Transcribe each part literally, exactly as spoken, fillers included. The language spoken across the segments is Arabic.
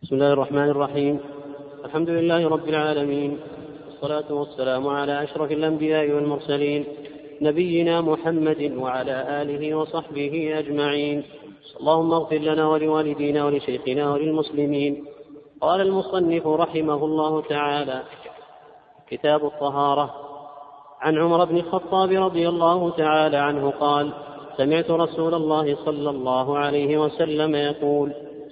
بسم الله الرحمن الرحيم. الحمد لله رب العالمين، والصلاة والسلام على أشرف الأنبياء والمرسلين، نبينا محمد وعلى آله وصحبه أجمعين. اللهم اغفر لنا ولوالدينا ولشيخنا وللمسلمين. قال المصنف رحمه الله تعالى: كتاب الطهارة. عن عمر بن الخطاب رضي الله تعالى عنه قال: سمعت رسول الله صلى الله عليه وسلم يقول: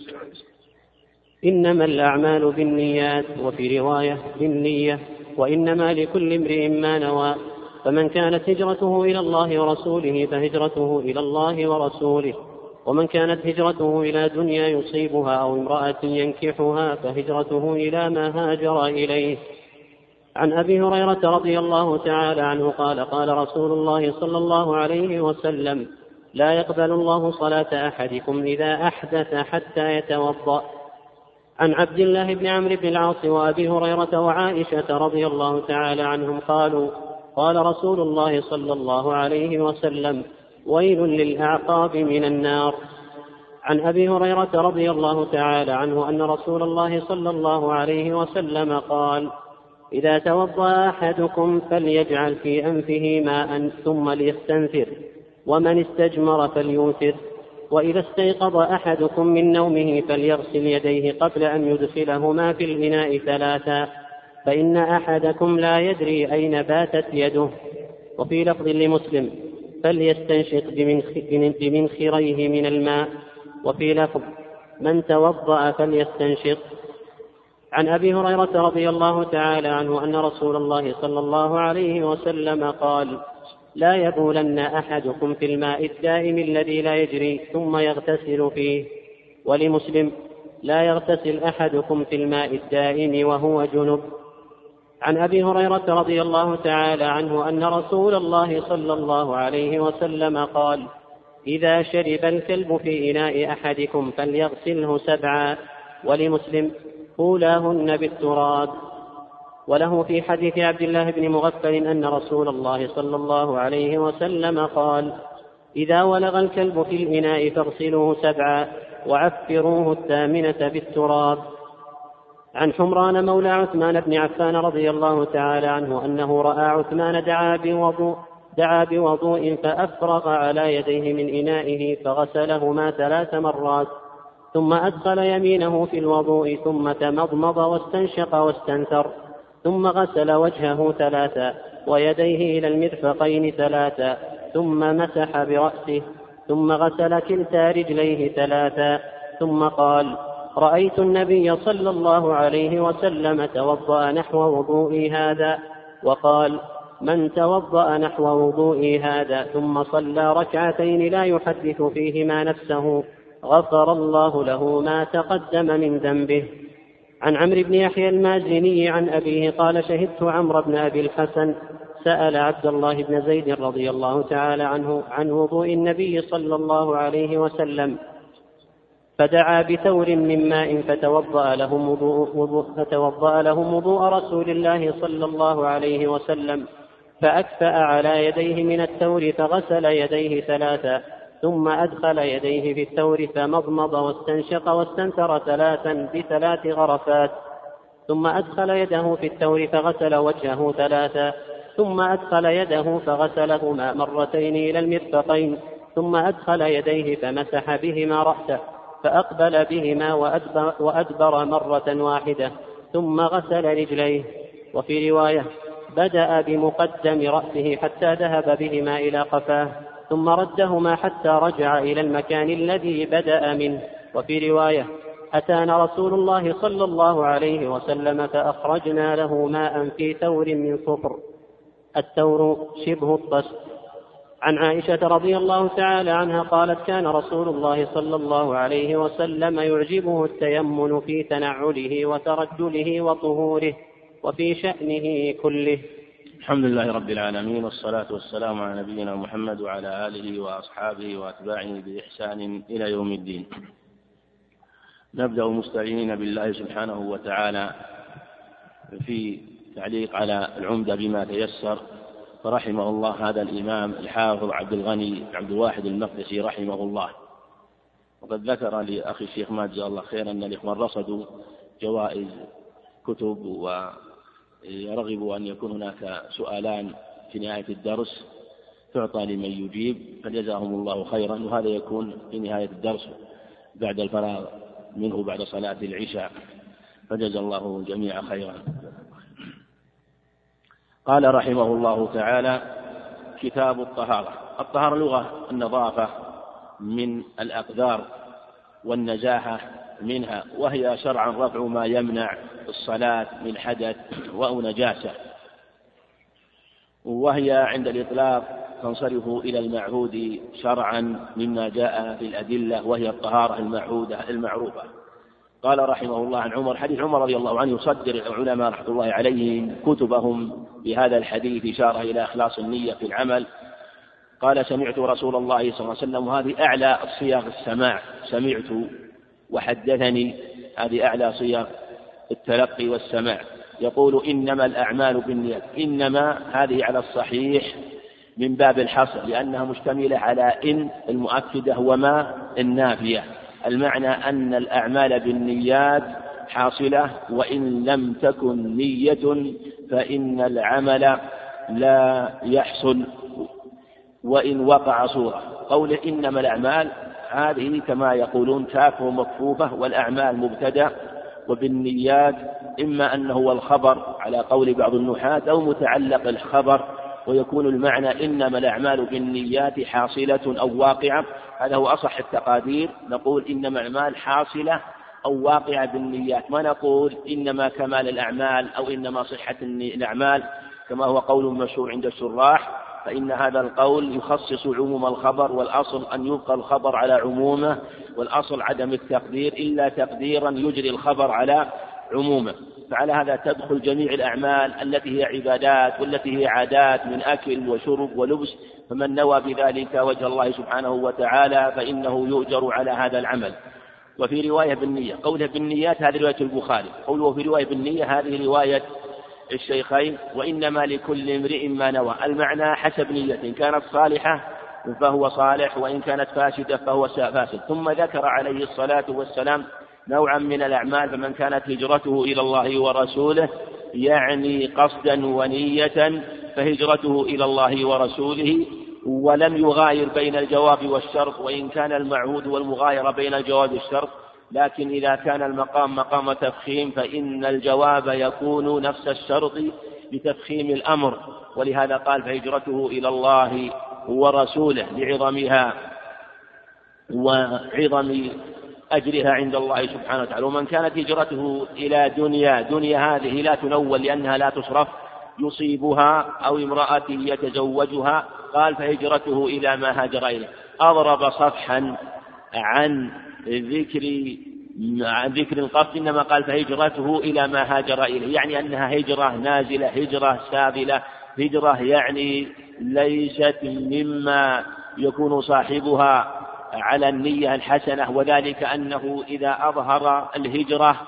إنما الأعمال بالنيات، وفي رواية بالنية، وإنما لكل امرئ ما نوى، فمن كانت هجرته إلى الله ورسوله فهجرته إلى الله ورسوله، ومن كانت هجرته إلى دنيا يصيبها أو امرأة ينكحها فهجرته إلى ما هاجر إليه. عن أبي هريرة رضي الله تعالى عنه قال: قال رسول الله صلى الله عليه وسلم: لا يقبل الله صلاة أحدكم إذا أحدث حتى يتوضأ. عن عبد الله بن عمرو بن العاص وأبي هريرة وعائشة رضي الله تعالى عنهم قالوا: قال رسول الله صلى الله عليه وسلم: ويل للأعقاب من النار. عن أبي هريرة رضي الله تعالى عنه أن رسول الله صلى الله عليه وسلم قال: إذا توضأ أحدكم فليجعل في أنفه ماء ثم ليستنثر، ومن استجمر فليوتر، وإذا استيقظ أحدكم من نومه فليغسل يديه قبل أن يدخلهما في الإناء ثلاثا، فإن أحدكم لا يدري أين باتت يده. وفي لفظ لمسلم: فليستنشق بمنخريه من الماء. وفي لفظ: من توضأ فليستنشق. عن أبي هريرة رضي الله تعالى عنه أن رسول الله صلى الله عليه وسلم قال: لا يبولن أحدكم في الماء الدائم الذي لا يجري ثم يغتسل فيه. ولمسلم: لا يغتسل أحدكم في الماء الدائم وهو جنب. عن أبي هريرة رضي الله تعالى عنه أن رسول الله صلى الله عليه وسلم قال: إذا شرب الكلب في إناء أحدكم فليغسله سبعا. ولمسلم: أولاهن بالتراب. وله في حديث عبد الله بن مغفل أن رسول الله صلى الله عليه وسلم قال: إذا ولغ الكلب في الإناء فاغسلوه سبعا وعفروه الثامنة بالتراب. عن حمران مولى عثمان بن عفان رضي الله تعالى عنه أنه رأى عثمان دعا بوضوء, دعا بوضوء فأفرغ على يديه من إنائه فغسلهما ثلاث مرات، ثم أدخل يمينه في الوضوء ثم تمضمض واستنشق واستنثر، ثم غسل وجهه ثلاثا ويديه إلى المرفقين ثلاثا، ثم مسح برأسه، ثم غسل كلتا رجليه ثلاثا، ثم قال: رأيت النبي صلى الله عليه وسلم توضأ نحو وضوئي هذا. وقال: من توضأ نحو وضوئي هذا ثم صلى ركعتين لا يحدث فيهما نفسه غفر الله له ما تقدم من ذنبه. عن عمرو بن يحيى المازني عن أبيه قال: شهدت عمرو بن أبي الحسن سأل عبد الله بن زيد رضي الله تعالى عنه عن وضوء النبي صلى الله عليه وسلم، فدعا بثور من ماء فتوضأ لهم وضوء, فتوضأ لهم وضوء رسول الله صلى الله عليه وسلم، فأكفأ على يديه من الثور فغسل يديه ثلاثا، ثم أدخل يديه في الثور فمضمض واستنشق واستنثر ثلاثا بثلاث غرفات، ثم أدخل يده في الثور فغسل وجهه ثلاثا، ثم أدخل يده فغسلهما مرتين إلى المرفقين، ثم أدخل يديه فمسح بهما رأسه فأقبل بهما وأدبر, وأدبر مرة واحدة، ثم غسل رجليه. وفي رواية: بدأ بمقدم رأسه حتى ذهب بهما إلى قفاه، ثم ردهما حتى رجع إلى المكان الذي بدأ منه. وفي رواية: أتانا رسول الله صلى الله عليه وسلم فأخرجنا له ماء في ثور من صفر. الثور شبه الطست. عن عائشة رضي الله تعالى عنها قالت: كان رسول الله صلى الله عليه وسلم يعجبه التيمن في تنعله وترجله وطهوره وفي شأنه كله. الحمد لله رب العالمين، والصلاة والسلام على نبينا محمد وعلى آله وأصحابه وأتباعه بإحسان إلى يوم الدين. نبدأ مستعينين بالله سبحانه وتعالى في تعليق على العمدة بما تيسر. فرحمه الله هذا الإمام الحافظ عبد الغني عبد الواحد المقدسي رحمه الله، وقد ذكر لأخي الشيخ ماجد جزاه الله خيرا أن الإخوان رصدوا جوائز كتب ورغبوا أن يكون هناك سؤالان في نهاية الدرس تعطى لمن يجيب، فجزاهم الله خيرا، وهذا يكون في نهاية الدرس بعد الفراغ منه بعد صلاة العشاء، فجزا الله الجميع خيرا. قال رحمه الله تعالى: كتاب الطهارة. الطهارة لغة النظافة من الأقدار والنزاهة منها، وهي شرعا رفع ما يمنع الصلاة من حدث أو نجاسة، وهي عند الإطلاق تنصرف إلى المعهود شرعا مما جاء في الأدلة، وهي الطهارة المعهودة المعروفة. قال رحمه الله عن عمر، حديث عمر رضي الله عنه يصدر العلماء رحمة الله عليهم كتبهم بهذا الحديث، إشارة إلى إخلاص النية في العمل. قال: سمعت رسول الله صلى الله عليه وسلم، وهذه أعلى صيغ السماع، سمعت وحدثني، هذه أعلى صيغ التلقي والسماع، يقول: إنما الأعمال بالنيات. إنما هذه على الصحيح من باب الحصر، لأنها مشتملة على إن المؤكدة وما النافية، المعنى أن الأعمال بالنيات حاصلة، وإن لم تكن نية فإن العمل لا يحصل وإن وقع صورة. قوله إنما الأعمال هذه كما يقولون كاف مكفوفة، والأعمال مبتدأ، وبالنيات إما أنه هو الخبر على قول بعض النحاة أو متعلق الخبر، ويكون المعنى إنما الأعمال بالنيات حاصلة أو واقعة. هذا هو أصح التقادير، نقول إنما الأعمال حاصلة أو واقعة بالنيات، ما نقول إنما كمال الأعمال أو إنما صحة الأعمال كما هو قول مشهور عند الشراح، فإن هذا القول يخصص عموم الخبر، والأصل أن يبقى الخبر على عمومه، والأصل عدم التقدير إلا تقديرا يجري الخبر على عمومه. فعلى هذا تدخل جميع الأعمال التي هي عبادات والتي هي عادات من أكل وشرب ولبس، فمن نوى بذلك وجه الله سبحانه وتعالى فإنه يؤجر على هذا العمل. وفي رواية بالنية، قوله بالنيات هذه رواية البخاري، قوله في رواية بالنية هذه رواية الشيخين. وإنما لكل امرئ ما نوى، المعنى حسب نية، إن كانت صالحة فهو صالح، وإن كانت فاسدة فهو فاسد. ثم ذكر عليه الصلاة والسلام نوعا من الأعمال، فمن كانت هجرته إلى الله ورسوله، يعني قصدا ونية، فهجرته إلى الله ورسوله، ولم يغاير بين الجواب والشرط، وإن كان المعهود والمغايرة بين الجواب والشرط، لكن إذا كان المقام مقام تفخيم فإن الجواب يكون نفس الشرط لتفخيم الأمر، ولهذا قال فهجرته إلى الله ورسوله لعظمها وعظم أجرها عند الله سبحانه وتعالى. ومن كانت هجرته إلى دنيا، دنيا هذه لا تنول لأنها لا تصرف، يصيبها أو امرأة يتزوجها، قال فهجرته إلى ما هاجر إليه. أضرب صفحا عن ذكر عن ذكر القصد، إنما قال فهجرته إلى ما هاجر إليه، يعني أنها هجرة نازلة، هجرة سابلة، هجرة يعني ليست مما يكون صاحبها على النية الحسنة، وذلك أنه إذا أظهر الهجرة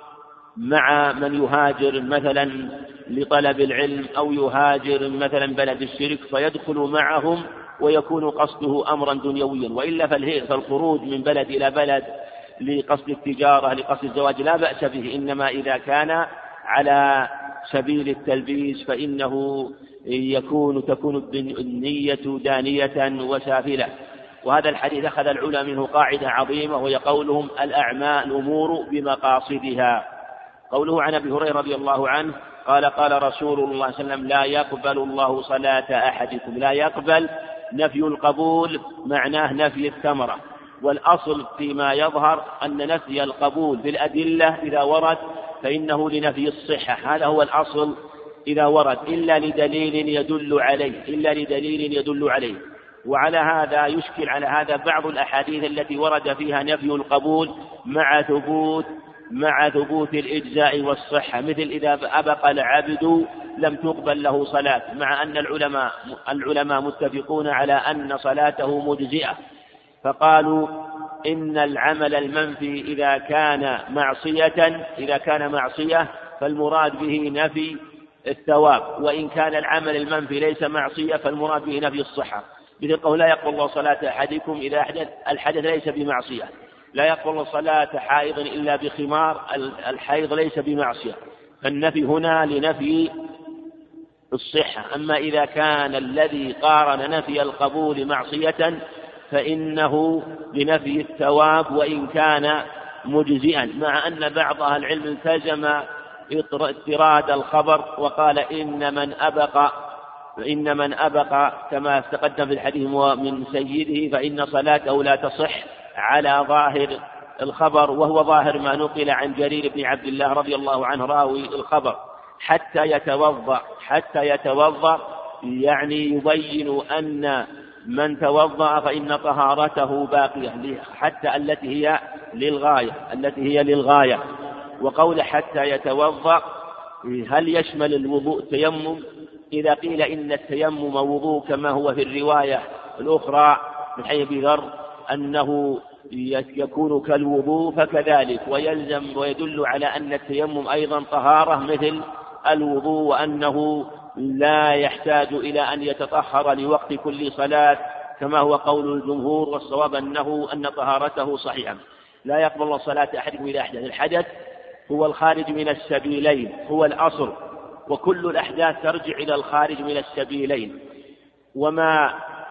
مع من يهاجر مثلا لطلب العلم أو يهاجر مثلا بلد الشرك فيدخل معهم ويكون قصده أمرا دنيويا، وإلا فالخروج من بلد إلى بلد لقصد التجارة لقصد الزواج لا بأس به، إنما إذا كان على سبيل التلبيس فإنه يكون تكون النية دانية وسافلة. وهذا الحديث أخذ العلماء منه قاعدة عظيمة، وهي قولهم الأعمال الأمور بمقاصدها. قوله عن أبي هريرة رضي الله عنه قال قال رسول الله صلى الله عليه وسلم لا يقبل الله صلاة أحدكم. لا يقبل نفي القبول معناه نفي الثمرة، والأصل فيما يظهر أن نفي القبول بالأدلة إذا ورد فإنه لنفي الصحة، هذا هو الأصل إذا ورد، إلا لدليل يدل عليه إلا لدليل يدل عليه. وعلى هذا يشكل على هذا بعض الأحاديث التي ورد فيها نفي القبول مع ثبوت مع ثبوت الإجزاء والصحة، مثل إذا أبق العبد لم تقبل له صلاة، مع أن العلماء العلماء متفقون على أن صلاته مجزئة، فقالوا إن العمل المنفي إذا كان معصية إذا كان معصية فالمراد به نفي الثواب، وإن كان العمل المنفي ليس معصية فالمراد به نفي الصحة. مثل قول لا يقبل الله صلاة أحدكم إذا أحدث، الحدث ليس بمعصية، لا يقبل صلاة حائض إلا بخمار، الحيض ليس بمعصية، فالنفي هنا لنفي الصحة. أما إذا كان الذي قارن نفي القبول معصية فإنه لنفي الثواب وإن كان مجزئا، مع أن بعض أهل العلم التزم اضطراد الخبر وقال إن من أبق إن من أبق كما تقدم في الحديث من سيده فإن صلاته لا تصح على ظاهر الخبر، وهو ظاهر ما نقل عن جرير بن عبد الله رضي الله عنه راوي الخبر، حتى يتوضأ حتى يتوضأ يعني يبين أن من توضأ فإن طهارته باقية، حتى التي هي للغاية التي هي للغاية وقول حتى يتوضأ هل يشمل الوضوء التيمم؟ إذا قيل إن التيمم وضوء كما هو في الرواية الأخرى من حديث أبي ذر أنه يكون كالوضوء فكذلك، ويلزم ويدل على أن التيمم أيضا طهارة مثل الوضوء، وأنه لا يحتاج إلى أن يتطهر لوقت كل صلاة كما هو قول الجمهور، والصواب أنه أن طهارته صحيحة. لا يقبل صلاة أحدكم إلى أحدث. الحدث هو الخارج من السبيلين هو الأصل، وكل الأحداث ترجع إلى الخارج من السبيلين. وما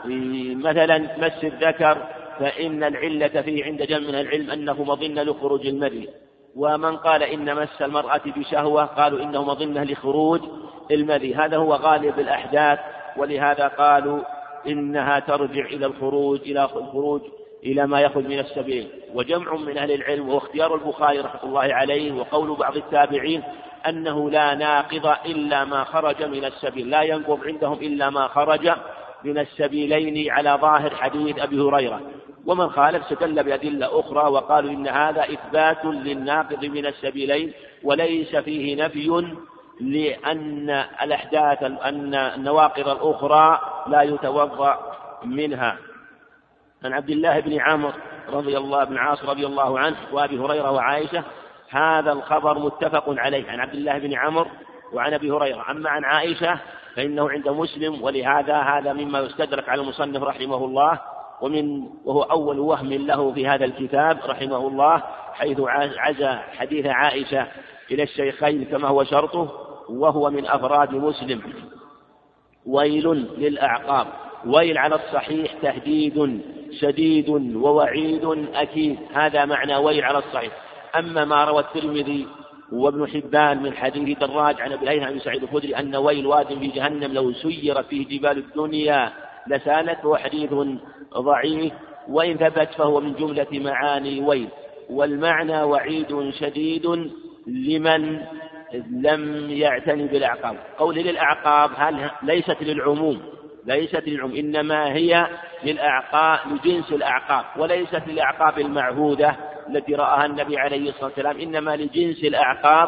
مثلا مس الذكر فإن العلة فيه عند جمع من العلم أنه مظنة لخروج المذي، ومن قال إن مس المرأة بشهوة قالوا إنه مظنة لخروج المذي، هذا هو غالب الأحداث، ولهذا قالوا إنها ترجع إلى الخروج إلى الخروج إلى ما يخرج من السبيل. وجمع من أهل العلم واختيار البخاري رحمه الله عليه وقول بعض التابعين أنه لا ناقض إلا ما خرج من السبيل، لا ينقض عندهم إلا ما خرج من السبيلين على ظاهر حديث أبي هريرة. ومن خالف استدل بأدلة أخرى وقالوا إن هذا إثبات للناقض من السبيلين وليس فيه نفي لأن الأحداث أن النواقض الأخرى لا يتوضأ منها. عن عبد الله بن عمرو رضي الله بن عاص رضي الله عنه وأبي هريرة وعائشة هذا الخبر متفق عليه عن عبد الله بن عمرو وعن أبي هريرة. أما عن عائشة فإنه عند مسلم، ولهذا هذا مما يستدرك على المصنف رحمه الله، ومن وهو أول وهم له في هذا الكتاب رحمه الله، حيث عزى حديث عائشة إلى الشيخين كما هو شرطه، وهو من أفراد مسلم. ويل للأعقاب، ويل على الصحيح تهديد شديد ووعيد أكيد، هذا معنى ويل على الصحيح. أما ما روى الترمذي وابن حبان من حديث دراج عن أبي هريرة عن سعيد الخدري أن ويل واد في جهنم لو سيرت فيه جبال الدنيا لسالت، فهو حديث ضعيف، وإن ثبت فهو من جملة معاني ويل. والمعنى وعيد شديد لمن لم يعتني بالأعقاب. قول للأعقاب هل ليست للعموم ليست للعموم إنما هي للأعقاب لجنس الأعقاب، وليست للأعقاب المعهودة التي رآها النبي عليه الصلاة والسلام، إنما لجنس الأعقاب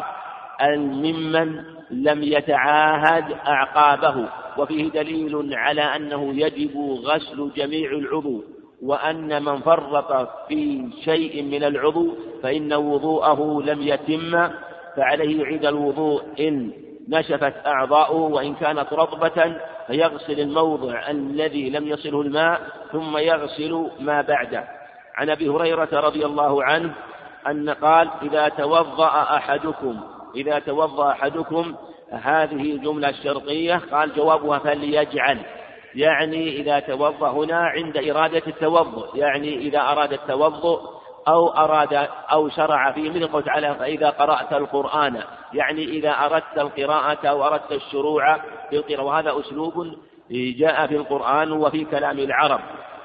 ممن لم يتعاهد أعقابه. وفيه دليل على أنه يجب غسل جميع العضو، وأن من فرط في شيء من العضو فإن وضوءه لم يتم، فعليه يعيد الوضوء إن نشفت أعضاؤه، وإن كانت رطبة فيغسل الموضع الذي لم يصله الماء ثم يغسل ما بعده. عن أبي هريرة رضي الله عنه أن قال إذا توضأ أحدكم إذا توضأ أحدكم هذه الجملة الشرطية، قال جوابها فليجعل، يعني إذا توضأ هنا عند إرادة التوضؤ، يعني إذا أراد التوضؤ أو أراد أو شرع فيه، مثل قوله تعالى فإذا قرأت القرآن، يعني إذا أردت القراءة أو أردت الشروع في القراءة، وهذا أسلوب جاء في القرآن وفي كلام العرب.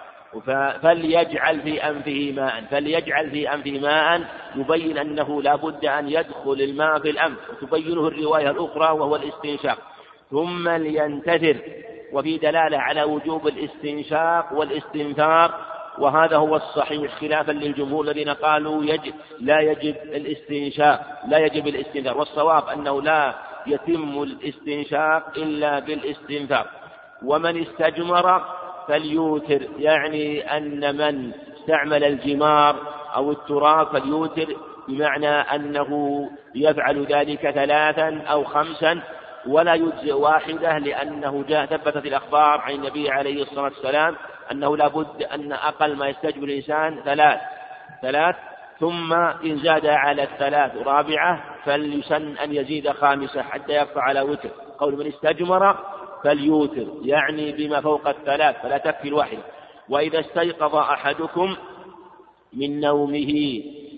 فليجعل في أنفه ماء فليجعل في أنفه ماء يبين أنه لا بد أن يدخل الماء في الأنف، وتبينه الرواية الأخرى وهو الاستنشاق. ثم لينتثر، وفي دلالة على وجوب الاستنشاق والاستنثار، وهذا هو الصحيح خلافا للجمهور الذين قالوا يجب لا يجب الاستنشاق لا يجب الاستنثار، والصواب أنه لا يتم الاستنشاق إلا بالاستنثار. ومن استجمر فليوتر، يعني أن من استعمل الجمار أو التراب فليوتر، بمعنى أنه يفعل ذلك ثلاثا أو خمسا ولا يجزئ واحدة، لأنه جاء ثبتت الأخبار عن النبي عليه الصلاة والسلام أنه لا بد أن أقل ما يستجمر الإنسان ثلاث، ثلاث ثم إن زاد على الثلاث رابعة فليسن أن يزيد خامسة حتى يبقى على وتر. قول من استجمر فليوتر يعني بما فوق الثلاث فلا تكفي الواحد. وإذا استيقظ أحدكم من نومه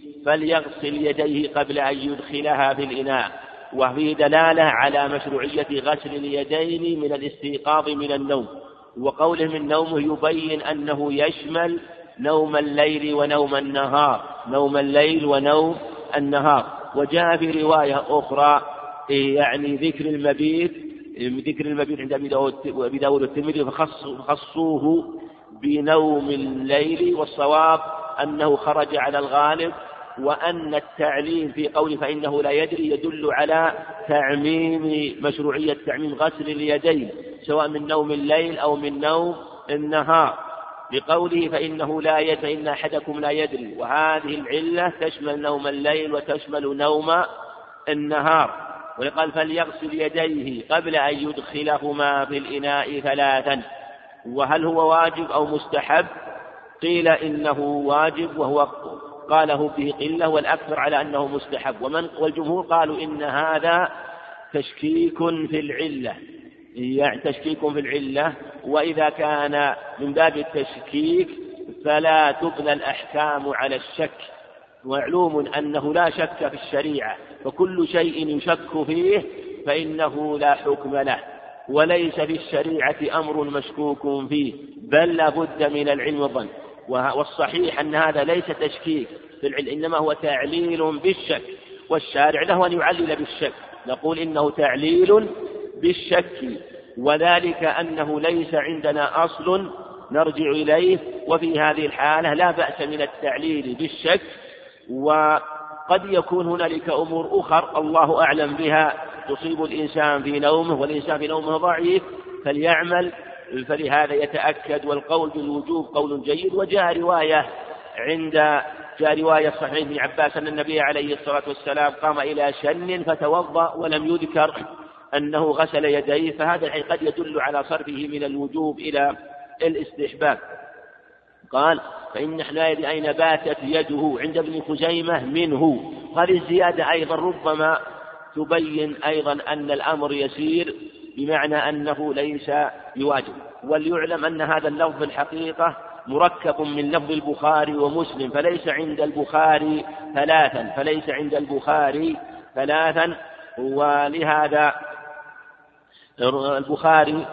فليغسل يديه قبل أن يدخلها في الإناء، وفيه دلالة على مشروعية غسل اليدين من الاستيقاظ من النوم. وقوله من نومه يبين أنه يشمل نوم الليل ونوم النهار، نوم الليل ونوم النهار. وجاء في رواية أخرى يعني ذكر المبيت ذكر المبيت عند أبي داود والترمذي فخصوه بنوم الليل، والصواب أنه خرج على الغالب، وأن التعليم في قول فإنه لا يدري يدل على تعميم مشروعية تعميم غسل اليدين سواء من نوم الليل أو من نوم النهار، بقوله فإنه لا يدري فإن أحدكم لا يدري. وهذه العلة تشمل نوم الليل وتشمل نوم النهار. وقال فليغسل يديه قبل أن يدخلهما في الإناء ثلاثا. وهل هو واجب أو مستحب؟ قيل إنه واجب وهو قاله به قلة، والأكثر على أنه مستحب. ومن والجمهور قالوا إن هذا تشكيك في العلة، يعني تشكيك في العلة، وإذا كان من باب التشكيك فلا تبنى الأحكام على الشك. ومعلوم أنه لا شك في الشريعة، فكل شيء يشك فيه فإنه لا حكم له، وليس في الشريعة أمر مشكوك فيه، بل لا بد من العلم والظن. والصحيح أن هذا ليس تشكيك في العلم، إنما هو تعليل بالشك، والشارع له أن يعلل بالشك. نقول إنه تعليل بالشك، وذلك أنه ليس عندنا أصل نرجع إليه، وفي هذه الحالة لا بأس من التعليل بالشك. وقد يكون هنالك أمور أخرى الله أعلم بها تصيب الإنسان في نومه، والإنسان في نومه ضعيف فليعمل، فلهذا يتأكد. والقول بالوجوب قول جيد. وجاء رواية عند جاء رواية صحيح ابن عباس أن النبي عليه الصلاة والسلام قام إلى شن فتوضأ ولم يذكر أنه غسل يديه، فهذا قد يدل على صرفه من الوجوب إلى الاستحباب. قال فإن لا يدري أين باتت يده عند ابن خزيمة منه. هذه الزيادة أيضا ربما تبين أيضا أن الأمر يسير، بمعنى أنه ليس بواجب. وليعلم أن هذا اللفظ الحقيقة مركب من لفظ البخاري ومسلم، فليس عند البخاري ثلاثا فليس عند البخاري ثلاثا ولهذا البخاري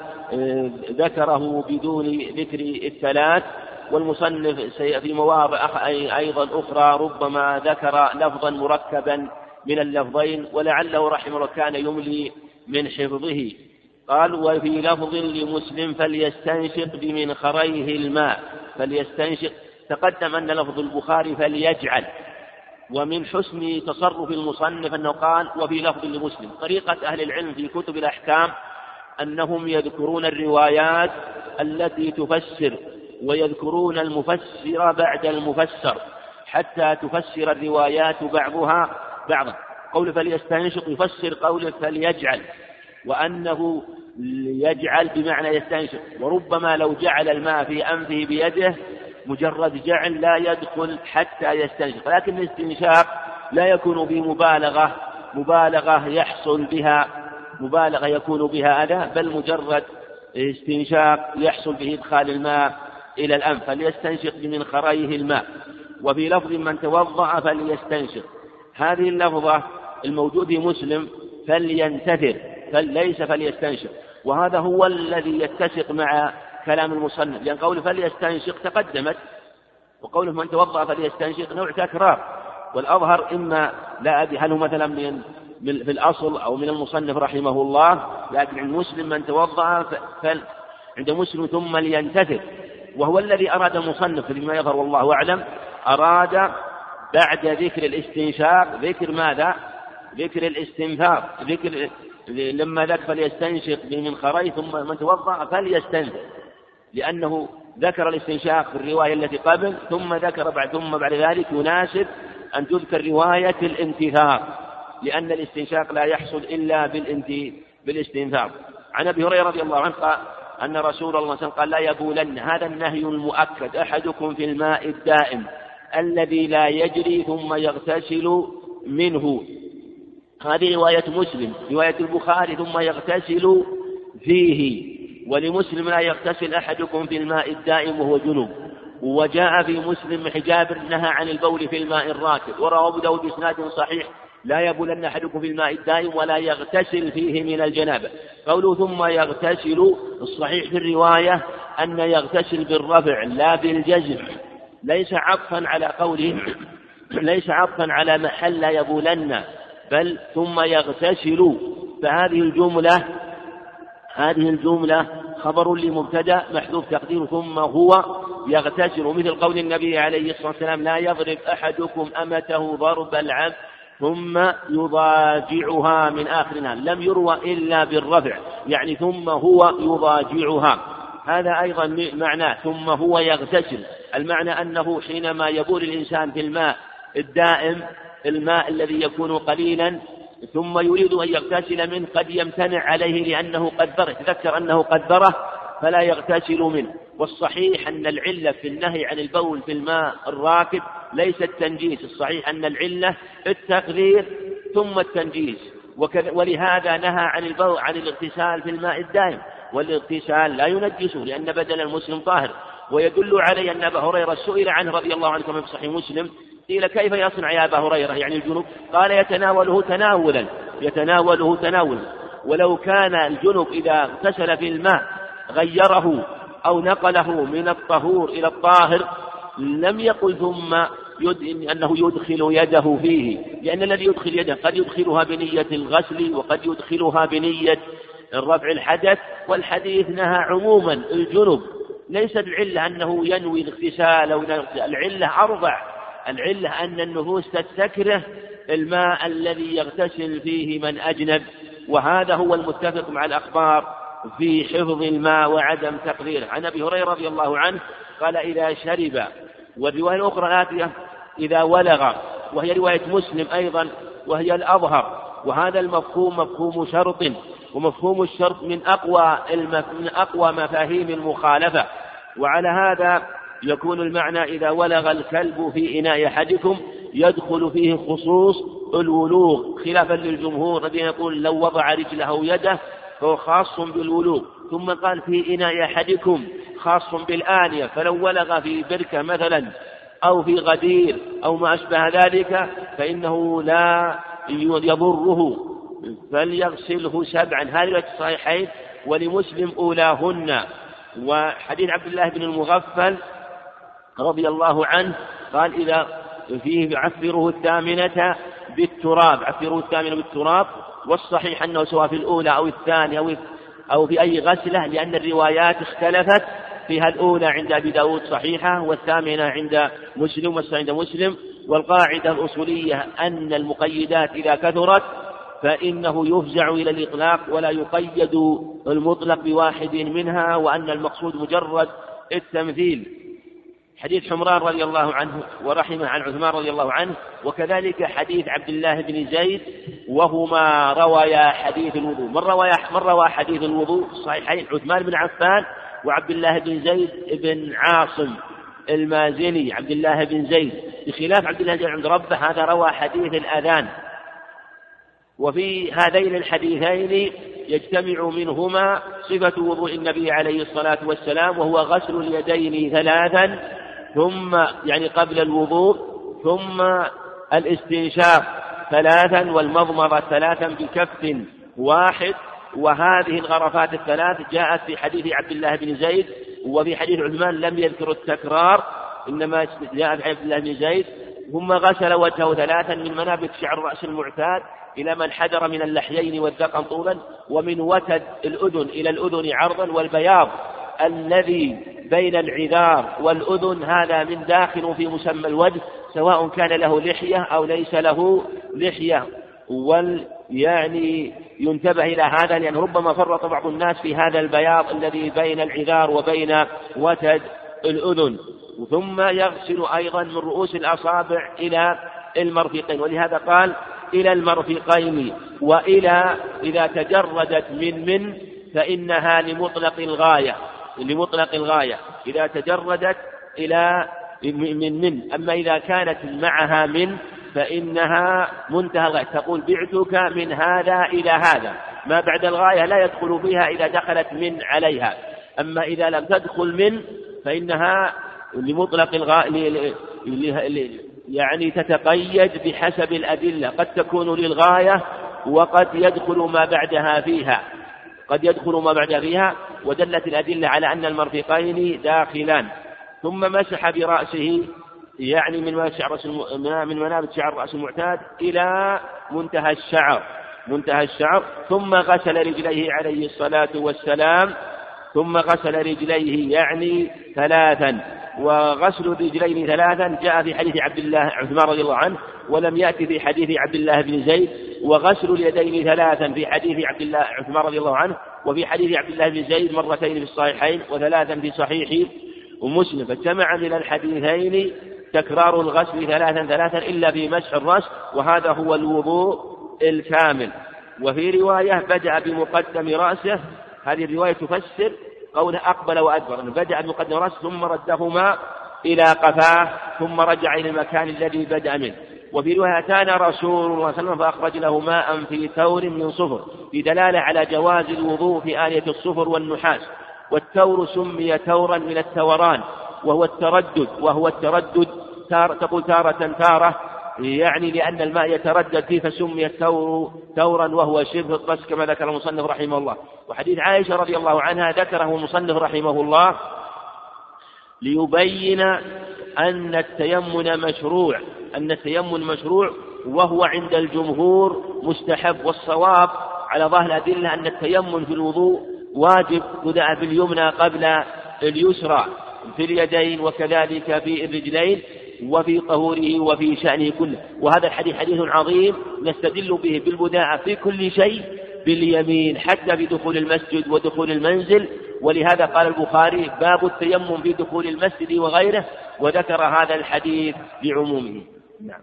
ذكره بدون ذكر الثلاث، والمصنف في مواضع أيضا أخرى ربما ذكر لفظا مركبا من اللفظين، ولعله رحمه الله كان يملي من حفظه. قال وفي لفظ لمسلم فليستنشق بمنخريه الماء. فليستنشق تقدم أن لفظ البخاري فليجعل، ومن حسن تصرف المصنف أنه قال وفي لفظ لمسلم. طريقة أهل العلم في كتب الأحكام أنهم يذكرون الروايات التي تفسر، ويذكرون المفسر بعد المفسر حتى تفسر الروايات بعضها بعضا. قول فليستنشق يفسر قول فليجعل، وأنه يجعل بمعنى يستنشق. وربما لو جعل الماء في أنفه بيده مجرد جعل لا يدخل حتى يستنشق، لكن الاستنشاق لا يكون بمبالغة مبالغة يحصل بها مبالغة يكون بها أذى، بل مجرد استنشاق يحصل به إدخال الماء إلى الأنف. فليستنشق بمنخريه الماء. وفي لفظ من توضأ فليستنشق، هذه اللفظة الموجود في مسلم فلينتثر فليس فليستنشق، وهذا هو الذي يتسق مع كلام المصنف، لأن قوله فليستنشق تقدمت، وقوله من توضأ فليستنشق نوع تكرار. والأظهر إما لا أدري هل هو مثلا من في الأصل أو من المصنف رحمه الله، لكن عند مسلم من توضأ فل عند مسلم ثم لينتثر، وهو الذي أراد المصنف فيما يظهر والله أعلم، أراد بعد ذكر الاستنشاق ذكر ماذا؟ ذكر الاستنثار، ذكر لما ذكر فليستنشق بمنخريه ثم من توضأ فليستنثر، لأنه ذكر الاستنشاق في الرواية التي قبل ثم ذكر بعد ثم بعد ذلك يناسب أن تذكر رواية الانتثار، لأن الاستنشاق لا يحصل إلا بالاستنثار. عن أبي هريرة رضي الله عنه قال أن رسول الله صلى الله عليه وسلم قال لا يبولن، هذا النهي المؤكد، أحدكم في الماء الدائم الذي لا يجري ثم يغتسل منه. هذه رواية مسلم. رواية البخاري ثم يغتسل فيه، ولمسلم لا يغتسل أحدكم في الماء الدائم وهو جنوب. وجاء في مسلم حجاب نهى عن البول في الماء الراكد، وروى أبو داود بإسناد صحيح لا يبولن أحدكم في الماء الدائم ولا يغتسل فيه من الجنابة. قوله ثم يغتسل، الصحيح في الرواية أن يغتسل بالرفع لا بالجزم، ليس عطفا على قوله ليس عطفا على محل لا يبولن، بل ثم يغتسل. فهذه الجملة هذه الجملة خبر لمبتدأ محذوف تقدير ثم هو يغتسل، مثل قول النبي عليه الصلاة والسلام لا يضرب أحدكم أمته ضرب العبد ثم يضاجعها من آخرها، لم يروى إلا بالرفع، يعني ثم هو يضاجعها. هذا أيضا معناه ثم هو يغتسل، المعنى أنه حينما يبول الإنسان في الماء الدائم، الماء الذي يكون قليلا، ثم يريد أن يغتسل منه قد يمتنع عليه لأنه قدره، تذكر أنه قدره فلا يغتسل منه. والصحيح أن العلة في النهي عن البول في الماء الراكد ليس التنجيس، الصحيح أن العلة التقدير ثم التنجيس، ولهذا نهى عن البول عن الاغتسال في الماء الدائم، والاغتسال لا ينجسه لأن بدل المسلم طاهر. ويدل عليه أن أبا هريرة سئل عنه رضي الله عنه كما في صحيح مسلم، قيل كيف يصنع يا أبا هريرة يعني الجنوب؟ قال يتناوله تناولا يتناوله تناولا ولو كان الجنوب إذا اغتسل في الماء غيره أو نقله من الطهور إلى الطاهر لم يقل ثم يد... أنه يدخل يده فيه، لأن الذي يدخل يده قد يدخلها بنية الغسل وقد يدخلها بنية الرفع الحدث. والحديث نهى عموما الجنوب، ليس العلة أنه ينوي الاغتسال أو العلة أربع، العلة أن النفوس تستكره الماء الذي يغتسل فيه من أجنب، وهذا هو المتفق مع الأخبار في حفظ الماء وعدم تقديره. عن أبي هريرة رضي الله عنه قال إذا شرب، والرواية الأخرى آتية إذا ولغ، وهي رواية مسلم أيضا وهي الأظهر. وهذا المفهوم مفهوم شرط، ومفهوم الشرط من أقوى من أقوى مفاهيم المخالفة. وعلى هذا يكون المعنى إذا ولغ الكلب في إناء أحدكم يدخل فيه خصوص الولوغ، خلافا للجمهور الذين يقول لو وضع رجله أو يده فهو خاص بالولوغ. ثم قال في إناء أحدكم خاص بالآنية، فلو ولغ في بركة مثلا أو في غدير أو ما أشبه ذلك فإنه لا يضره فليغسله سبعا. هذه الصحيحين ولمسلم أولاهن. وحديث عبد الله بن المغفل رضي الله عنه قال إذا فيه عفره الثامنة بالتراب، عفره الثامنة بالتراب. والصحيح أنه سواء في الأولى أو الثانية أو في أي غسلة، لأن الروايات اختلفت فيها، الأولى عند أبي داود صحيحة والثامنة عند مسلم والثانية عند مسلم. والقاعدة الأصولية أن المقيدات إذا كثرت فإنه يفزع إلى الإطلاق ولا يقيد المطلق بواحد منها، وأن المقصود مجرد التمثيل. حديث حمران رضي الله عنه ورحمه عن عثمان رضي الله عنه، وكذلك حديث عبد الله بن زيد، وهما روايا حديث الوضوء. من روى من روى حديث الوضوء الصحيحين عثمان بن عفان وعبد الله بن زيد بن عاصم المازني. عبد الله بن زيد بخلاف عبد الله بن زيد عند ربه، هذا روى حديث الأذان. وفي هذين الحديثين يجتمع منهما صفة وضوء النبي عليه الصلاة والسلام، وهو غسل اليدين ثلاثا ثم يعني قبل الوضوء، ثم الاستنشاق ثلاثا، والمضمضة ثلاثا بكف واحد. وهذه الغرفات الثلاث جاءت في حديث عبد الله بن زيد، وفي حديث عثمان لم يذكر التكرار، إنما جاء في عبد الله بن زيد. ثم غسل وجهه ثلاثا من منابت شعر الرأس المعتاد إلى من حدر من اللحيين والذقن طولا، ومن وتد الأذن إلى الأذن عرضا، والبياض الذي بين العذار والأذن هذا من داخل في مسمى الوجه، سواء كان له لحية أو ليس له لحية. ويعني ينتبه إلى هذا، لأن ربما فرط بعض الناس في هذا البياض الذي بين العذار وبين وتد الأذن. ثم يغسل أيضا من رؤوس الأصابع إلى المرفقين، ولهذا قال إلى المرفقين. وإلى إذا تجردت من من فإنها لمطلق الغاية، لمطلق الغاية إذا تجردت إلى من من أما إذا كانت معها من فإنها منتهى الغاية، تقول بعتك من هذا إلى هذا، ما بعد الغاية لا يدخل فيها إذا دخلت من عليها. أما إذا لم تدخل من فإنها لمطلق الغاية يعني تتقيد بحسب الأدلة، قد تكون للغاية وقد يدخل ما بعدها فيها قد يدخل ما بعدها فيها ودلت الأدلة على أن المرفقين داخلان. ثم مسح برأسه يعني من من منابت شعر رأس المعتاد إلى منتهى الشعر منتهى الشعر ثم غسل رجليه عليه الصلاة والسلام ثم غسل رجليه يعني ثلاثا. وغسل الرجلين ثلاثا جاء في حديث عبد الله عثمان رضي الله عنه، ولم يأتي في حديث عبد الله بن زيد. وغسل اليدين ثلاثا في حديث عبد الله عثمان رضي الله عنه، وفي حديث عبد الله بن زيد مرتين في الصحيحين وثلاثا في صحيح ومسلم. فاجتمع من الحديثين تكرار الغسل ثلاثا ثلاثا إلا في مسح الرأس، وهذا هو الوضوء الكامل. وفي رواية بدأ بمقدم رأسه، هذه الرواية تفسر قوله أقبل وأدبر، بدأ بمقدم رأسه ثم ردهما إلى قفاه ثم رجع إلى المكان الذي بدأ منه. وفي رواية كان رسول الله صلى الله عليه وسلم فأخرج له ماء في ثور من صفر، بدلالة على جواز الوضوء في آنية الصفر والنحاس. والثور سمي ثورا من الثوران وهو التردد وهو التردد تار تقول تارة تارة يعني لأن الماء يتردد فيه فسمي الثور ثورا وهو شبه الطس كما ذكر المصنف رحمه الله. وحديث عائشة رضي الله عنها ذكره المصنف رحمه الله ليبين أن التيمم مشروع أن التيمم مشروع وهو عند الجمهور مستحب. والصواب على ظاهر الأدلة أن التيمم في الوضوء واجب، بدأ باليمنى قبل اليسرى في اليدين وكذلك في الرجلين وفي طهوره وفي شأنه كله. وهذا الحديث حديث عظيم نستدل به بالبداءة في كل شيء باليمين حتى في دخول المسجد ودخول المنزل. ولهذا قال البخاري باب التيمم في دخول المسجد وغيره، وذكر هذا الحديث بعمومه. نعم.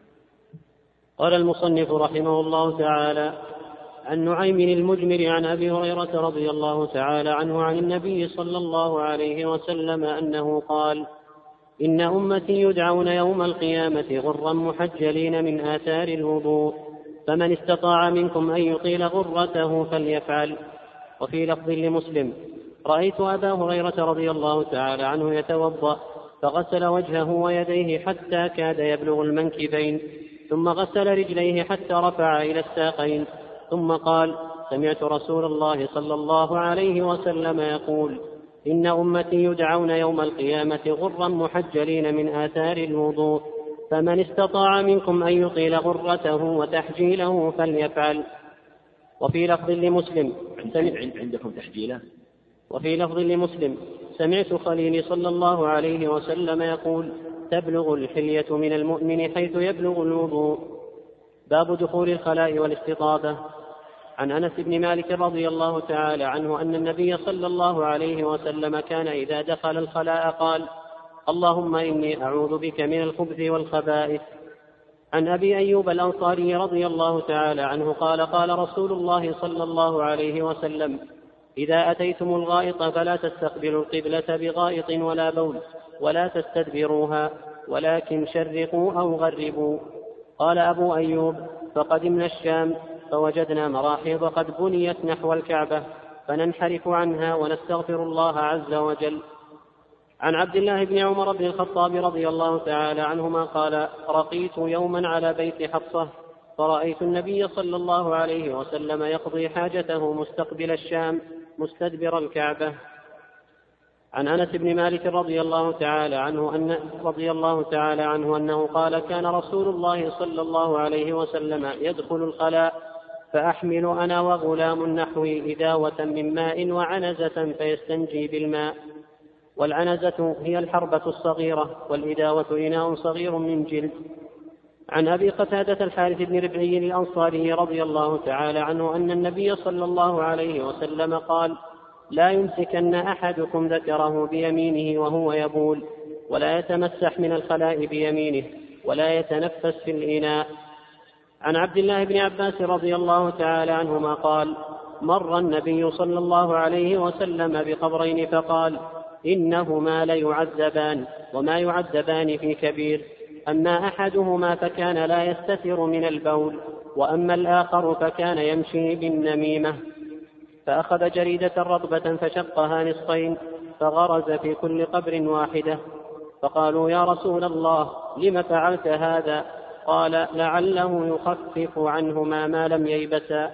قال المصنف رحمه الله تعالى: عن نعيم المجمر عن أبي هريرة رضي الله تعالى عنه عن النبي صلى الله عليه وسلم أنه قال: إن أمتي يدعون يوم القيامة غرا محجلين من آثار الوضوء، فمن استطاع منكم أن يطيل غرته فليفعل. وفي لفظ لمسلم: رأيت أبا هريرة رضي الله تعالى عنه يتوضأ فغسل وجهه ويديه حتى كاد يبلغ المنكبين، ثم غسل رجليه حتى رفع إلى الساقين، ثم قال: سمعت رسول الله صلى الله عليه وسلم يقول: إن أمتي يدعون يوم القيامة غرا محجلين من آثار الوضوء، فمن استطاع منكم أن يطيل غرته وتحجيله فليفعل. وفي لفظ لمسلم: عندكم تحجيله؟ وفي لفظ لمسلم: سمعت خليلي صلى الله عليه وسلم يقول: تبلغ الحلية من المؤمن حيث يبلغ الوضوء. باب دخول الخلاء والاستطابة. عن أنس بن مالك رضي الله تعالى عنه أن النبي صلى الله عليه وسلم كان إذا دخل الخلاء قال: اللهم إني أعوذ بك من الخبث والخبائث. عن أبي أيوب الأنصاري رضي الله تعالى عنه قال: قال رسول الله صلى الله عليه وسلم: إذا أتيتم الغائط فلا تستقبلوا القبلة بغائط ولا بول ولا تستدبروها، ولكن شرقوا أو غربوا. قال أبو أيوب: فقدمنا الشام فوجدنا مراحيض قد بنيت نحو الكعبة، فننحرف عنها ونستغفر الله عز وجل. عن عبد الله بن عمر بن الخطاب رضي الله تعالى عنهما قال: رقيت يوما على بيت حفصة فرأيت النبي صلى الله عليه وسلم يقضي حاجته مستقبل الشام مستدبر الكعبة. عن أنس بن مالك رضي الله تعالى عنه أن رضي الله تعالى عنه أنه قال: كان رسول الله صلى الله عليه وسلم يدخل الخلاء فأحمل أنا وغلام نحوي إداوة من ماء وعنزة فيستنجي بالماء. والعنزة هي الحربة الصغيرة، والإداوة إناء صغير من جلد. عن أبي قتادة الحارث بن ربعي الأنصاري رضي الله تعالى عنه أن النبي صلى الله عليه وسلم قال: لا يمسكن أحدكم ذكره بيمينه وهو يبول، ولا يتمسح من الخلاء بيمينه، ولا يتنفس في الإناء. عن عبد الله بن عباس رضي الله تعالى عنهما قال: مر النبي صلى الله عليه وسلم بقبرين فقال: إنهما ليعذبان وما يعذبان في كبير، أما أحدهما فكان لا يستتر من البول، وأما الآخر فكان يمشي بالنميمة. فأخذ جريدة رطبة فشقها نصفين فغرز في كل قبر واحدة، فقالوا يا رسول الله لم فعلت هذا؟ قال لعله يخفف عنهما ما لم ييبسا.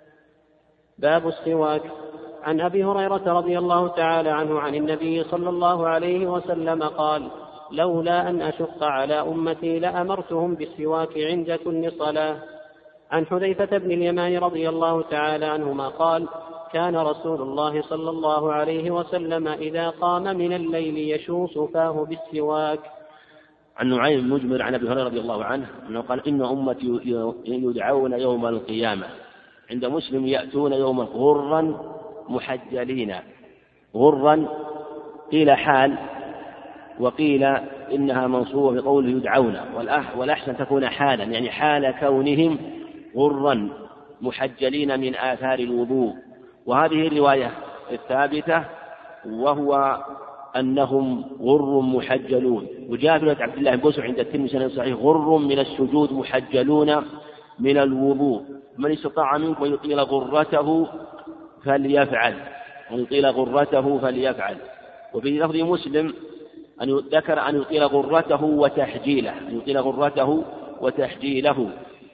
باب السواك. عن أبي هريرة رضي الله تعالى عنه عن النبي صلى الله عليه وسلم قال لولا أن أشق على أمتي لأمرتهم بالسواك عند كل صلاة. عن حذيفة بن اليمان رضي الله تعالى عنهما قال كان رسول الله صلى الله عليه وسلم إذا قام من الليل يشوص فاه بالسواك. عن نعيم بن مجمر عن أبي هريرة رضي الله عنه أنه قال إن أمتي يدعون يوم القيامة، عند مسلم يأتون يوم غرا محجلين. غرا قيل حال وقيل إنها منصوبة بقوله يدعون، والأحسن تكون حالا، يعني حال كونهم غرا محجلين من آثار الوضوء. وهذه الرواية الثابتة وهو أنهم غر محجلون. وجاء في رواية عبد الله بن بسر عند الترمذي صحيح غر من السجود محجلون من الوضوء. من استطاع منكم أن يطيل غرته فليفعل، أن يطيل غرته فليفعل. وفي لفظ مسلم أن ذكر أن يطيل غرته وتحجيله، أن يطيل غرته وتحجيله.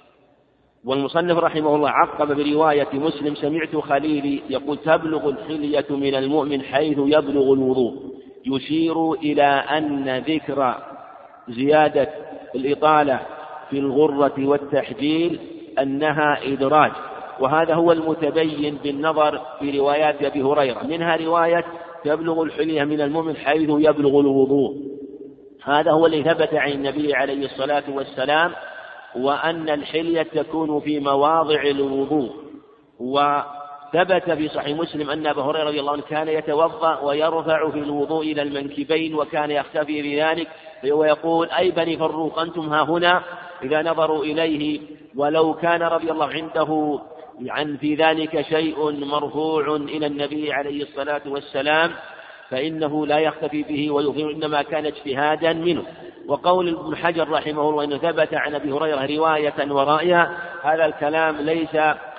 والمصنف رحمه الله عقب برواية مسلم سمعت خليلي يقول تبلغ الحلية من المؤمن حيث يبلغ الوضوء، يشير إلى أن ذكر زيادة الإطالة في الغرة والتحجيل أنها إدراج، وهذا هو المتبين بالنظر في روايات أبي هريرة، منها رواية تبلغ الحلية من المؤمن حيث يبلغ الوضوء، هذا هو الذي ثبت عن النبي عليه الصلاة والسلام، وأن الحلية تكون في مواضع الوضوء. وثبت في صحيح مسلم أن أبا هريرة رضي الله عنه كان يتوضأ ويرفع في الوضوء إلى المنكبين وكان يختفي بذلك ويقول أي بني فروق أنتم ها هنا إذا نظروا إليه، ولو كان رضي الله عنده عن في ذلك شيء مرفوع إلى النبي عليه الصلاة والسلام فإنه لا يختفي به ويظهر، إنما كان اجتهادا منه. وقول ابن حجر رحمه الله أنه ثبت عن أبي هريرة رواية ورائها، هذا الكلام ليس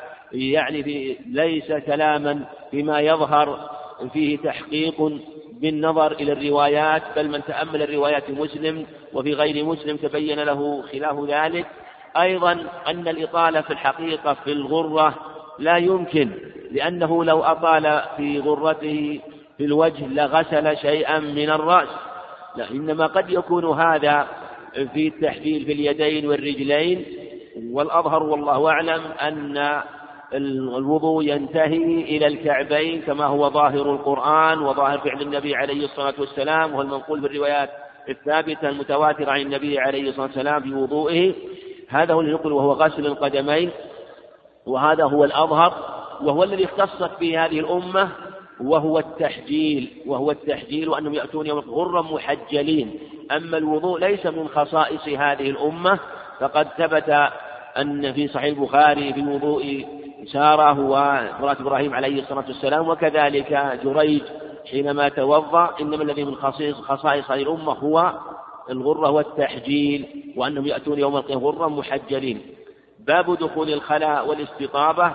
يعني ليس كلاما بما يظهر فيه تحقيق بالنظر إلى الروايات، بل من تأمل الروايات مسلم وفي غير مسلم تبين له خلاف ذلك. أيضا أن الإطالة في الحقيقة في الغرة لا يمكن، لأنه لو أطال في غرته في الوجه لغسل شيئا من الرأس، لا، إنما قد يكون هذا في التحجيل في اليدين والرجلين. والأظهر والله أعلم أن الوضوء ينتهي إلى الكعبين كما هو ظاهر القرآن وظاهر فعل النبي عليه الصلاة والسلام، والمنقول بالروايات الثابتة المتواترة عن النبي عليه الصلاة والسلام في وضوئه، هذا هو النقل وهو غسل القدمين، وهذا هو الأظهر وهو الذي اختصت به هذه الأمة، وهو التحجيل وهو التحجيل وأنهم يأتون يوم غرا محجلين. أما الوضوء ليس من خصائص هذه الأمة، فقد ثبت أن في صحيح البخاري في وضوء سارة وامرأة إبراهيم عليه الصلاة والسلام وكذلك جريج حينما توضأ، إنما الذي من خصائص هذه الأمة هو الغرة والتحجيل، وأنهم يأتون يوم القيامة غرا محجلين. باب دخول الخلاء والاستطابة.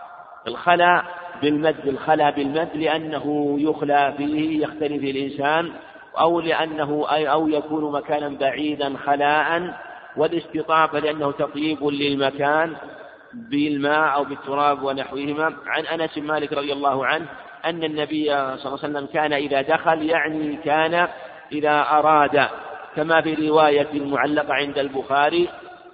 الخلاء بالمد، الخلاء بالمد لأنه يخلى فيه يختلف الإنسان، أو لأنه أي أو يكون مكانا بعيدا خلاء، والاستطابة لأنه تطيب للمكان بالماء أو بالتراب ونحوهما. عن أنس بن مالك رضي الله عنه أن النبي صلى الله عليه وسلم كان إذا دخل، يعني كان إذا أراد، كما في رواية المعلقة عند البخاري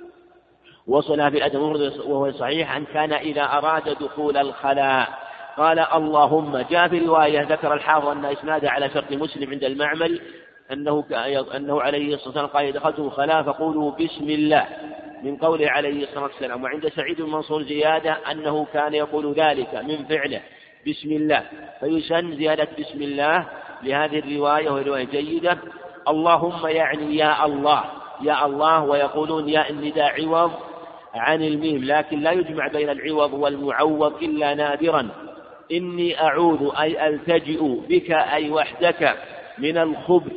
وصلها في الأدب المفرد وهو صحيح، أن كان إذا أراد دخول الخلاء قال اللهم. جاء في رواية ذكر الحافظ أن إسنادها على شرط مسلم عند المعمل أنه أنه عليه الصلاة والسلام قال إذا دخلتم الخلاء فقولوا بسم الله، من قوله عليه الصلاة والسلام. وعند سعيد بن منصور زيادة أنه كان يقول ذلك من فعله بسم الله، فيسن زيادة بسم الله لهذه الرواية وهي رواية جيدة. اللهم يعني يا الله يا الله، ويقولون يا النداء عوض عن الميم، لكن لا يجمع بين العوض والمعوض إلا نادرا، إني أعوذ أي ألتجئ بك أي وحدك من الخبث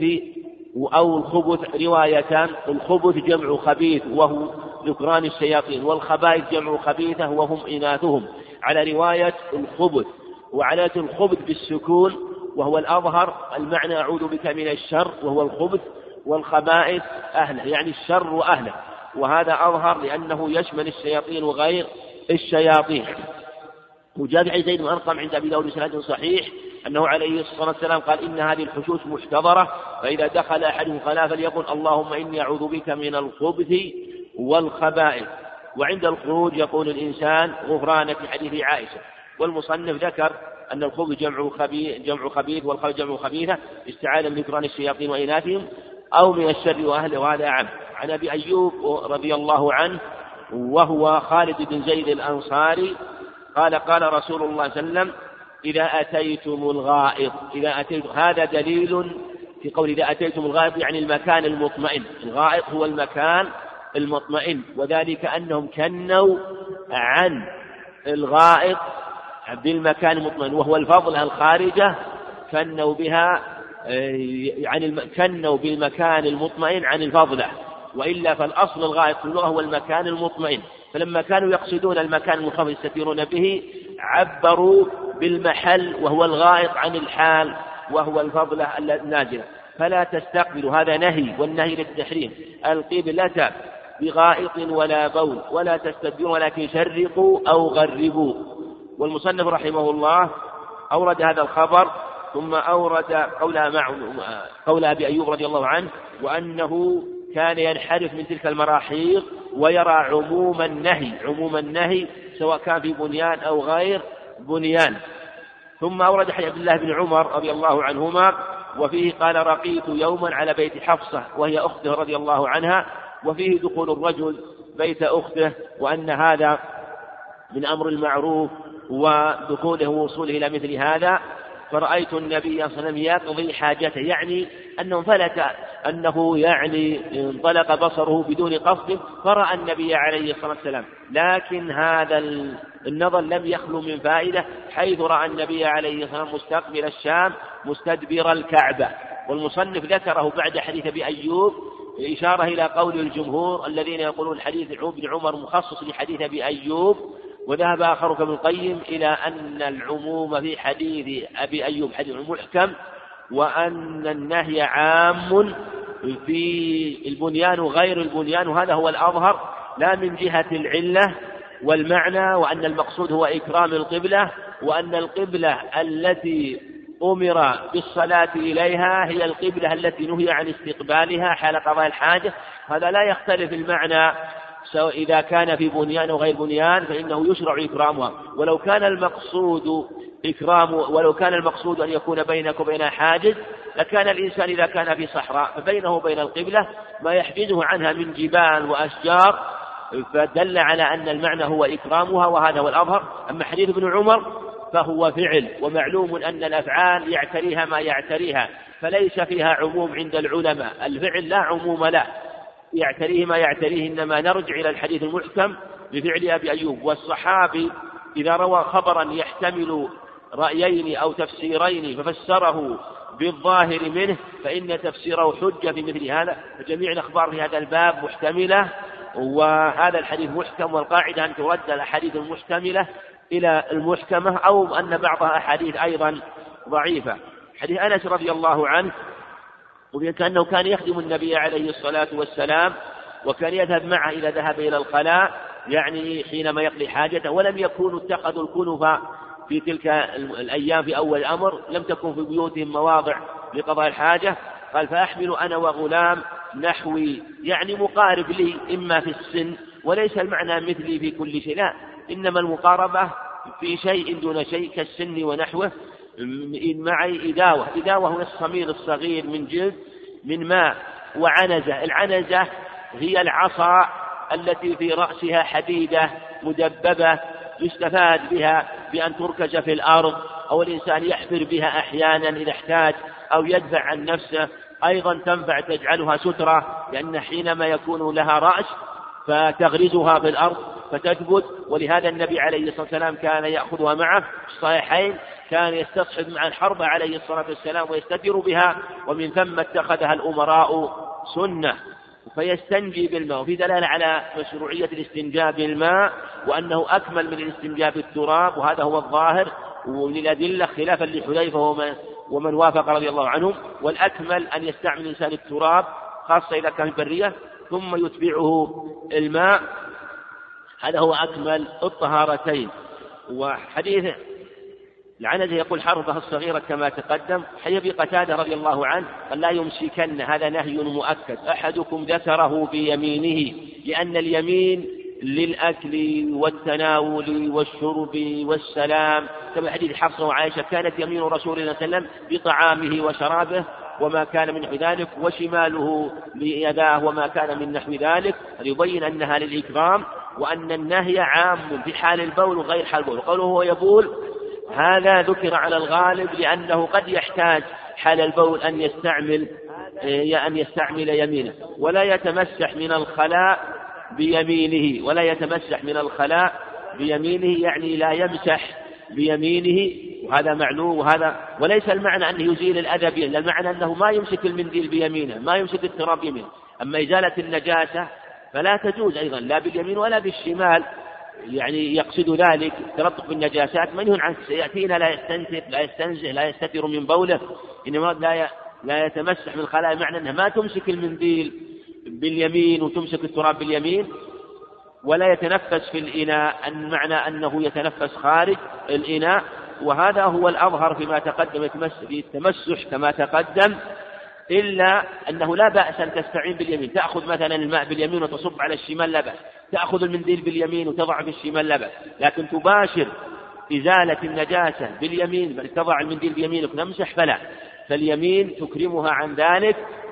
أو الخبث روايتان. الخبث جمع خبيث وهو ذكران الشياطين، والخبائث جمع خبيثة وهم إناثهم، على رواية الخبث. وعلى الخبث بالسكون وهو الأظهر، المعنى أعوذ بك من الشر وهو الخبث، والخبائث أهله يعني الشر وأهله، وهذا أظهر لأنه يشمل الشياطين وغير الشياطين. وجاء في حديث زيد بن أرقم عند أبي داود بسند صحيح أنه عليه الصلاة والسلام قال إن هذه الحشوش محتضرة، فإذا دخل أحدهم خلا فليقل اللهم إني أعوذ بك من الخبث والخبائث. وعند الخروج يقول الإنسان غفرانك في حديث عائشة. والمصنف ذكر أن الخبث جمع خبيث جمع خبيث والخبث جمع خبيثة، استعاذة من ذكران الشياطين وإناثهم أو من الشر وأهله، وهذا عام. عن أبي أيوب رضي الله عنه وهو خالد بن زيد الأنصاري قال قال رسول الله صلى الله عليه وسلم إذا أتيتم الغائط إذا أتيتم هذا دليل في قول إذا أتيتم الغائط يعني المكان المطمئن. الغائط هو المكان المطمئن، وذلك أنهم كنوا عن الغائط بالمكان المطمئن وهو الفضلة الخارجة، كنوا بها يعني كنوا بالمكان المطمئن عن الفضلة، وإلا فالأصل الغائط في اللغة هو المكان المطمئن. فلما كانوا يقصدون المكان المنخفض يستترون به عبروا بالمحل وهو الغائط عن الحال وهو الفضلة النازلة. فلا تستقبلوا هذا نهي، والنهي للتحريم القبلة بغائط ولا بول، ولا تستدبروا ولكن شرقوا أو غربوا. والمصنف رحمه الله أورد هذا الخبر ثم أورد قول مع قول أبي أيوب رضي الله عنه وأنه كان ينحرف من تلك المراحيض ويرى عموم النهي عموم النهي سواء كان في بنيان أو غير بنيان. ثم أورد حديث عبد الله بن عمر رضي الله عنهما وفيه قال رقيت يوما على بيت حفصة وهي أخته رضي الله عنها، وفيه دخول الرجل بيت أخته وأن هذا من أمر المعروف ودخوله ووصوله إلى مثل هذا. فرأيت النبي صلى الله عليه وسلم يقضي حاجته، يعني أنه فلت أنه يعني انطلق بصره بدون قصد فرأى النبي عليه الصلاة والسلام، لكن هذا النظر لم يخلو من فائدة حيث رأى النبي عليه الصلاة والسلام مستقبل الشام مستدبر الكعبة. والمصنف ذكره بعد حديث أبي أيوب إشارة إلى قول الجمهور الذين يقولون حديث ابن عمر مخصص لحديث أبي أيوب، وذهب آخر كابن القيم إلى أن العموم في حديث أبي أيوب حديث محكم، وأن النهي عام في البنيان وغير البنيان، وهذا هو الأظهر لا من جهة العلة والمعنى، وأن المقصود هو إكرام القبلة، وأن القبلة التي أمر بالصلاة إليها هي القبلة التي نهي عن استقبالها حال قضاء الحاجة. هذا لا يختلف المعنى سواء إذا كان في بنيان أو غير بنيان فإنه يشرع إكرامها. ولو كان المقصود إكرام ولو كان المقصود أن يكون بينك وبين حاجز لكان الإنسان إذا كان في صحراء فبينه وبين القبلة ما يحجزه عنها من جبال وأشجار، فدل على أن المعنى هو إكرامها، وهذا هو الأظهر. أما حديث ابن عمر فهو فعل، ومعلوم أن الأفعال يعتريها ما يعتريها، فليس فيها عموم عند العلماء، الفعل لا عموم له يعتريه ما يعتريه، إنما نرجع إلى الحديث المحكم بفعل أبي أيوب. والصحابي إذا روى خبرا يحتمل رأيين أو تفسيرين ففسره بالظاهر منه فإن تفسيره حجة في مثل هذا، فجميع الأخبار في هذا الباب محتملة، وهذا الحديث محكم، والقاعدة أن ترد الأحاديث المحتملة إلى المحكمة، أو أن بعضها أحاديث أيضا ضعيفة. حديث أنس رضي الله عنه وكأنه كان يخدم النبي عليه الصلاة والسلام، وكان يذهب معه إذا ذهب إلى الخلاء يعني حينما يقضي حاجته، ولم يكونوا اتخذوا الكنف في تلك الأيام في أول الأمر، لم تكن في بيوتهم مواضع لقضاء الحاجة. قال فأحمل أنا وغلام نحوي يعني مقارب لي إما في السن، وليس المعنى مثلي في كل شيء، لا، إنما المقاربة في شيء دون شيء كالسن ونحوه. معي إداوة إداوة هو الصميل الصغير من جلد من ماء، وعنزة العنزة هي العصا التي في رأسها حديدة مدببة يستفاد بها بأن تركز في الأرض، أو الإنسان يحفر بها أحيانا إذا احتاج أو يدفع عن نفسه. أيضا تنفع تجعلها سترة، لأن حينما يكون لها رأس فتغرزها في الأرض فتثبت. ولهذا النبي عليه الصلاة والسلام كان يأخذها معه في الصحيحين، كان يستصحب مع الحرب عليه الصلاة والسلام ويستتر بها، ومن ثم اتخذها الأمراء سنة. فيستنجي بالماء، وفي دلالة على مشروعية الاستنجاء بالماء وأنه أكمل من الاستنجاء بالتراب، وهذا هو الظاهر وللأدلة خلافا لحذيفة ومن, ومن وافق رضي الله عنهم. والأكمل أن يستعمل الإنسان التراب خاصة إذا كان برية ثم يتبعه الماء، هذا هو أكمل الطهارتين. وحديث العنزة يقول حربها الصغيرة كما تقدم. حديث قتادة رضي الله عنه قال لا يمسكن، هذا نهي مؤكد، أحدكم ذكره بيمينه، لأن اليمين للأكل والتناول والشرب والسلام، كما حديث حفصة وعائشة كانت يمين رسول الله صلى الله عليه وسلم بطعامه وشرابه وما كان من نحو ذلك، وشماله ليداه وما كان من نحو ذلك، يبين أنها للإكرام، وأن النهي عام في حال البول وغير حال البول. قوله هو يبول هذا ذكر على الغالب لأنه قد يحتاج حال البول أن يستعمل أن يستعمل يمينه، ولا يتمسح من الخلاء بيمينه، ولا يتمسح من الخلاء بيمينه يعني لا يمسح بيمينه، وهذا معلوم. وهذا وليس المعنى أنه يزيل الأذى بيمينه، المعنى أنه ما يمسك المنديل بيمينه، ما يمسك التراب بيمينه. أما إزالة النجاسة فلا تجوز أيضا لا باليمين ولا بالشمال، يعني يقصد ذلك تلطف بالنجاسات منهي عنه. سيأتينا لا يستنزه لا يستنزه لا يستتر من بوله، إنما لا لا يتمسح من الخلاء، معنى أنها ما تمسك المنديل باليمين وتمسك التراب باليمين، ولا يتنفس في الإناء، المعنى أنه يتنفس خارج الإناء. وهذا هو الأظهر فيما تقدم في التمسح كما تقدم، إلا أنه لا بأس أن تستعين باليمين، تأخذ مثلا الماء باليمين وتصب على الشمال لا بأس، تأخذ المنديل باليمين وتضع في الشمال لا بأس، لكن تباشر إزالة النجاسة باليمين بل تضع المنديل بيمينك نمسح فلا، فاليمين تكرمها عن ذلك.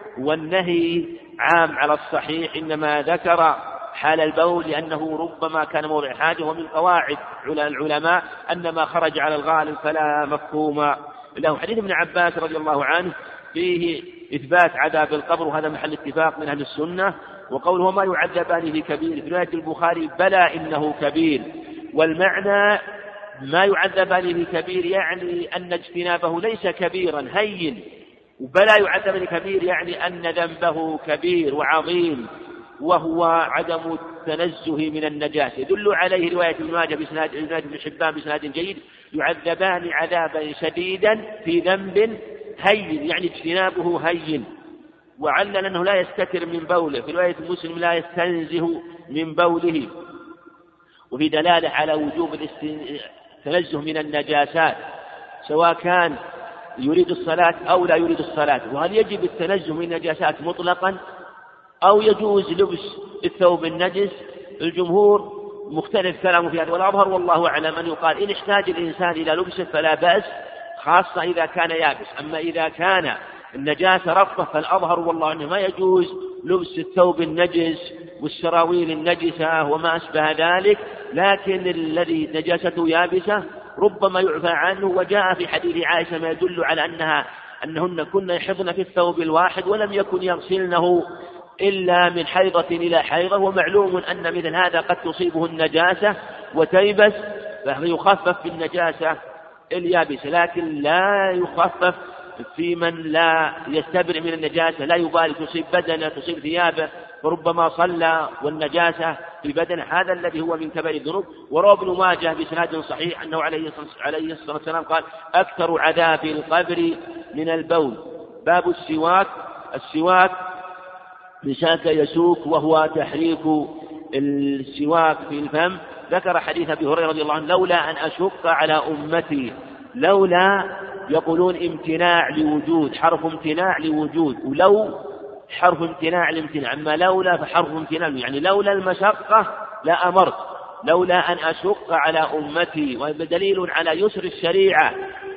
والنهي عام على الصحيح، إنما ذكر حال البول لأنه ربما كان موضع حاجة، ومن قواعد العلماء أن ما خرج على الغالب فلا مفهوم له. حديث ابن عباس رضي الله عنه فيه إثبات عذاب القبر، وهذا محل اتفاق من أهل السنة. وقوله ما يعذبان في كبير في رواية البخاري بلى إنه كبير، والمعنى ما يعذبان في كبير يعني أن اجتنابه ليس كبيرا هين، وبلى يعذبان كبير يعني أن ذنبه كبير وعظيم، وهو عدم التنزه من النجاسة. يدل عليه رواية ابن ماجه بإسناد ابن حبان بإسناد جيد يعذبان عذابا شديدا في ذنب هين، يعني اجتنابه هين. وعلل أنه لا يستتر من بوله، في رواية مسلم لا يستنزه من بوله، وفي دلالة على وجوب التنزه من النجاسات سواء كان يريد الصلاة أو لا يريد الصلاة. وهل يجب التنزه من النجاسات مطلقا أو يجوز لبس الثوب النجس؟ الجمهور مختلف كلامه في هذا، والأظهر والله أعلم أن يقال إن احتاج الإنسان إلى لبسه فلا بأس، خاصة إذا كان يابس. أما إذا كان النجاسة رطبة فالأظهر والله أنه ما يجوز لبس الثوب النجس والسراويل النجسة وما أشبه ذلك، لكن الذي نجاسته يابسة ربما يعفى عنه. وجاء في حديث عائشة ما يدل على أنها أنهن كن يحضن في الثوب الواحد ولم يكن يغسلنه إلا من حيضة إلى حيضة، ومعلوم أن مثل هذا قد تصيبه النجاسة وتيبس فيخفف في النجاسة اليابسة، لكن لا يخفف في من لا يستبرئ من النجاسة، لا يبالي تصيب بدنه تصيب ثيابه وربما صلى والنجاسة في بدنه، هذا الذي هو من كبائر الذنوب. وروى ابن ماجه بإسناد صحيح أنه عليه الصلاة والسلام قال أكثر عذاب القبر من البول. باب السواك. السواك بشاك يسوك وهو تحريك السواك في الفم. ذكر حديث أبي هريرة رضي الله عنه لولا أن أشق على أمتي، لولا يقولون امتناع لوجود، حرف امتناع لوجود، ولو حرف امتناع لامتناع، أما لولا فحرف امتناع، يعني لولا المشقة لا أمرت، لولا أن أشق على أمتي، ودليل على يسر الشريعة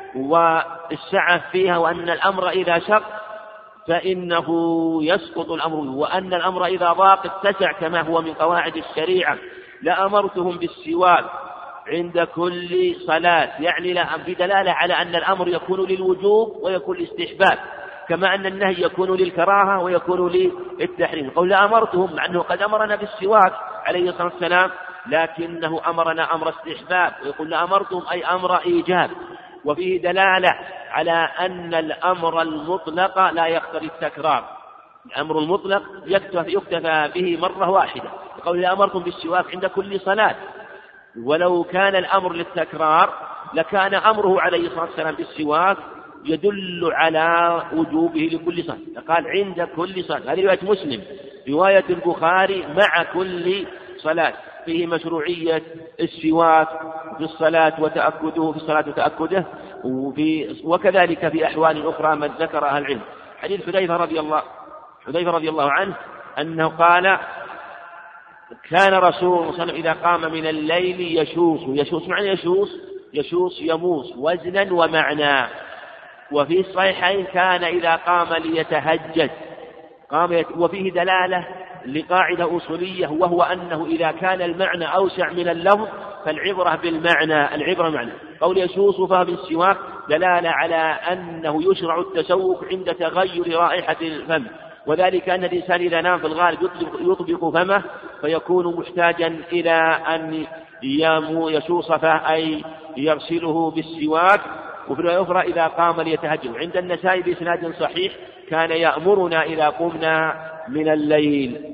والسعة فيها، وأن الأمر إذا شق فإنه يسقط الأمر، وأن الأمر إذا ضاق اتسع كما هو من قواعد الشريعة. لأمرتهم بالسواك عند كل صلاة، يعني لا بدلالة على أن الأمر يكون للوجوب ويكون للاستحباب، كما أن النهي يكون للكراهة ويكون للتحريم. قول لأمرتهم مع أنه قد أمرنا بالسواك عليه الصلاة والسلام، لكنه أمرنا أمر استحباب، ويقول لأمرتم أي أمر إيجاب، وفيه دلالة على أن الأمر المطلق لا يقتضي التكرار. الأمر المطلق يكتفى, يكتفى به مرة واحدة، يقول لأمرتم بالسواك عند كل صلاة، ولو كان الأمر للتكرار لكان أمره عليه الصلاة والسلام بالسواك يدل على وجوبه لكل صلاة، قال عند كل صلاة. هذه رواية مسلم. رواية البخاري مع كل صلاة، فيه مشروعية السواك في الصلاة وتأكده في الصلاة وتأكده، وفي وكذلك في أحوال أخرى من ذكرها العلم. حديث حذيفة رضي الله حذيفة رضي الله عنه أنه قال كان رسول الله صلى الله عليه وسلم إذا قام من الليل يشوص يشوص معنى يشوص يشوص يموس وزنا ومعنى. وفي الصحيحين كان إذا قام ليتهجد قام يت... وفيه دلالة لقاعدة أصولية، وهو أنه إذا كان المعنى أوسع من اللفظ فالعبرة بالمعنى، العبرة معنى. قول يشوص فهو بالسواك دلالة على أنه يشرع التسوق عند تغير رائحة الفم، وذلك أن الإنسان إذا نام في الغالب يطبق فمه فيكون محتاجا إلى أن يشوص فاه أي يغسله بالسواك. وفي الرواية الأخرى إذا قام ليتهجد. عند النسائي بإسناد صحيح كان يأمرنا إذا قمنا من الليل.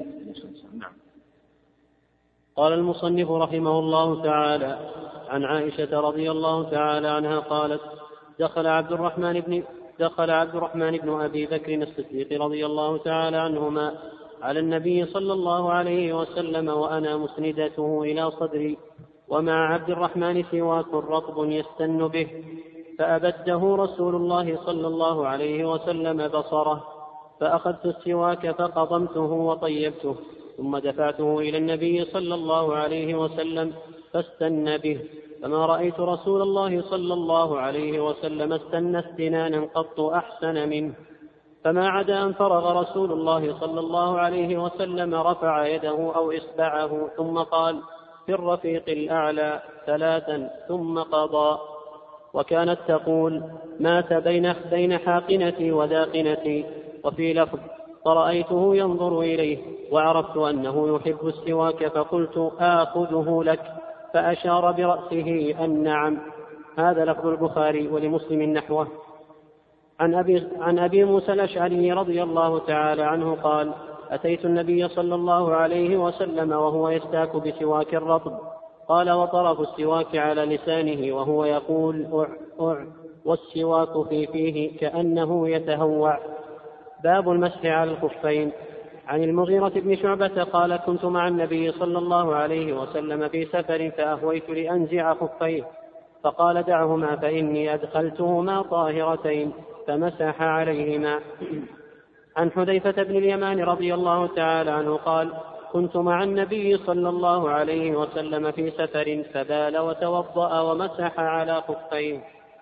قال المصنف رحمه الله تعالى عن عائشة رضي الله تعالى عنها قالت دخل عبد الرحمن بن دخل عبد الرحمن بن أبي بكر الصديق رضي الله تعالى عنهما على النبي صلى الله عليه وسلم وأنا مسندته إلى صدري، ومع عبد الرحمن سواك رطب يستن به، فأبده رسول الله صلى الله عليه وسلم بصره، فأخذت السواك فقضمته وطيبته، ثم دفعته إلى النبي صلى الله عليه وسلم فاستن به، فما رأيت رسول الله صلى الله عليه وسلم استن استنانا قط أحسن منه. فما عدا أن فرغ رسول الله صلى الله عليه وسلم رفع يده أو إصبعه ثم قال في الرفيق الأعلى ثلاثا ثم قضى. وكانت تقول مات بين بين حاقنتي وداقنتي. وفي لفظ فرأيته ينظر إليه وعرفت أنه يحب السواك فقلت آخذه لك، فأشار برأسه أن نعم. هذا لفظ البخاري، ولمسلم نحوه. عن أبي, عن أبي موسى الأشعري رضي الله تعالى عنه قال أتيت النبي صلى الله عليه وسلم وهو يستاك بسواك رطب، قال وطرف السواك على لسانه وهو يقول أع أع والسواك في فيه كأنه يتهوع. باب المسح على الخفين. عن المغيرة بن شعبة قال كنت مع النبي صلى الله عليه وسلم في سفر فأهويت لأنزع خفيه، فقال دعهما فإني أدخلتهما طاهرتين، فمسح عليهما. عن حذيفة بن اليمان رضي الله تعالى عنه قال كنت مع النبي صلى الله عليه وسلم في سفر فبال وتوضأ ومسح على خفيه.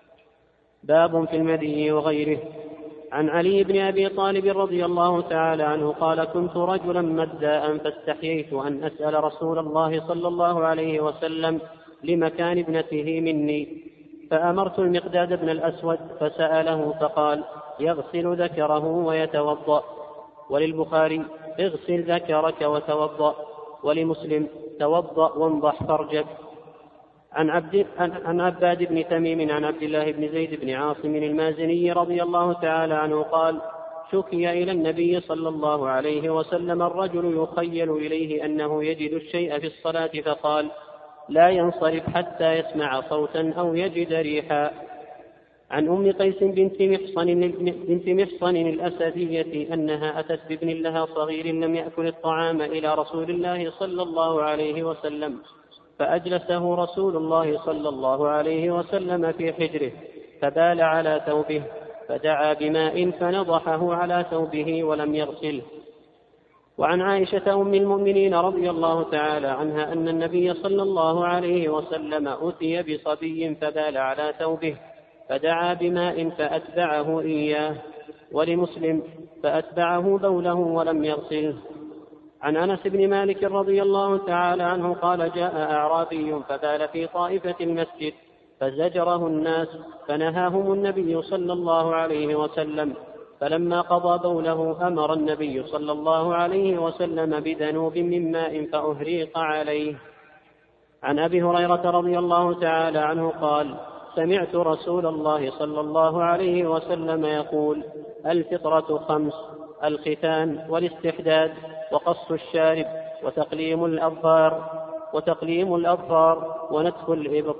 باب في المدي وغيره. عن علي بن أبي طالب رضي الله تعالى عنه قال كنت رجلا مداء فاستحييت أن أسأل رسول الله صلى الله عليه وسلم لمكان ابنته مني، فأمرت المقداد بن الأسود فسأله فقال يغسل ذكره ويتوضأ. وللبخاري اغسل ذكرك وتوضأ. ولمسلم توضأ وانضح فرجك. عن, عبد عن عباد بن تميم عن عبد الله بن زيد بن عاصم المازني رضي الله تعالى عنه قال شكي إلى النبي صلى الله عليه وسلم الرجل يخيل إليه أنه يجد الشيء في الصلاة فقال لا ينصرف حتى يسمع صوتا أو يجد ريحا. عن أم قيس بنت محصن, بنت محصن الأسدية أنها أتت بابن لها صغير لم يأكل الطعام إلى رسول الله صلى الله عليه وسلم، فأجلسه رسول الله صلى الله عليه وسلم في حجره فبال على ثوبه، فدعا بماء فنضحه على ثوبه ولم يغسله. وعن عائشة أم المؤمنين رضي الله تعالى عنها أن النبي صلى الله عليه وسلم أتي بصبي فبال على ثوبه فدعا بماء فأتبعه إياه. ولمسلم فأتبعه بوله ولم يغسله. عن أنس بن مالك رضي الله تعالى عنه قال جاء أعرابي فبال في طائفة المسجد فزجره الناس فنهاهم النبي صلى الله عليه وسلم، فلما قضى بوله أمر النبي صلى الله عليه وسلم بذنوب من ماء فأهريق عليه. عن أبي هريرة رضي الله تعالى عنه قال: سمعت رسول الله صلى الله عليه وسلم يقول: الفطرة خمس: الختان والاستحداد وقص الشارب وتقليم الأظفار وتقليم الأظفار ونتف الإبط.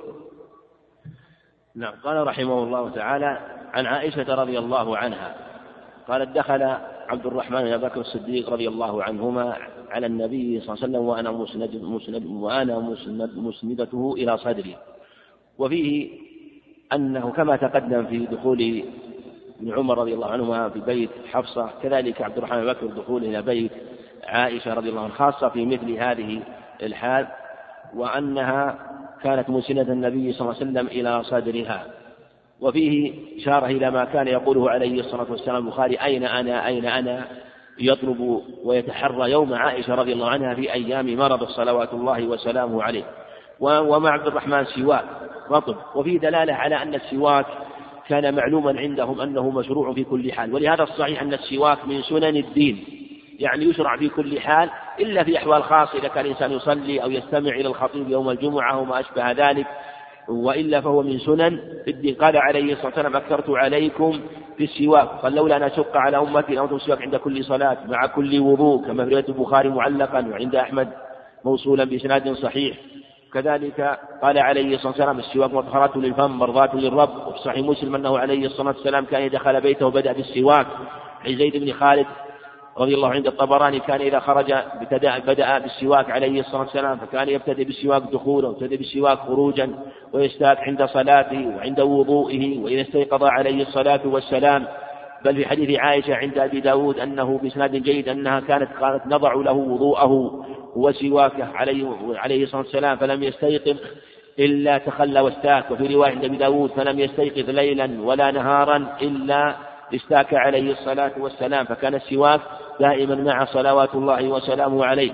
نعم. قال رحمه الله تعالى: عن عائشة رضي الله عنها قالت: دخل عبد الرحمن بن بكر الصديق رضي الله عنهما على النبي صلى الله عليه وسلم وأنا مسند مسند وأنا مسند مسندته إلى صدري. وفيه أنه كما تقدم في دخول ابن عمر رضي الله عنهما في بيت حفصة، كذلك عبد الرحمن بن بكر دخول إلى بيت عائشة رضي الله عنها، خاصة في مثل هذه الحال، وأنها كانت مسندة النبي صلى الله عليه وسلم إلى صدرها. وفيه إشارة إلى ما كان يقوله عليه الصلاة والسلام البخاري: أين أنا أين أنا يطلب ويتحرى يوم عائشة رضي الله عنها في أيام مرض صلوات الله وسلامه عليه. ومع عبد الرحمن سواك رطب. وفيه دلالة على أن السواك كان معلوما عندهم أنه مشروع في كل حال، ولهذا الصحيح أن السواك من سنن الدين، يعني يشرع في كل حال إلا في أحوال خاصة، إذا كان الإنسان يصلي أو يستمع إلى الخطيب يوم الجمعة وما أشبه ذلك، وإلا فهو من سنن الدين. قال عليه الصلاة والسلام: أكثرت عليكم في السواك، قال: لولا أن أشق على أمتي لأمرتهم السواك عند كل صلاة مع كل وضوء، كما في رواية البخاري معلقا وعند أحمد موصولا بإسناد صحيح. كذلك قال عليه الصلاة والسلام: السواك مطهرة للفم مرضاة للرب. وفي صحيح مسلم أنه عليه الصلاة والسلام كان دخل بيته وبدأ بالسواك. عن زيد بن خالد رضي الله عند الطبراني كان إذا خرج بدأ بالسواك عليه الصلاة والسلام، فكان يبتدئ بالسواك دخولا ويبتدئ بالسواك خروجا، ويستاك عند صلاته وعند وضوئه وإذا استيقظ عليه الصلاة والسلام. بل في حديث عائشة عند أبي داود أنه بإسناد جيد أنها كانت قالت: نضع له وضوءه وسواكه عليه, عليه الصلاة والسلام فلم يستيقظ إلا تخلى واستاك. وفي رواية عند أبي داود: فلم يستيقظ ليلا ولا نهارا إلا استاك عليه الصلاة والسلام. فكان السواك دائما مع صلوات الله وسلامه عليه.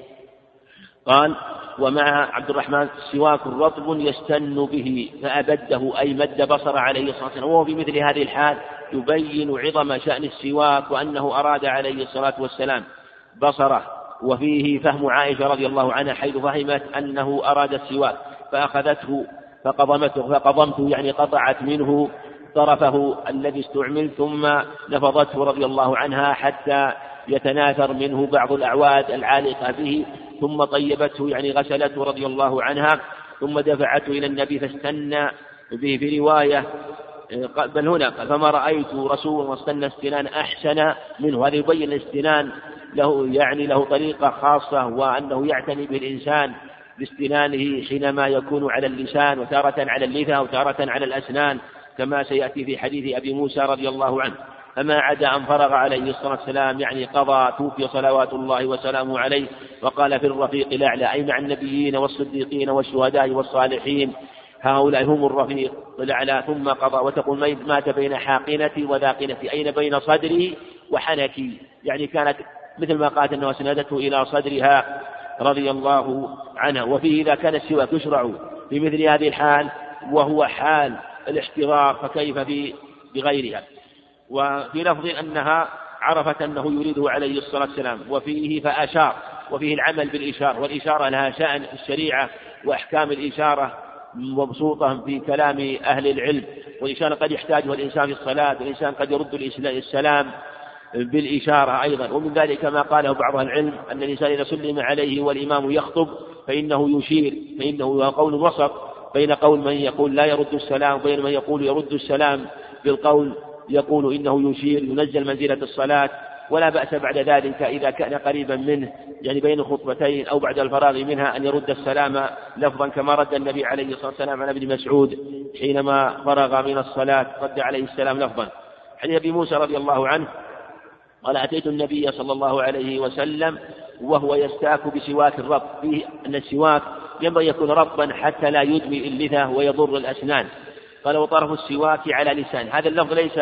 قال: ومع عبد الرحمن سواك رطب يستن به فأبده، أي مد بصر عليه الصلاة والسلام. وهو في مثل هذه الحال يبين عظم شأن السواك وأنه أراد عليه الصلاة والسلام بصره. وفيه فهم عائشة رضي الله عنها حيث فهمت أنه أراد السواك فأخذته فقضمته فقضمته يعني قطعت منه طرفه الذي استعمل ثم نفضته رضي الله عنها حتى يتناثر منه بعض الأعواد العالقة به، ثم طيبته يعني غسلته رضي الله عنها، ثم دفعته إلى النبي فاستنى به. في رواية بل هنا فما رأيت رسول واستنى استنان أحسن منه. هذا يبين الاستنان له يعني له طريقة خاصة، وأنه يعتني بالإنسان باستنانه حينما يكون على اللسان وتارة على اللثة وتارة على الأسنان، كما سيأتي في حديث أبي موسى رضي الله عنه. فما عدا أن فرغ عليه الصلاة والسلام يعني قضى توفي صلوات الله وسلامه عليه، وقال: في الرفيق الأعلى، أي مع النبيين والصديقين والشهداء والصالحين، هؤلاء هم الرفيق الأعلى. ثم قضى. وتقول: مات بين حاقنتي وذاقنتي، أين بين صدري وحنكي، يعني كانت مثل ما قالت أنه سندته إلى صدرها رضي الله عنها. وفيه إذا كان السواك يشرع في مثل هذه الحال وهو حال الاحتضار فكيف في بغيرها. وفي لفظ أنها عرفت أنه يريده عليه الصلاة والسلام. وفيه فأشار، وفيه العمل بالإشارة، والإشارة لها شأن في الشريعة، وأحكام الإشارة مبسوطة في كلام أهل العلم. والإشارة قد يحتاجها الإنسان في الصلاة، والإنسان قد يرد السلام بالإشارة أيضا. ومن ذلك ما قاله بعض العلم أن الإنسان إذا سلم عليه والإمام يخطب فإنه يشير، فإنه هو قول وسط بين قول من يقول لا يرد السلام وبين من يقول يرد السلام بالقول يقول إنه يشير، ينزل منزلة الصلاة. ولا بأس بعد ذلك إذا كان قريبا منه يعني بين الخطبتين أو بعد الفراغ منها أن يرد السلام لفظا، كما رد النبي عليه الصلاة والسلام عن ابن مسعود حينما فرغ من الصلاة رد عليه السلام لفظا. حديث أبي موسى رضي الله عنه قال: أتيت النبي صلى الله عليه وسلم وهو يستاك بسواك الرب، فيه أن السواك ينبغي يكون رطبا حتى لا يدمي اللثة ويضر الأسنان. قال: وطرف السواك على لسان. هذا اللفظ ليس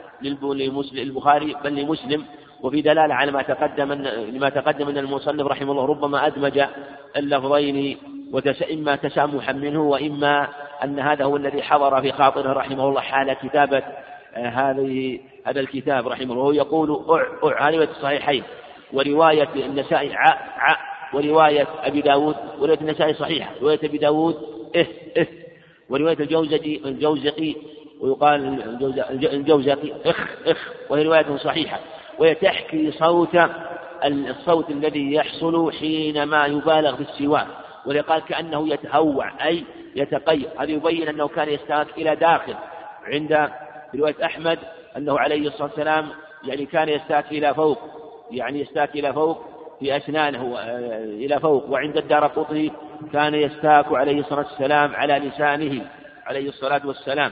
للبخاري بل لمسلم، وفي دلالة على ما تقدم لما تقدم من المصنف رحمه الله ربما أدمج اللفظين وإما تسامحا منه وإما أن هذا هو الذي حضر في خاطره رحمه الله حال كتابة هذه هذا الكتاب رحمه الله. وهو يقول أع أع هذه الصحيحين، ورواية النسائي ع ع ورواية أبي داود ورواية النسائي صحيحة، رواية أبي داود إه إه، ورواية الجوزجي الجوزقي ويقال الجوزقي إخ إخ، وهي رواية صحيحة، وهي تحكي صوت الصوت الذي يحصل حينما يبالغ في السواك، ولقال كأنه يتهوع أي يتقيأ. هذا يبين أنه كان يستاك إلى داخل. عند رواية أحمد أنه عليه الصلاة والسلام يعني كان يستاك إلى فوق، يعني يستاك إلى فوق في أسنانه إلى فوق. وعند الدارقطني كان يستاك عليه الصلاة والسلام على لسانه عليه الصلاة والسلام.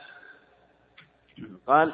قال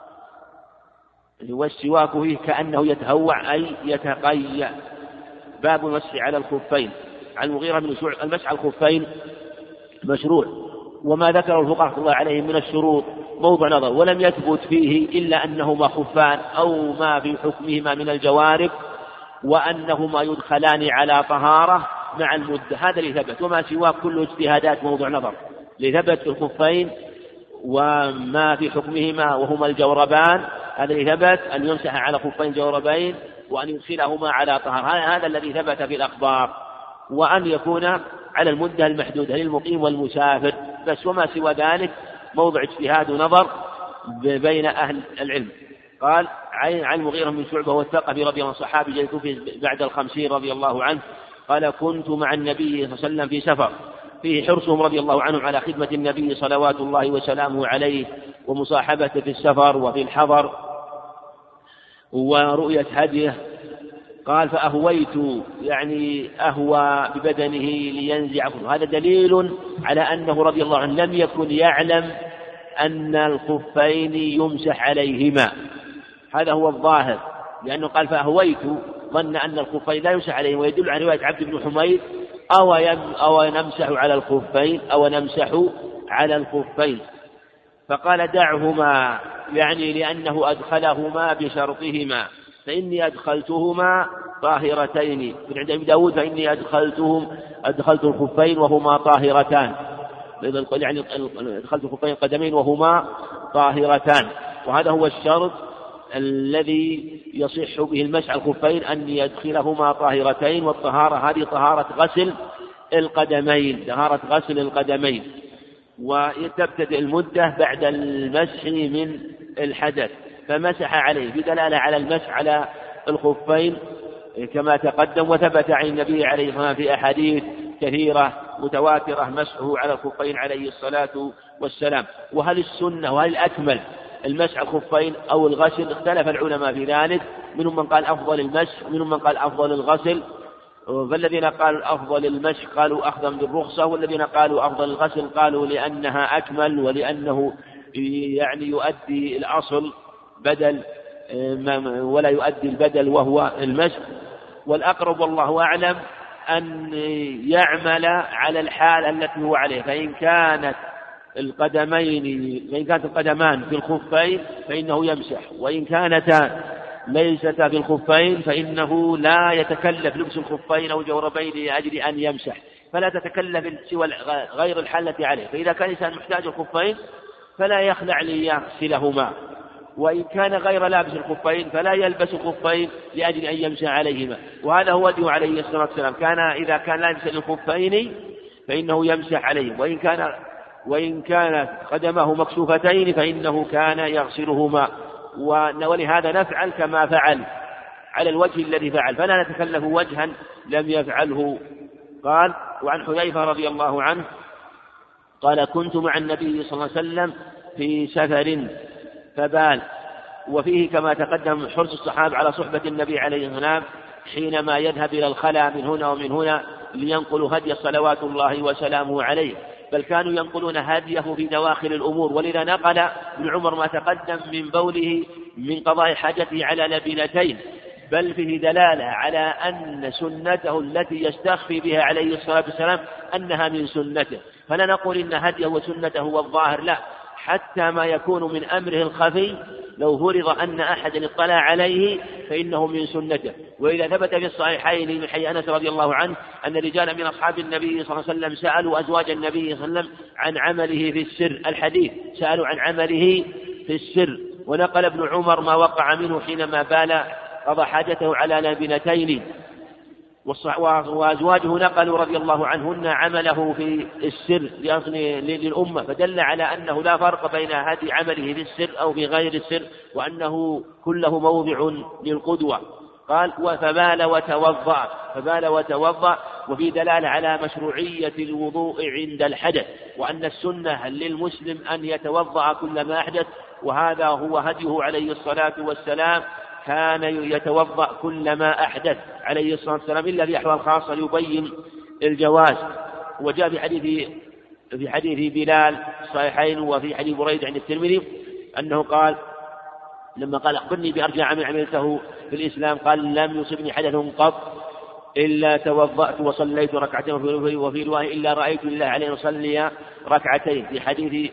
والسواك فيه كأنه يتهوع أي يتقيأ. باب المسح على الخفين. عن المغيرة بن شعبة المسح على الخفين مشروع، وما ذكره الفقهاء الله عليهم من الشروط موضع نظر، ولم يثبت فيه إلا أنهما خفان أو ما في حكمهما من الجوارب، وأنهما يدخلان على طهارة مع المدة. هذا اللي ثبت، وما سواه كله اجتهادات موضع نظر. لثبت في الخفين وما في حكمهما وهما الجوربان، هذا اللي ثبت أن يمسح على خفين جوربين وأن يدخلهما على طهارة، هذا الذي ثبت في الأخبار، وأن يكون على المدة المحدودة للمقيم والمسافر بس. وما سوى ذلك موضع اجتهاد ونظر بين أهل العلم. قال عن المغيرة بن شعبة والثقفي رضي الله عنه صحابي جلد بعد الخمسين رضي الله عنه قال كنت مع النبي صلى الله عليه وسلم في سفر فيه حرصهم رضي الله عنهم على خدمة النبي صلوات الله وسلامه عليه ومصاحبته في السفر وفي الحضر ورؤية هديه. قال فأهويت يعني أهوى ببدنه لينزع. هذا دليل على أنه رضي الله عنه لم يكن يعلم أن الخفين يمسح عليهما، هذا هو الظاهر، لأنه قال فأهويت ظن أن الخفين لا يمسح عليهما، ويدل على رواية عبد بن حميد أو, يم أو نمسح على الخفين أو نمسح على الخفين. فقال دعهما يعني لأنه أدخلهما بشرطهما، فإني أدخلتهما طاهرتين. عند أبي داود فإني أدخلتهم أدخلت الخفين وهما طاهرتان، يعني أدخلت الخفين قدمين وهما طاهرتان. وهذا هو الشرط الذي يصح به المسح على الخفين أن يدخلهما طاهرتين، والطهارة هذه طهارة غسل القدمين، طهارة غسل القدمين. وتبتدئ المدة بعد المسح من الحدث، فمسح عليه بدلالة على المسح على الخفين كما تقدم. وثبت عن النبي عليه الصلاة والسلام في أحاديث كثيرة متواترة مسحه على الخفين عليه الصلاة والسلام. وهل السنة وهل الأكمل المسح على الخفين أو الغسل؟ اختلف العلماء في ذلك، منهم من قال أفضل المسح ومنهم من قال أفضل الغسل. فالذين قالوا أفضل المسح قالوا أخذا بالرخصة، والذين قالوا أفضل الغسل قالوا لأنها أكمل ولأنه يعني يؤدي الأصل بدل ولا يؤدي البدل وهو المسح. والأقرب والله أعلم أن يعمل على الحال التي هو عليه، فإن كانت القدمين فإن كانت القدمان في الخفين فإنه يمسح، وإن كانتا ليستا في الخفين فإنه لا يتكلف لبس الخفين أو الجوربين لأجل أن يمسح، فلا تتكلف سوى غير الحال التي عليه. فإذا كان الإنسان محتاج الخفين فلا يخلع ليغسلهما، وإن كان غير لابس الخفين فلا يلبس الخفين لأجل أن يمسح عليهما. وهذا هو هديه عليه الصلاة والسلام، كان إذا كان لابس الخفين فإنه يمسح عليهم، وإن كان وإن كانت قدمه مكشوفتين فإنه كان يغسلهما. ولهذا نفعل كما فعل على الوجه الذي فعل، فلا نتكلف وجها لم يفعله. قال وعن حذيفة رضي الله عنه قال كنت مع النبي صلى الله عليه وسلم في سفر فبال. وفيه كما تقدم حرص الصحابة على صحبة النبي عليه الصلاة والسلام حينما يذهب إلى الخلاء من هنا ومن هنا لينقلوا هدي صلوات الله وسلامه عليه، بل كانوا ينقلون هديه في دواخل الأمور. ولذا نقل ابن عمر ما تقدم من بوله من قضاء حاجته على لبنتين، بل فيه دلالة على أن سنته التي يستخفي بها عليه الصلاة والسلام أنها من سنته. فلا نقول إن هديه وسنته هو الظاهر، لا، حتى ما يكون من أمره الخفي لو فرض أن أحد اطلع عليه فإنه من سنته. وإذا ثبت في الصحيحين من حديث أنس رضي الله عنه أن رجالا من أصحاب النبي صلى الله عليه وسلم سألوا أزواج النبي صلى الله عليه وسلم عن عمله في السر، الحديث سألوا عن عمله في السر. ونقل ابن عمر ما وقع منه حينما بال قضى حاجته على لبنتين وأزواجه نقلوا رضي الله عنهن عمله في السر للأمة، فدل على أنه لا فرق بين هذه عمله في السر أو في غير السر، وأنه كله موضع للقدوة. قال فبال وتوضأ، فبال وتوضأ، وفي دلالة على مشروعية الوضوء عند الحدث، وأن السنة للمسلم أن يتوضأ كلما أحدث، وهذا هو هديه عليه الصلاة والسلام، كان يتوضأ كلما أحدث عليه الصلاة والسلام إلا في أحوال خاصة ليبين الجواز. وجاء في حديث في حديث بلال الصحيحين وفي حديث بريدة عند الترمذي أنه قال لما قال أخبرني بأرجع عمل عملته في الإسلام، قال لم يصبني حدث قط إلا توضأت وصليت ركعتين، وفي رواية إلا رأيت الله عليه وصلي ركعتين، في حديث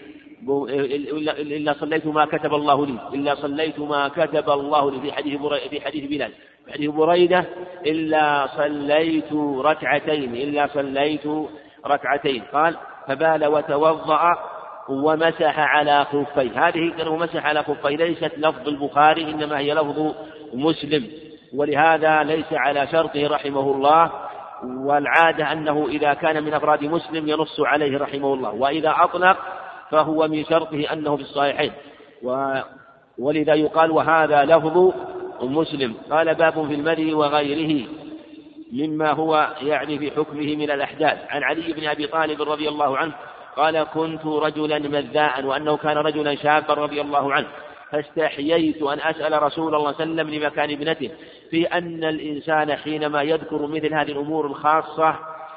إلا صليت ما كتب الله لي، إلا صليت ما كتب الله لي، في حديث في حديث بلال، في حديث بريدة إلا صليت ركعتين، إلا صليت ركعتين. قال فبال وتوضأ ومسح على خفيه، هذه كانوا مسح على خفيه ليست لفظ البخاري، إنما هي لفظ مسلم، ولهذا ليس على شرطه رحمه الله، والعادة أنه إذا كان من أفراد مسلم ينص عليه رحمه الله، وإذا أطلق فهو من شرطه أنه في الصحيحين، ولذا يقال وهذا لفظ مسلم. قال باب في المذي وغيره مما هو يعني في حكمه من الأحداث. عن علي بن أبي طالب رضي الله عنه قال كنت رجلا مذاء، وأنه كان رجلا شابا رضي الله عنه، فاستحييت أن أسأل رسول الله صلى الله عليه وسلم لمكان ابنته، في أن الإنسان حينما يذكر مثل هذه الأمور الخاصة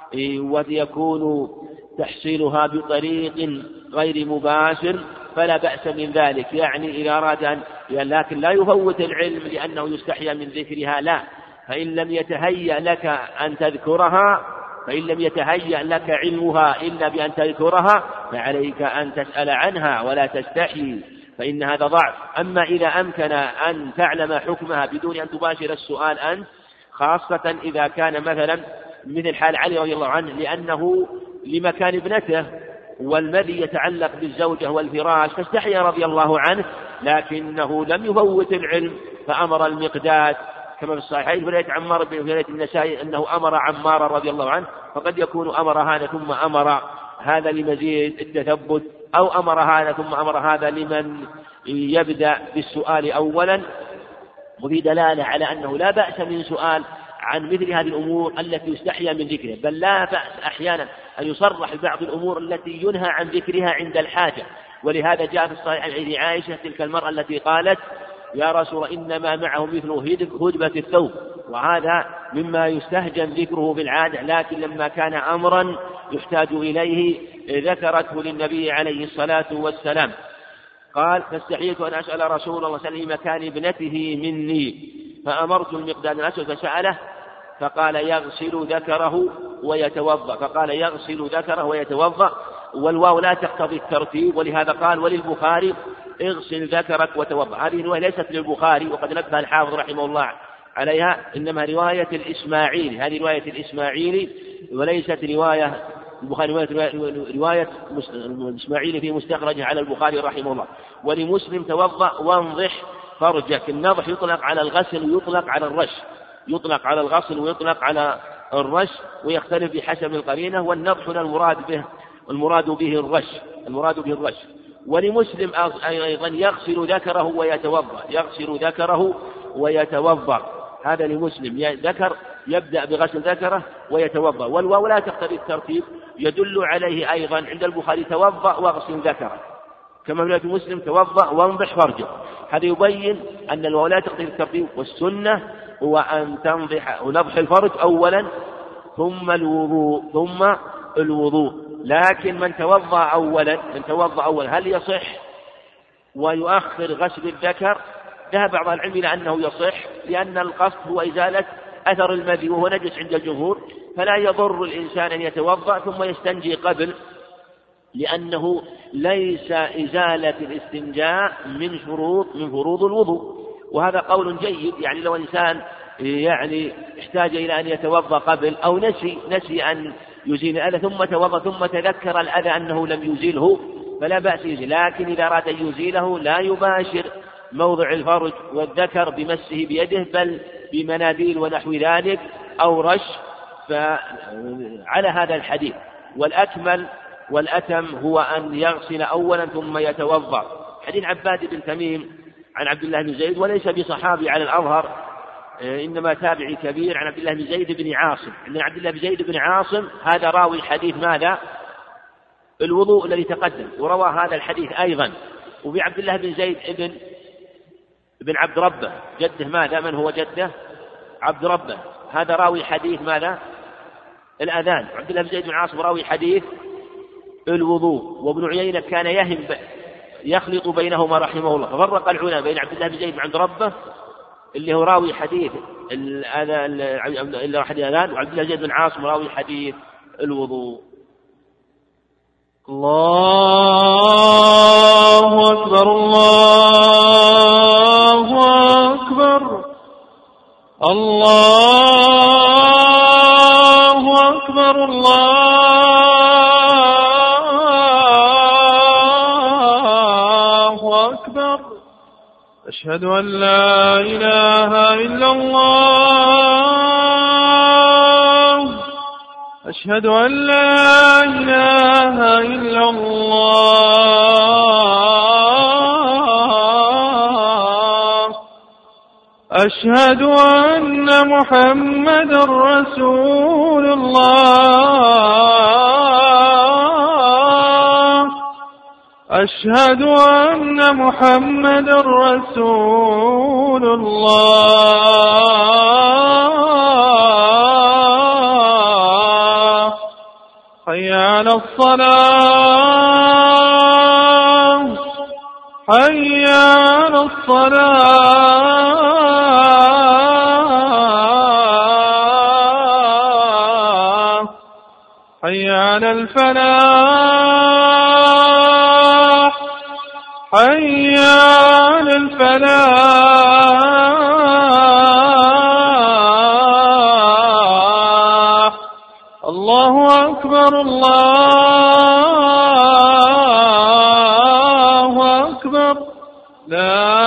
ويكون تحصيلها بطريق غير مباشر فلا بأس من ذلك، يعني إذا أراد أن، لكن لا يفوت العلم لأنه يستحيا من ذكرها، لا، فإن لم يتهيأ لك أن تذكرها، فإن لم يتهيأ لك علمها إلا بأن تذكرها فعليك أن تسأل عنها ولا تستحي، فإن هذا ضعف. أما إذا أمكن أن تعلم حكمها بدون أن تباشر السؤال أنت، خاصة إذا كان مثلا مثل حال علي رضي الله عنه، لأنه لمكان ابنته والمذي يتعلق بالزوجة والفراش، فاستحيا رضي الله عنه، لكنه لم يفوت العلم فأمر المقداد كما في الصحيحين في رواية عمار بن في رواية النسائي أنه أمر عمار رضي الله عنه، فقد يكون أمر هذا ثم أمر هذا لمزيد التثبت، أو أمر هذا ثم أمر هذا لمن يبدأ بالسؤال أولا. وفي دلالة على أنه لا بأس من سؤال عن مثل هذه الأمور التي يستحيا من ذكرها، بل لا بأس أحيانا أن يصرح بعض الأمور التي ينهى عن ذكرها عند الحاجة. ولهذا جاء في الصحيح عن حديث عائشة تلك المرأة التي قالت يا رسول إنما معه مثل هدبة الثوب، وهذا مما يستهجن ذكره بالعادة، لكن لما كان أمرا يحتاج إليه ذكرته للنبي عليه الصلاة والسلام. قال فاستحييت أن أسأل رسول الله صلى الله عليه وسلم مكان ابنته مني، فأمرت المقداد الأسود فسأله فقال يغسل ذكره ويتوضأ، فقال يغسل ذكره ويتوضأ، والواو لا تقتضي الترتيب، ولهذا قال وللبخاري اغسل ذكرك وتوضأ. هذه الرواية ليست للبخاري، وقد نبه الحافظ رحمه الله عليها، إنما رواية الإسماعيلي، هذه رواية الإسماعيلي وليست رواية البخاري، رواية الإسماعيلي في مستخرجه على البخاري رحمه الله. ولمسلم توضأ وانضح فرجك. النضح يطلق على الغسل ويطلق على الرش، يطلق على الغسل ويطلق على الرش، ويختلف بحسب القرينة، والنضح المراد به المراد به الرش، المراد به الرش. ولمسلم أيضا يغسل ذكره ويتوضأ، يغسل ذكره ويتوضأ، هذا لمسلم، ذكر يبدأ بغسل ذكره ويتوضأ، والواو لا تقتضي الترتيب، يدل عليه أيضا عند البخاري توضأ واغسل ذكره، كما في مسلم توضأ وانضح فرجه. هذا يبين أن الواو لا تقتضي الترتيب، والسنة هو أن تنضح ونضح الفرج أولا ثم الوضوء ثم الوضوء. لكن من توضأ أولا من توضأ أولا هل يصح ويؤخر غسل الذكر؟ ذهب بعض العلم إلى أنه يصح، لأن القصد هو إزالة أثر المذي وهو نجس عند الجمهور، فلا يضر الإنسان أن يتوضأ ثم يستنجي قبل، لأنه ليس إزالة الاستنجاء من شروط من فروض الوضوء. وهذا قول جيد، يعني لو إنسان يعني احتاج إلى أن يتوضأ قبل أو نسي نسي أن يزيل الأذى ثم توضأ ثم تذكر الأذى أنه لم يزيله فلا بأس يزيل، لكن إذا أراد أن يزيله لا يباشر موضع الفرج والذكر بمسه بيده، بل بمناديل ونحو ذلك، أو رش فعلى هذا الحديث. والأكمل والأتم هو أن يغسل أولا ثم يتوضأ. حديث عباد بن تميم عن عبد الله بن زيد وليس بصحابي على الأظهر، إنما تابعي كبير عن عبد الله بن زيد بن عاصم. عندنا عبد الله بن زيد بن عاصم هذا راوي حديث ماذا؟ الوضوء الذي تقدم، وروى هذا الحديث أيضا. وفي عبد الله بن زيد ابن ابن عبد ربه جده ماذا؟ من هو جده؟ عبد ربه، هذا راوي حديث ماذا؟ الأذان. عبد الله بن زيد بن عاصم راوي حديث الوضوء. وابن عيينة كان يهم يخلط بينهما رحمه الله، ففرق العلماء بين عبد الله بن زيد بن عبد ربه اللي هو راوي حديث الأذان، وعبد الله بن زيد بن عاصم راوي حديث الوضوء. الله أكبر الله أكبر الله أكبر الله أكبر. أشهد أن لا إله إلا الله أشهد أن لا إله إلا الله أشهد أن محمدا رسول الله أشهد أن محمدا رسول الله. حي على الصلاة حي على الصلاة حي على الفلاح حي على الفلاح. الله أكبر الله أكبر. لا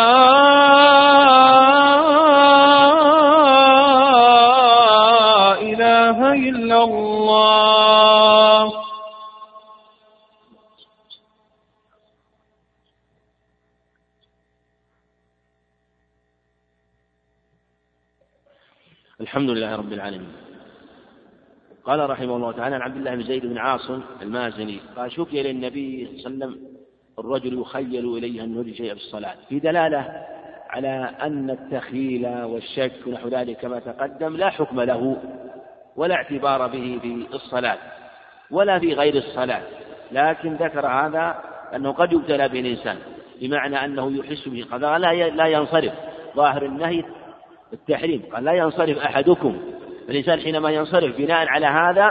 إله إلا الله. الحمد لله رب العالمين. قال رحمه الله تعالى عن عبد الله بن زيد بن عاصم المازني قال شكي إلى النبي صلى الله عليه وسلم الرجل يخيل إليه أنه يريد شيئا في الصلاة، في دلالة على أن التخيل والشك ونحو ذلك كما تقدم لا حكم له ولا اعتبار به في الصلاة ولا في غير الصلاة، لكن ذكر هذا أنه قد يبتلى به الإنسان، بمعنى أنه يحس به قضاء لا ينصرف. ظاهر النهي التحريم، قال لا ينصرف أحدكم، الإنسان حينما ينصرف بناء على هذا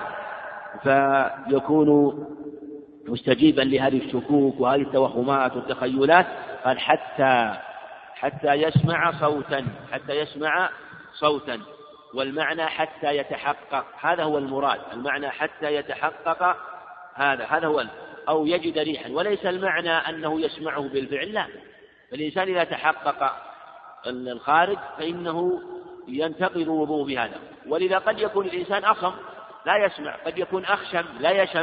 فيكون مستجيبا لهذه الشكوك وهذه التوهمات والتخيلات. قال حتى حتى يسمع صوتا حتى يسمع صوتا والمعنى حتى يتحقق، هذا هو المراد، المعنى حتى يتحقق هذا هذا هو، أو يجد ريحا، وليس المعنى أنه يسمعه بالفعل، لا، الإنسان إذا تحقق الخارج فإنه ينتقض وضوء بهذا. ولذا قد يكون الإنسان أصم لا يسمع، قد يكون أخشم لا يشم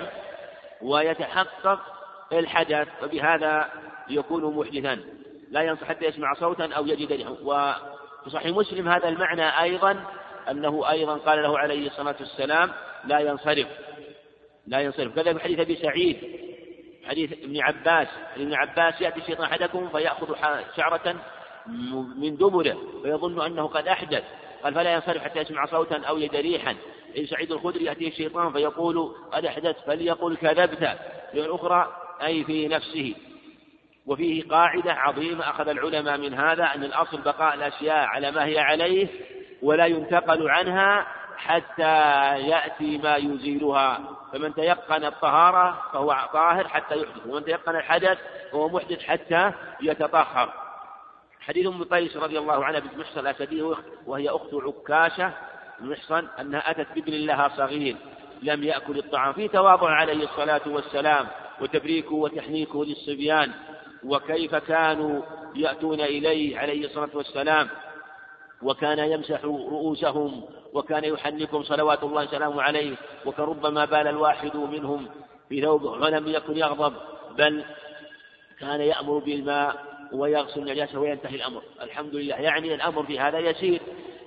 ويتحقق الحدث، وبهذا يكون محدثا لا ينصح حتى يسمع صوتا أو يجد ريحا. وفي صحيح مسلم هذا المعنى أيضا، أنه أيضا قال له عليه الصلاة والسلام لا ينصرف لا ينصرف. كذا في حديث أبي سعيد حديث ابن عباس ابن عباس يأتي الشيطان أحدكم فيأخذ شعرة من دبره فيظن أنه قد أحدث، قال فلا ينصرف حتى يسمع صوتا أو يجد ريحا. ابن سعيد الخدري يأتيه الشيطان فيقول قد أحدث فليقل كذبت، في الأخرى أي في نفسه. وفيه قاعدة عظيمة أخذ العلماء من هذا، أن الأصل بقاء الأشياء على ما هي عليه ولا ينتقل عنها حتى يأتي ما يزيلها. فمن تيقن الطهارة فهو طاهر حتى يحدث، ومن تيقن الحدث فهو محدث حتى يتطهر. حديث أم قيس رضي الله عنها بنت محصن الأسدية وهي أخت عكاشة المحصن أنها أتت بابن لها صغير لم يأكل الطعام، في تواضع عليه الصلاة والسلام وتبريكه وتحنيكه للصبيان، وكيف كانوا يأتون إليه عليه الصلاة والسلام وكان يمسح رؤوسهم وكان يحنكم صلوات الله وسلامه عليه، وكربما بال الواحد منهم في ثوبه ولم يكن يغضب، بل كان يأمر بالماء ويغسل النجاسة وينتهي الأمر. الحمد لله، يعني الأمر في هذا يسير.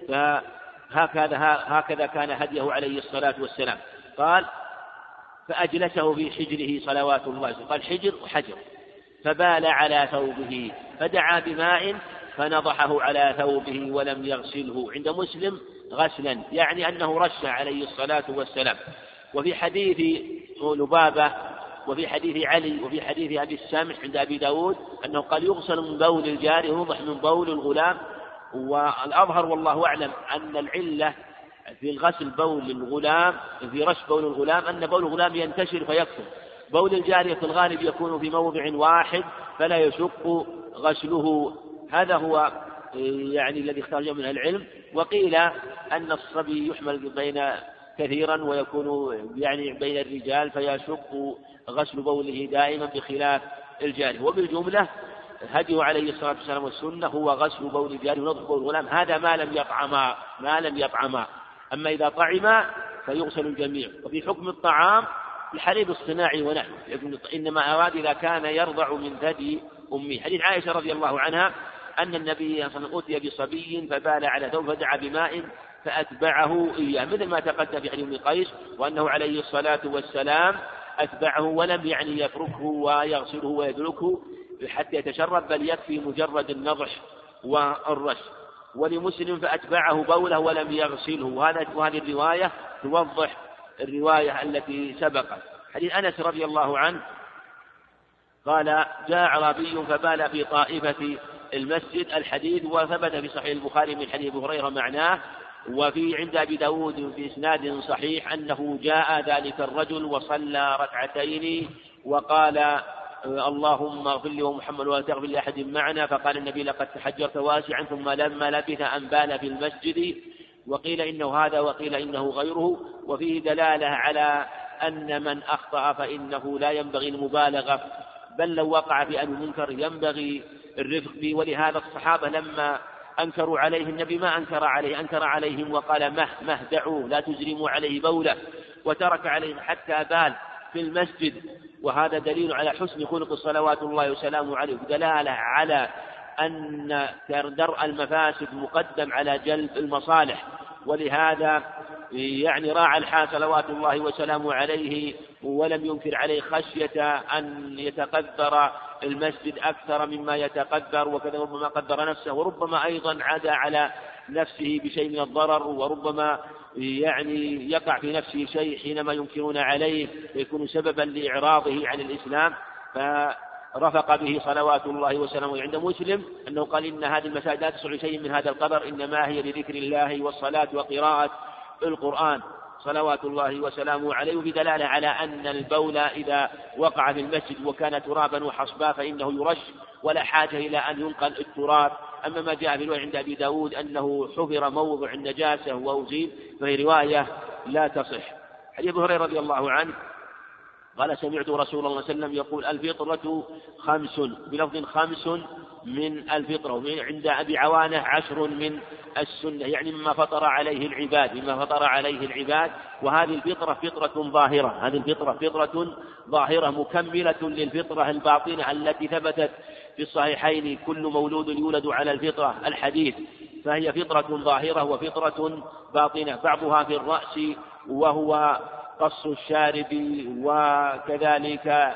فهكذا هكذا كان هديه عليه الصلاة والسلام. قال فأجلسه في حجره صلوات الله، قال حجر وحجر، فبال على ثوبه فدعا بماء فنضحه على ثوبه ولم يغسله. عند مسلم غسلا، يعني أنه رش عليه الصلاة والسلام. وفي حديث لبابة وفي حديث علي وفي حديث أبي السامح عند أبي داود أنه قال يغسل من بول الجاري وينضح من بول الغلام. والأظهر والله أعلم أن العلة في الغسل بول الغلام في رش بول الغلام أن بول الغلام ينتشر فيكثر، بول الجارية في الغالب يكون في موضع واحد فلا يشق غسله. هذا هو يعني الذي اختاره من العلم. وقيل أن الصبي يحمل بين كثيرا ويكون يعني بين الرجال فيشق غسل بوله دائما بخلاف الجاري. وبالجملة هديه عليه الصلاة والسلام والسنة هو غسل بول الجاري ونضح بول الغلام، هذا ما لم يطعما ما لم يطعما أما إذا طعما فيغسل الجميع. وفي حكم الطعام الحليب الصناعي ونحوه، إنما أراد إذا كان يرضع من ثدي أمه. حديث عائشة رضي الله عنها أن النبي صلى الله عليه وسلم أتي بصبي فبال على ثوب فدعا بماء فأتبعه إياه، مثل ما تقدم في حديث ابن قيس، وأنه عليه الصلاة والسلام أتبعه ولم يعني يتركه ويغسله ويدلكه حتى يتشرب، بل يكفي مجرد النضح والرش. ولمسلم فأتبعه بوله ولم يغسله. وهذه الرواية توضح الرواية التي سبقت. حديث أنس رضي الله عنه قال جاء أعرابي فبال في طائفة المسجد، الحديث وثبت في صحيح البخاري من حديث أبي هريرة معناه. وفي عند أبي داود في إسناد صحيح أنه جاء ذلك الرجل وصلى ركعتين وقال اللهم اغفر لي ومحمد ولا تغفر لأحد معنا، فقال النبي لقد تحجرت واسعا، ثم لما لبث أن بال في المسجد. وقيل إنه هذا وقيل إنه غيره. وفيه دلالة على أن من أخطأ فإنه لا ينبغي المبالغة، بل لو وقع في أمر منكر ينبغي الرفق به. ولهذا الصحابة لما أنكروا عليه النبي ما أنكر عليه أنكر عليهم وقال مه مه دعوه لا تجرموا عليه بوله، وترك عليهم حتى بال في المسجد. وهذا دليل على حسن خلق صلوات الله وسلامه عليه، دلالة على أن درء المفاسد مقدم على جلب المصالح. ولهذا يعني راعى الحال صلوات الله وسلامه عليه ولم ينكر عليه خشية أن يتقدر المسجد أكثر مما يتقدر، وكذا ربما قدر نفسه، وربما أيضا عدا على نفسه بشيء من الضرر، وربما يعني يقع في نفسه شيء حينما ينكرون عليه فيكون سببا لإعراضه عن الإسلام، فرفق به صلوات الله وسلامه. عند مسلم أنه قال إن هذه المساجد لا تسع شيء من هذا القدر، إنما هي لذكر الله والصلاة وقراءة القرآن صلوات الله وسلامه عليه. بدلالة على أن البول إذا وقع في المسجد وكان ترابا وحصبا فإنه يرش ولا حاجة إلى أن ينقل التراب. أما ما جاء في رواية عند أبي داود أنه حفر موضع النجاسة وأزيل فهي رواية لا تصح. حديث أبي هريرة رضي الله عنه قال سمعت رسول الله صلى الله عليه وسلم يقول الفطرة خمس، بلفظ خمس من الفطرة، عند أبي عوانة عشر من السنة، يعني مما فطر عليه العباد مما فطر عليه العباد. وهذه الفطرة فطرة ظاهرة هذه الفطرة فطرة ظاهرة مكملة للفطرة الباطنة التي ثبتت في الصحيحين كل مولود يولد على الفطرة الحديث، فهي فطرة ظاهرة وفطرة باطنة. بعضها في الرأس وهو قص الشارب، وكذلك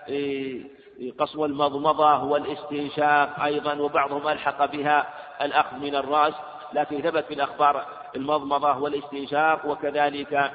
قص المضمضة والاستنشاق أيضا، وبعضهم ألحق بها الأخذ من الرأس، لكن ثبت في الأخبار المضمضة والاستنشاق، وكذلك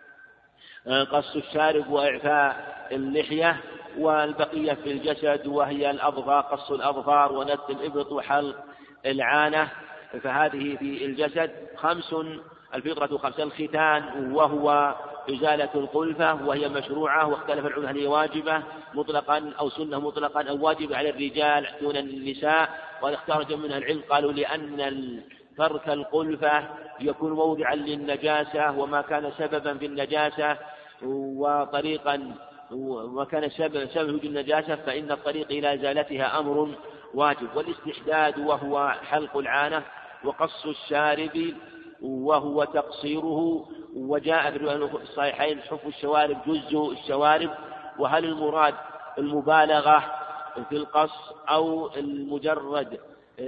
قص الشارب وإعفاء اللحية، والبقية في الجسد وهي الأظفار، قص الأظفار ونتف الإبط وحلق العانة، فهذه في الجسد خمس. الفطرة خمس. الختان وهو إزالة القلفة وهي مشروعة، واختلف العلماء هل هي واجبة مطلقا أو سنة مطلقا أو واجب على الرجال دون النساء. واختار جمع من العلم قالوا لأن ترك القلفة يكون موضعا للنجاسة، وما كان سببا في النجاسة وطريقا وما كان سبب سبب النجاسة فإن الطريق إلى إزالتها أمر واجب. والاستحداد وهو حلق العانة وقص الشارب وهو تقصيره. وجاء في الصحيحين حف الشوارب جز الشوارب. وهل المراد المبالغة في القص أو المجرد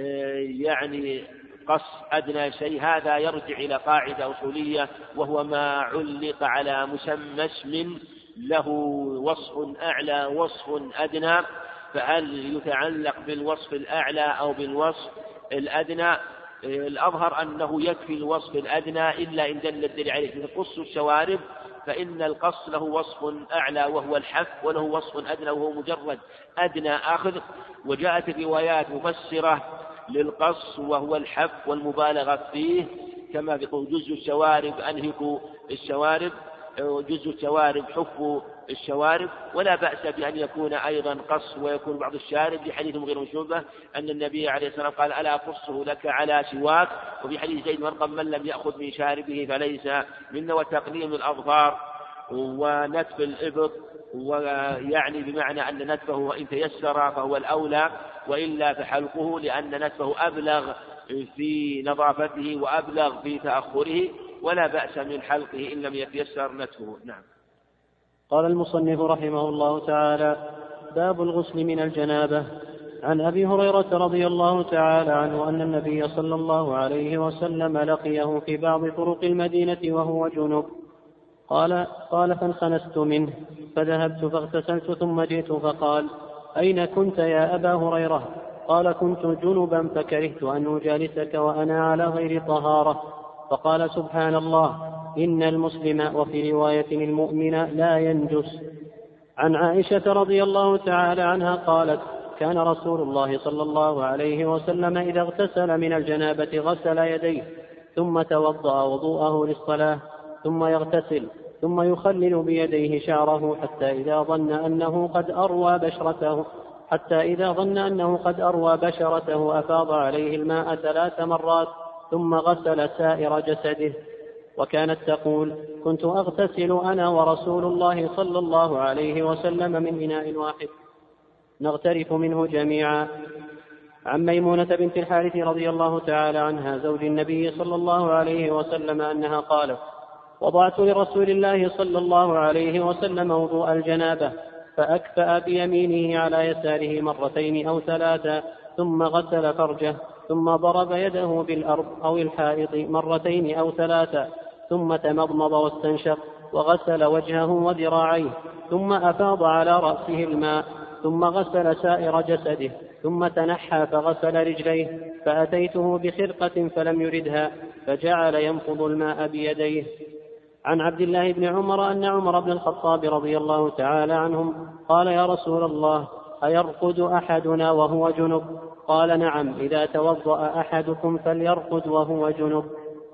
يعني قص أدنى شيء؟ هذا يرجع إلى قاعدة أصولية، وهو ما علق على مسمى اسم له وصف أعلى وصف أدنى، فهل يتعلق بالوصف الأعلى أو بالوصف الأدنى؟ الأظهر أنه يكفي الوصف الأدنى إلا إن دل الدليل عليه. قص الشوارب فإن القص له وصف أعلى وهو الحف، وله وصف أدنى وهو مجرد أدنى آخذ. وجاءت روايات مفسرة للقص وهو الحف والمبالغة فيه، كما في قول جزء الشوارب أنهكوا الشوارب، جزء الشوارب حفوا الشوارب. ولا بأس بأن يكون أيضا قص ويكون بعض الشارب، لحديث غير مشوبة أن النبي عليه الصلاة والسلام قال ألا أقصه لك على سواك. وفي حديث زيد مرقم من لم يأخذ من شاربه فليس منا. وتقليم الأظفار ونتف الإبط، ويعني بمعنى أن نتفه وإن تيسر فهو الأولى، وإلا فحلقه، لأن نتفه أبلغ في نظافته وأبلغ في تأخره، ولا بأس من حلقه إن لم يتيسر نتفه. نعم. قال المصنف رحمه الله تعالى: باب الغسل من الجنابة. عن أبي هريرة رضي الله تعالى عنه أن النبي صلى الله عليه وسلم لقيه في بعض طرق المدينة وهو جنب. قال قال فانخنست منه فذهبت فاغتسلت ثم جئت فقال: أين كنت يا أبا هريرة؟ قال: كنت جنبا فكرهت أن أجالسك وأنا على غير طهارة. فقال: سبحان الله، إن المسلم وفي رواية المؤمن لا ينجس. عن عائشة رضي الله تعالى عنها قالت: كان رسول الله صلى الله عليه وسلم إذا اغتسل من الجنابة غسل يديه ثم توضأ وضوءه للصلاة ثم يغتسل ثم يخلل بيديه شعره حتى إذا ظن أنه قد أروى بشرته حتى إذا ظن أنه قد أروى بشرته أفاض عليه الماء ثلاث مرات ثم غسل سائر جسده. وكانت تقول: كنت أغتسل أنا ورسول الله صلى الله عليه وسلم من إناء واحد نغترف منه جميعا. عن ميمونة بنت الحارث رضي الله تعالى عنها زوج النبي صلى الله عليه وسلم أنها قالت: وضعت لرسول الله صلى الله عليه وسلم وضوء الجنابة فأكفأ بيمينه على يساره مرتين أو ثلاثا ثم غسل فرجه ثم ضرب يده بالأرض أو الحائط مرتين أو ثلاثا ثم تمضمض واستنشق وغسل وجهه وذراعيه ثم أفاض على رأسه الماء ثم غسل سائر جسده ثم تنحى فغسل رجليه فأتيته بخرقة فلم يردها فجعل ينفض الماء بيديه. عن عبد الله بن عمر أن عمر بن الخطاب رضي الله تعالى عنهم قال: يا رسول الله، أيرقد أحدنا وهو جنب؟ قال: نعم، إذا توضأ أحدكم فليرقد وهو جنب.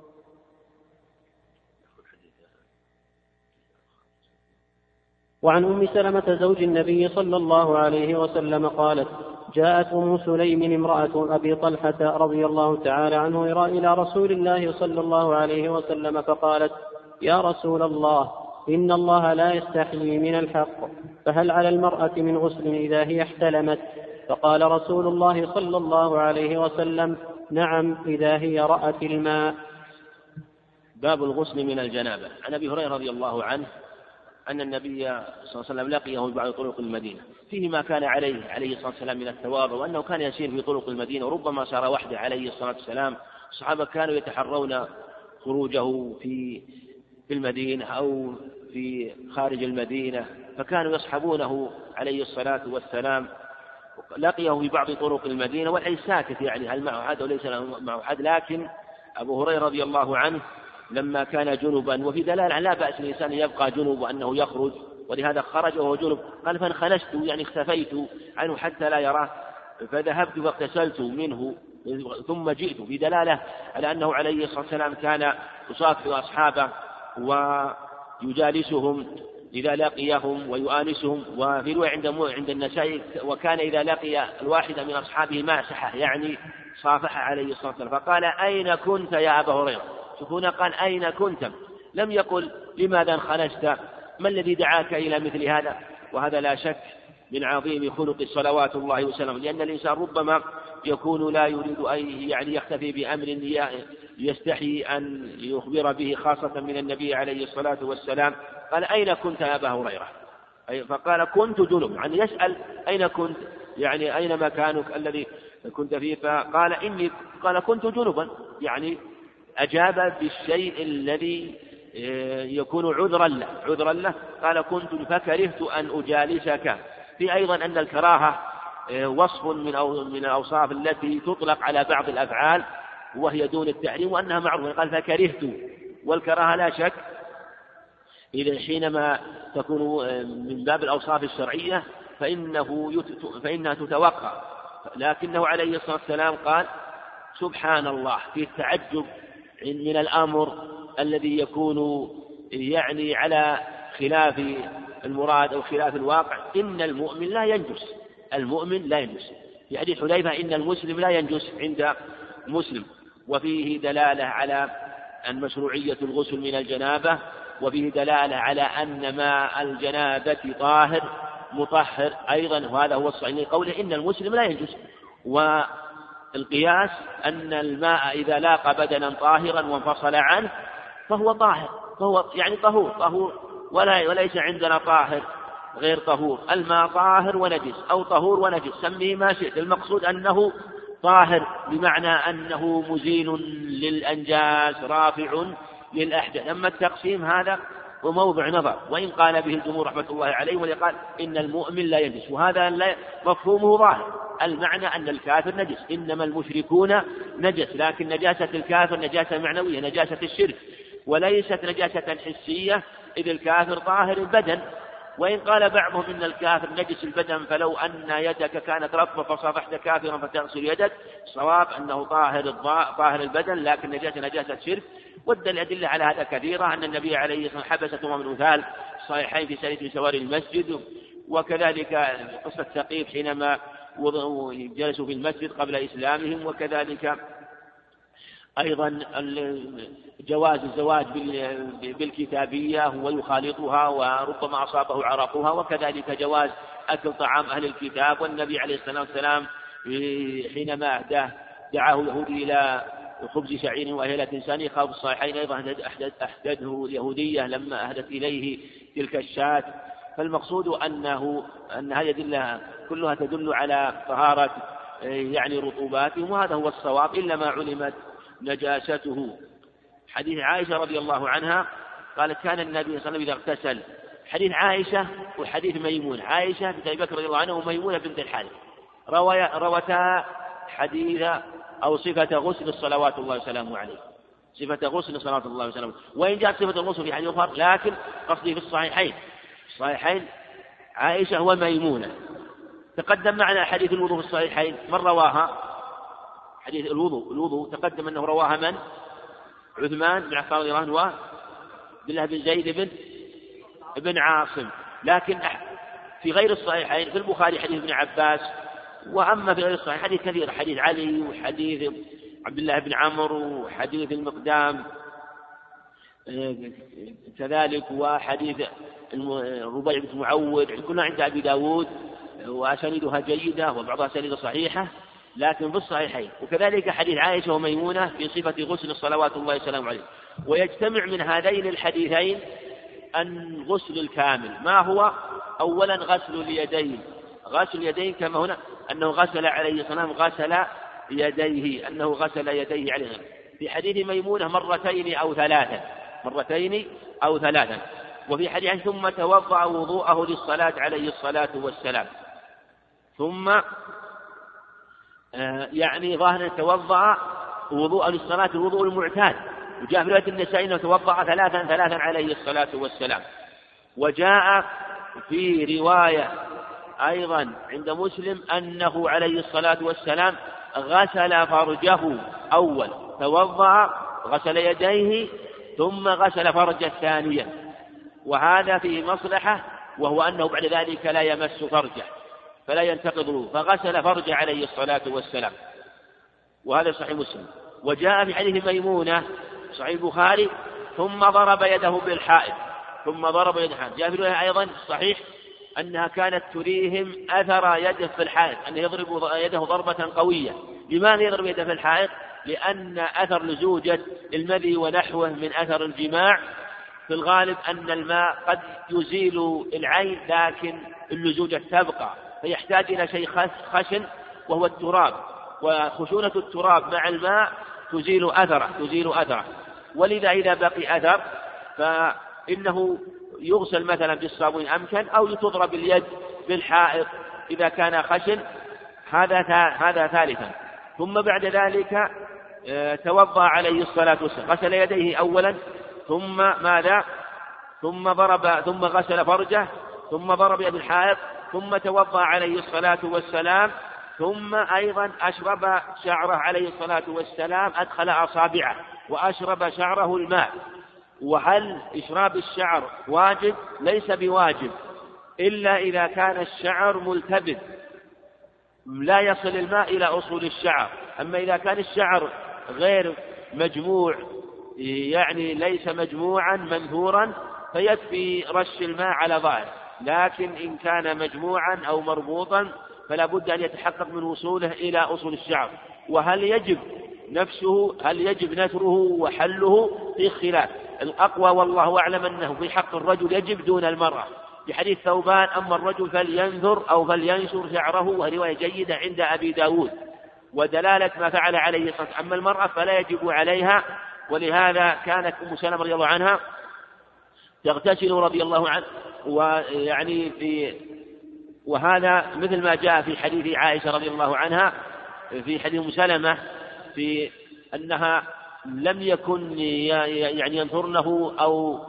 وعن أم سلمة زوج النبي صلى الله عليه وسلم قالت: جاءت أم سليم امرأة أبي طلحة رضي الله تعالى عنه إلى رسول الله صلى الله عليه وسلم فقالت: يا رسول الله، إن الله لا يستحيي من الحق، فهل على المرأة من غسل إذا هي احتلمت؟ فقال رسول الله صلى الله عليه وسلم: نعم، إذا هي رأت الماء. باب الغسل من الجنابة. عن أبي هريرة رضي الله عنه أن النبي صلى الله عليه وسلم لقيه في بعض طرق المدينة فيه ما كان عليه عليه الصلاة والسلام من التواضع، وأنه كان يسير في طرق المدينة وربما سار وحده عليه الصلاة والسلام. الصحابة كانوا يتحرون خروجه في في المدينة أو في خارج المدينة، فكانوا يصحبونه عليه الصلاة والسلام. لقيه في بعض طرق المدينة والحديث ساكت، يعني هل معه حد وليس معه حد، لكن أبو هريرة رضي الله عنه لما كان جنبا، وفي دلالة لا بأس الإنسان يبقى جنوب وأنه يخرج، ولهذا خرج وهو جنب. قال: فانخنست، يعني اختفيت عنه حتى لا يراه، فذهبت واغتسلت منه ثم جئت، في دلالة على أنه عليه الصلاة والسلام كان يصافح أصحابه ويجالسهم إذا لقيهم ويؤانسهم. وفي رواية عند عند النسائي: وكان إذا لقي الواحد من أصحابه ماسحه، يعني صافح عليه الصلاة والسلام. فقال: أين كنت يا أبا هريرة؟ شوفون، قال: أين كنت؟ لم يقل لماذا انخنست، ما الذي دعاك إلى مثل هذا؟ وهذا لا شك من عظيم خلق صلوات الله وسلامه، لأن الإنسان ربما يكون لا يريد أن يعني يختفي بأمر يستحي أن يخبر به خاصة من النبي عليه الصلاة والسلام. قال: أين كنت يا أبا هريرة؟ فقال: كنت جنب، يعني يسأل أين كنت، يعني أين مكانك الذي كنت فيه؟ فقال: إني قال كنت جنبا، يعني أجاب بالشيء الذي يكون عذرا له عذرا له قال: كنت فكرهت أن أجالسك. في أيضا أن الكراهة وصف من من الأوصاف التي تطلق على بعض الأفعال وهي دون التحريم، وأنها معروفة. قال: فكرهت، والكراهة لا شك إذا حينما تكون من باب الأوصاف الشرعية فإنه فإنها تتوقع، لكنه عليه الصلاة والسلام قال: سبحان الله، في التعجب من الأمر الذي يكون يعني على خلاف المراد أو خلاف الواقع. إن المؤمن لا ينجس، المؤمن لا ينجس. في حديث حذيفة: إن المسلم لا ينجس عند مسلم. وفيه دلالة على أن مشروعية الغسل من الجنابة، وفيه دلالة على أن ماء الجنابة طاهر مطهر أيضا، وهذا هو الصحيح قوله إن المسلم لا ينجس. والقياس أن الماء إذا لاقى بدنا طاهرا وانفصل عنه فهو طاهر، فهو يعني طهور طهور ولا وليس عندنا طاهر غير طهور. الماء طاهر ونجس أو طهور ونجس، سميه ما شئت، المقصود أنه طاهر بمعنى أنه مزيل للأنجاس رافع للأحداث. أما التقسيم هذا وموضع نظر، وإن قال به الجمهور رحمة الله عليه ويقال إن المؤمن لا ينجس، وهذا لا مفهومه ظاهر، المعنى أن الكافر نجس، إنما المشركون نجس، لكن نجاسة الكافر نجاسة معنوية، نجاسة الشرك، وليست نجاسة حسية، إذ الكافر طاهر البدن. وإن قال بعضهم إن الكافر نجس البدن، فلو أن يدك كانت رطبة فصافحت كافرا فتغسل يدك، الصواب أنه طاهر طاهر البدن، لكن نجاسة نجاسة شرك. والأدلة على هذا كثيرة، أن النبي عليه الصلاة والسلام حبس تمام الأمثال الصحيحين في سنة سوار المسجد، وكذلك قصة ثقيف حينما جلسوا في المسجد قبل إسلامهم، وكذلك أيضا جواز الزواج بالكتابية ويخالطها وربما أصابه عرقها، وكذلك جواز أكل طعام أهل الكتاب. والنبي عليه الصلاة والسلام حينما أهداه دعاه يهودي إلى خبز شعير وأهلة سنيخة، وفي الصحيحين أيضا أحدته اليهودية لما أهدت إليه تلك الشاة. فالمقصود أنه أن هذه الأدلة كلها تدل على طهارة يعني رطوباتهم، وهذا هو الصواب، إلا ما علمت نجاسته. حديث عائشة رضي الله عنها قالت: كان النبي صلى الله عليه وسلم إذا اغتسل. حديث عائشة وحديث ميمون، عائشة بنت أبي بكر رضي الله عنها وميمونة بنت الحارث روتا حديث أو صفة غسل الصلوات الله وسلامه عليه، صفة غسل صلوات الله وسلامه، وإن جاءت صفة الغسل في حديث أخر، لكن قصدي في الصحيحين الصحيحين عائشة وميمونة. تقدم معنا حديث الوضوء في الصحيحين، من رواها؟ حديث الوضوء الوضوء تقدم أنه رواها من؟ عثمان بن عفان رضي الله عنه وعبد الله بن زيد بن ابن عاصم. لكن في غير الصحيحين في البخاري حديث ابن عباس، وأما في غير الصحيح حديث كثير، حديث علي وحديث عبد الله بن عمرو وحديث المقدام كذلك، وحديث الربيع بن معود، كلها عند أبي داود وأسانيدها جيدة وبعضها أسانيد صحيحة، لكن في الصحيحين. وكذلك حديث عائشة وميمونة في صفة غسل الصلوات الله وسلامه عليه. ويجتمع من هذين الحديثين أن غسل الكامل ما هو؟ أولا غسل اليدين، غسل اليدين كما هنا أنه غسل عليه السلام غسل يديه، أنه غسل يديه عليه السلام في حديث ميمونة مرتين أو ثلاثا مرتين أو ثلاثا وفي حديث ثم توضأ وضوءه للصلاة عليه الصلاة والسلام. ثم آه يعني ظاهرا توضأ وضوءه للصلاة الوضوء المعتاد، وجاء في رواية النسائي أنه توضأ ثلاثا ثلاثا عليه الصلاة والسلام. وجاء في رواية أيضا عند مسلم أنه عليه الصلاة والسلام غسل فرجه أول، توضأ غسل يديه ثم غسل فرجه ثانيا، وهذا فيه مصلحة، وهو أنه بعد ذلك لا يمس فرجه فلا ينتقض له، فغسل فرجه عليه الصلاة والسلام، وهذا صحيح مسلم. وجاء في حديث ميمونة صحيح البخاري ثم ضرب يده بالحائط، ثم ضرب يده بالحائط. جاء في رواية أيضا صحيح أنها كانت تريهم أثر يده في الحائط، أنه يضرب يده ضربة قوية. لماذا يضرب يده في الحائط؟ لأن أثر لزوجة المذي ونحوه من أثر الجماع في الغالب أن الماء قد يزيل العين لكن اللزوجة تبقى، فيحتاج إلى شيء خشن وهو التراب، وخشونة التراب مع الماء تزيل أثره تزيل أثره ولذا إذا بقي أثر فإنه يغسل مثلا بالصابون أمكن، أو تضرب اليد بالحائط إذا كان خشن. هذا هذا ثالثا. ثم بعد ذلك توضأ عليه الصلاة والسلام، غسل يديه أولا ثم ماذا ثم ضرب ثم غسل فرجه ثم ضرب يد الحائط ثم توضأ عليه الصلاة والسلام، ثم أيضا أشرب شعره عليه الصلاة والسلام، أدخل أصابعه وأشرب شعره الماء. وهل إشراب الشعر واجب؟ ليس بواجب إلا إذا كان الشعر ملتبس لا يصل الماء إلى أصول الشعر. أما إذا كان الشعر غير مجموع يعني ليس مجموعا منثورا فيكفي رش الماء على ظاهر، لكن إن كان مجموعا أو مربوطا فلا بد أن يتحقق من وصوله إلى أصول الشعر. وهل يجب نفسه هل يجب نثره وحله في خلاف. الأقوى والله أعلم أنه في حق الرجل يجب دون المرأة، في حديث ثوبان أما الرجل فلينثر أو فلينشر شعره، ورواية جيدة عند أبي داود ودلالة ما فعل عليه الصلاة. أما المرأة فلا يجب عليها، ولهذا كانت أم سلمة رضي الله عنها تغتسل رضي الله عنها، ويعني في وهذا مثل ما جاء في حديث عائشة رضي الله عنها في حديث أم سلمة في أنها لم يكن يعني ينثرنه أو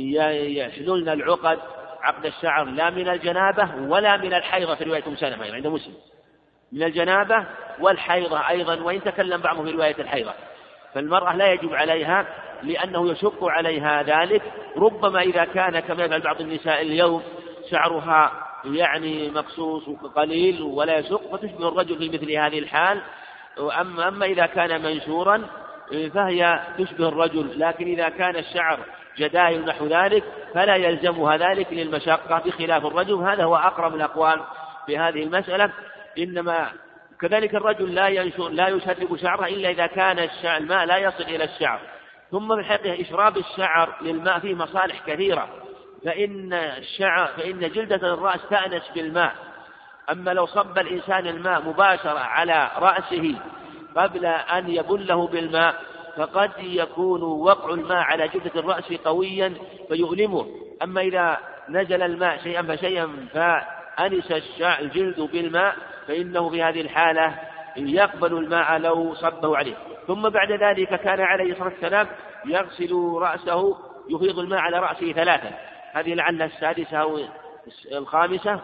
يحللن العقد عقد الشعر لا من الجنابة ولا من الحيضة في رواية أم سلمة عند مسلم، من الجنابة والحيضة أيضا، وإن تكلم بعضهم في رواية الحيضة. فالمرأة لا يجب عليها لأنه يشق عليها ذلك، ربما إذا كان كما يفعل بعض النساء اليوم شعرها يعني مقصوص وقليل ولا يشق فتشبه الرجل في مثل هذه الحال. أما, أما إذا كان منشورا فهي تشبه الرجل، لكن إذا كان الشعر جدايل نحو ذلك فلا يلزمها ذلك للمشقة بخلاف الرجل. هذا هو أقرب الأقوال في هذه المسألة. إنما كذلك الرجل لا ينشر لا يشرب شعره إلا إذا كان الشعر الماء لا يصل إلى الشعر. ثم من حقه إشراب الشعر للماء فيه مصالح كثيرة، فإن الشعر فإن جلدة الرأس تأنس بالماء. أما لو صب الإنسان الماء مباشرة على رأسه قبل أن يبله بالماء فقد يكون وقع الماء على جلدة الرأس قويا فيؤلمه. أما إذا نزل الماء شيئا فشيئا فأنس الجلد بالماء فإنه في هذه الحالة يقبل الماء لو صبه عليه. ثم بعد ذلك كان عليه الصلاة والسلام يغسل رأسه يفيض الماء على رأسه ثلاثا، هذه لعلها السادسة أو الخامسة.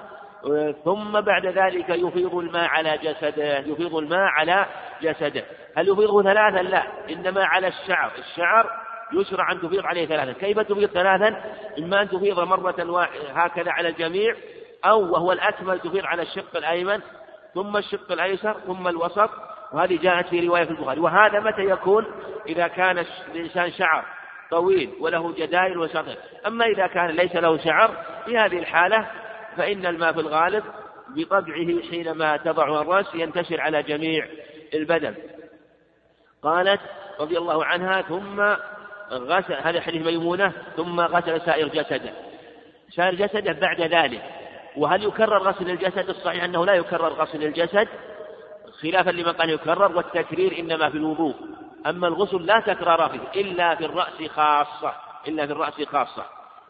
ثم بعد ذلك يفيض الماء على جسده يفيض الماء على جسده هل يفيضه ثلاثا؟ لا، إنما على الشعر. الشعر يشرع أن تفيض عليه ثلاثا. كيف تفيض ثلاثا؟ إما أن تفيض مرة واحدة هكذا على الجميع، أو وهو الأكمل تفيض على الشق الأيمن ثم الشق الأيسر ثم الوسط، وهذه جاءت في رواية في البخاري. وهذا متى يكون؟ إذا كان الإنسان شعر طويل وله جدائل وسطر. أما إذا كان ليس له شعر في هذه الحالة فإن الماء في الغالب بطبعه حينما تضع الرأس ينتشر على جميع البدن. قالت رضي الله عنها ثم غسل، هذا حديث ميمونة، ثم غسل سائر جسده سائر جسده بعد ذلك. وهل يكرر غسل الجسد؟ الصحيح أنه لا يكرر غسل الجسد خلافا لمن قال يكرر، والتكرير إنما في الوضوء. أما الغسل لا تكرار فيه إلا في الرأس خاصة إلا في الرأس خاصة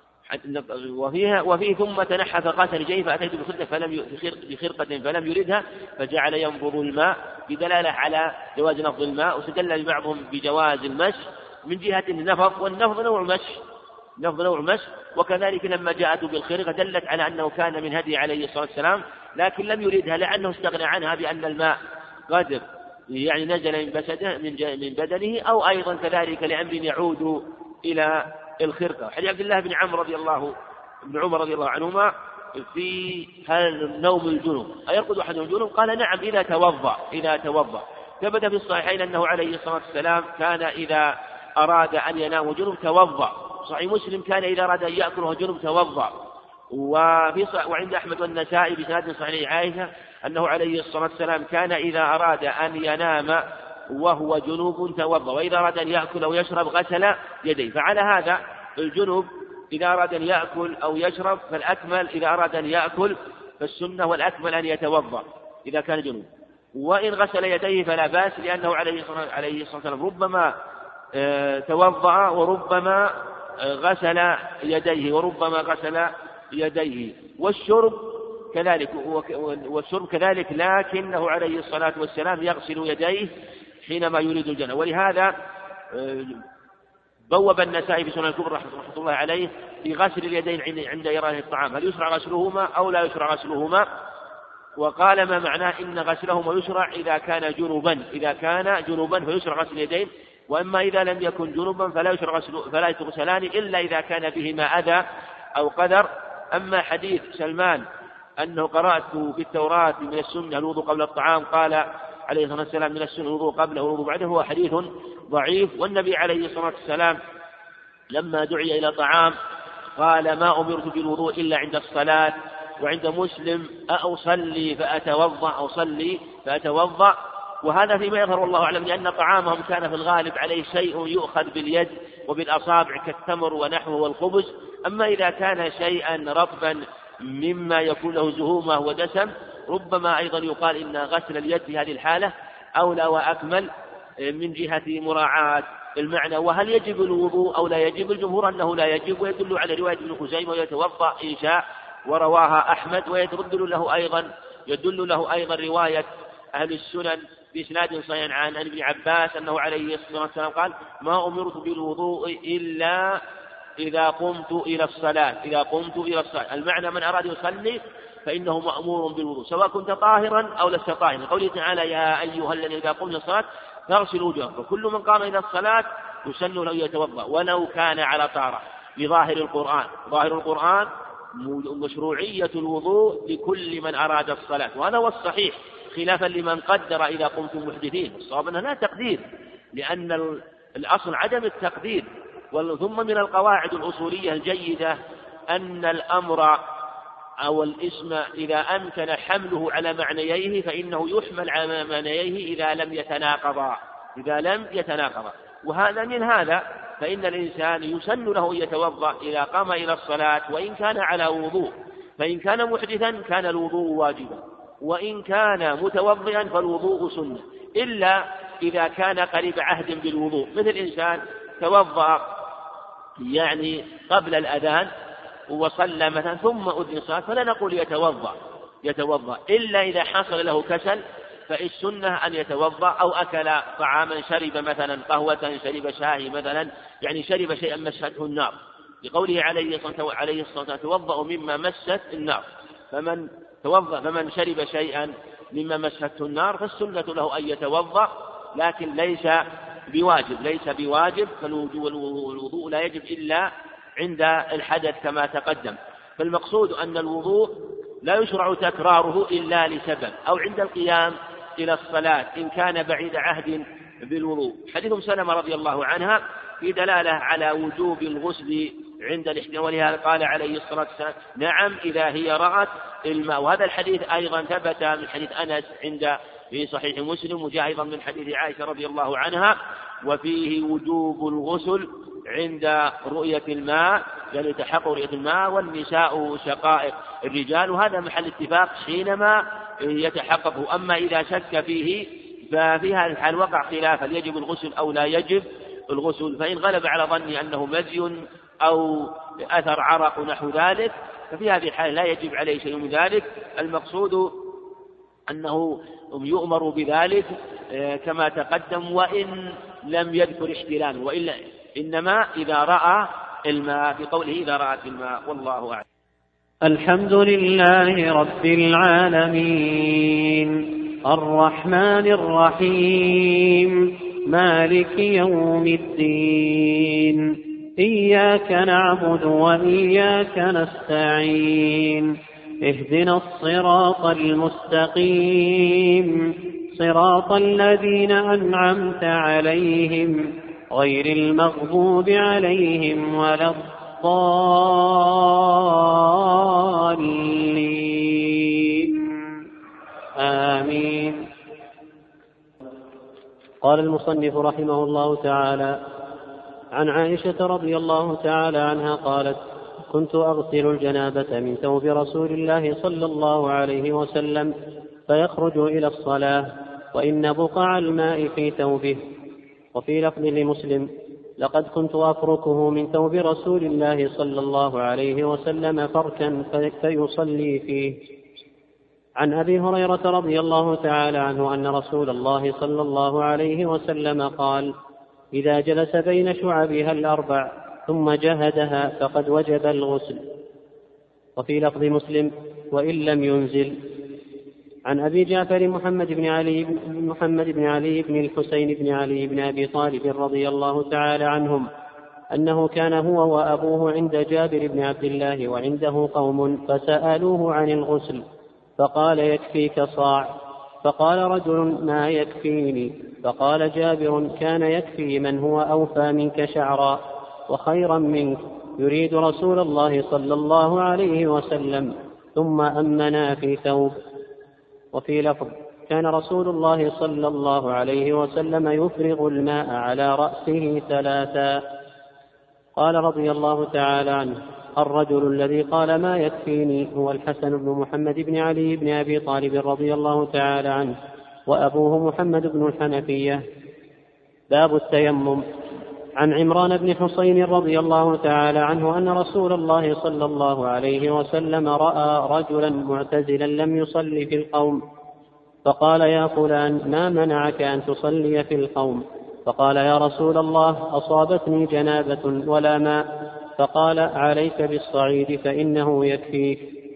وفيها وفيه ثم تنحى فغسل رجليه فأتيت بخرقة فلم بخرقة فلم يردها فجعل ينبض الماء بدلالة على جواز نفض الماء. واستدل بعضهم بجواز المشي من جهة النفض، والنفض نوع مشي نفض نوع مشي وكذلك لما جاءت بالخرقة دلت على أنه كان من هدي عليه الصلاة والسلام، لكن لم يردها لأنه استغنى عنها بأن الماء قد يعني نزل من بسده من بدنه، أو أيضا كذلك لأمر يعود إلى الخرقة. حديث عبد الله بن عمرو رضي الله بن عمر رضي الله عنهما في هل نوم الجنوب أيرقد أحد الجنوب؟ قال نعم إذا توضأ إذا توضأ. ثبت في الصحيحين أنه عليه الصلاة والسلام كان إذا أراد أن ينام جنوب توضأ. صحيح مسلم كان إذا أراد أن يأكله جنوب توضأ. وفي وعند أحمد والنسائي بسند صحيح عائشة أنه عليه الصلاة والسلام كان إذا أراد أن ينام وهو جنوب توضأ، وإذا أراد أن يأكل أو يشرب غسل يديه. فعلى هذا الجنوب إذا أراد أن يأكل أو يشرب فالأكمل إذا أراد أن يأكل فالسنة والأكمل أن يتوضأ إذا كان جنوب، وإن غسل يديه فلا بأس، لأنه عليه الصلاة والسلام ربما توضأ وربما غسل يديه وربما غسل يديه. والشرب كذلك والشرب كذلك لكنه عليه الصلاة والسلام يغسل يديه حينما يريد الجنة. ولهذا بوب النسائي في سنن الكبرى رحمة الله عليه في غسل اليدين عند إراده الطعام، هل يشرع غسلهما أو لا يشرع غسلهما؟ وقال ما معناه إن غسلهما يشرع إذا كان جنوبا، إذا كان جنوبا فيشرع غسل اليدين، وأما إذا لم يكن جنوبا فلا يشرع غسل فلا يغسلان إلا إذا كان بهما أذى أو قدر. أما حديث سلمان أنه قرأت في التوراة من السنة الوضوء قبل الطعام، قال عليه الصلاة والسلام من السنة الوضوء قبله والوضوء بعده، هو حديث ضعيف. والنبي عليه الصلاة والسلام لما دعي إلى طعام قال ما أمرت بالوضوء إلا عند الصلاة. وعند مسلم أصلي فأتوضأ أصلي فأتوضأ. وهذا فيما يظهر والله أعلم، لأن طعامهم كان في الغالب عليه شيء يؤخذ باليد وبالأصابع كالتمر ونحوه والخبز. أما إذا كان شيئا رطبا مما يكون له زهومة ودسم ربما أيضا يقال إن غسل اليد في هذه الحالة أولى وأكمل من جهة مراعاة المعنى. وهل يجب الوضوء أو لا يجب؟ الجمهور أنه لا يجب، ويدل على رواية ابن خزيمة ويتوضأ إن شاء ورواها أحمد، ويدل له أيضا يدل له أيضا رواية أهل السنن بإسناد صحيح عن ابن عباس أنه عليه الصلاة والسلام قال ما أمرت بالوضوء إلا إذا قمت إلى الصلاة إذا قمت إلى الصلاة. المعنى من أراد يصلي فإنه مأمور بالوضوء سواء كنت طاهرا أو لست طاهرا. قوله تعالى يا أيها الذين إذا قمت إلى الصلاة فاغسلوا وجوهكم، فكل من قام إلى الصلاة يسن له يتوضأ ولو كان على طهارة لظاهر القرآن. ظاهر القرآن مشروعية الوضوء لكل من أراد الصلاة، وهذا هو الصحيح، خلافا لمن قدر إذا قمتم محدثين. الصواب أنه لا تقدير، لأن الأصل عدم التقدير. ثم من القواعد الأصولية الجيدة أن الأمر أو الاسم إذا أمكن حمله على معنييه فإنه يحمل على معنييه إذا لم يتناقضا إذا لم يتناقضا وهذا من هذا فإن الإنسان يسن له يتوضأ إذا قام إلى الصلاة وإن كان على وضوء، فإن كان محدثا كان الوضوء واجبا، وإن كان متوضئا فالوضوء سنة، إلا إذا كان قريب عهد بالوضوء، مثل إنسان توضأ يعني قبل الأذان وصلى مثلا ثم أذن الصلاة فلا نقول يتوضأ يتوضأ إلا إذا حصل له كسل، فالسنة أن يتوضأ، أو أكل طعاما شرب مثلا قهوة شرب شاي مثلا، يعني شرب شيئا مسته النار، لقوله عليه الصلاة والسلام توضأ مما مست النار، فمن توضأ فمن شرب شيئا مما مسته النار فالسنة له أن يتوضأ، لكن ليس بواجب ليس بواجب فالوضوء لا يجب إلا عند الحدث كما تقدم. فالمقصود أن الوضوء لا يشرع تكراره إلا لسبب، أو عند القيام إلى الصلاة إن كان بعيد عهد بالوضوء. حديث سلمة رضي الله عنها في دلالة على وجوب الغسل عند الاحتلام، ولهذا قال عليه الصلاة والسلام نعم إذا هي رأت الماء. وهذا الحديث أيضا ثبت من حديث أنس عند في صحيح مسلم، وجاء أيضا من حديث عائشة رضي الله عنها، وفيه وجوب الغسل عند رؤية الماء، يعني تحقق رؤية الماء، والنساء شقائق الرجال، وهذا محل اتفاق حينما يتحقق. أما إذا شك فيه ففي هذا الحال وقع خلاف هل يجب الغسل أو لا يجب الغسل، فإن غلب على ظني أنه مذي أو أثر عرق نحو ذلك ففي هذه الحال لا يجب عليه شيء من ذلك. المقصود أنه يؤمر بذلك كما تقدم وإن لم يذكر احتلاما، وإلا إنما إذا رأى الماء، في قوله إذا رأت الماء، والله أعلم. الحمد لله رب العالمين الرحمن الرحيم مالك يوم الدين إياك نعبد وإياك نستعين اهدنا الصراط المستقيم صراط الذين أنعمت عليهم غير المغضوب عليهم ولا الضالين آمين. قال المصنف رحمه الله تعالى: عن عائشة رضي الله تعالى عنها قالت: كنت أغسل الجنابة من ثوب رسول الله صلى الله عليه وسلم فيخرج إلى الصلاة وإن بقع الماء في ثوبه. وفي لفظ لمسلم: لقد كنت أفركه من ثوب رسول الله صلى الله عليه وسلم فركا فيصلي فيه. عن أبي هريرة رضي الله تعالى عنه أن رسول الله صلى الله عليه وسلم قال: إذا جلس بين شعبها الأربع ثم جهدها فقد وجب الغسل. وفي لفظ مسلم: وإن لم ينزل. عن أبي جعفر محمد بن علي محمد بن علي بن الحسين بن علي بن أبي طالب رضي الله تعالى عنهم أنه كان هو وأبوه عند جابر بن عبد الله وعنده قوم فسألوه عن الغسل فقال: يكفيك صاع. فقال رجل: ما يكفيني؟ فقال جابر: كان يكفي من هو أوفى منك شعرا وخيرا منك، يريد رسول الله صلى الله عليه وسلم، ثم أمنا في ثوب. وفي لفظ: كان رسول الله صلى الله عليه وسلم يفرغ الماء على رأسه ثلاثا. قال رضي الله تعالى عنه: الرجل الذي قال ما يكفيني هو الحسن بن محمد بن علي بن أبي طالب رضي الله تعالى عنه، وأبوه محمد بن الحنفية. باب التيمم. عن عمران بن حسين رضي الله تعالى عنه أن رسول الله صلى الله عليه وسلم رأى رجلا معتزلا لم يصلي في القوم فقال: يا فلان، ما منعك أن تصلي في القوم؟ فقال: يا رسول الله، أصابتني جنابة ولا ماء. فقال: عليك بالصعيد فإنه يكفيك.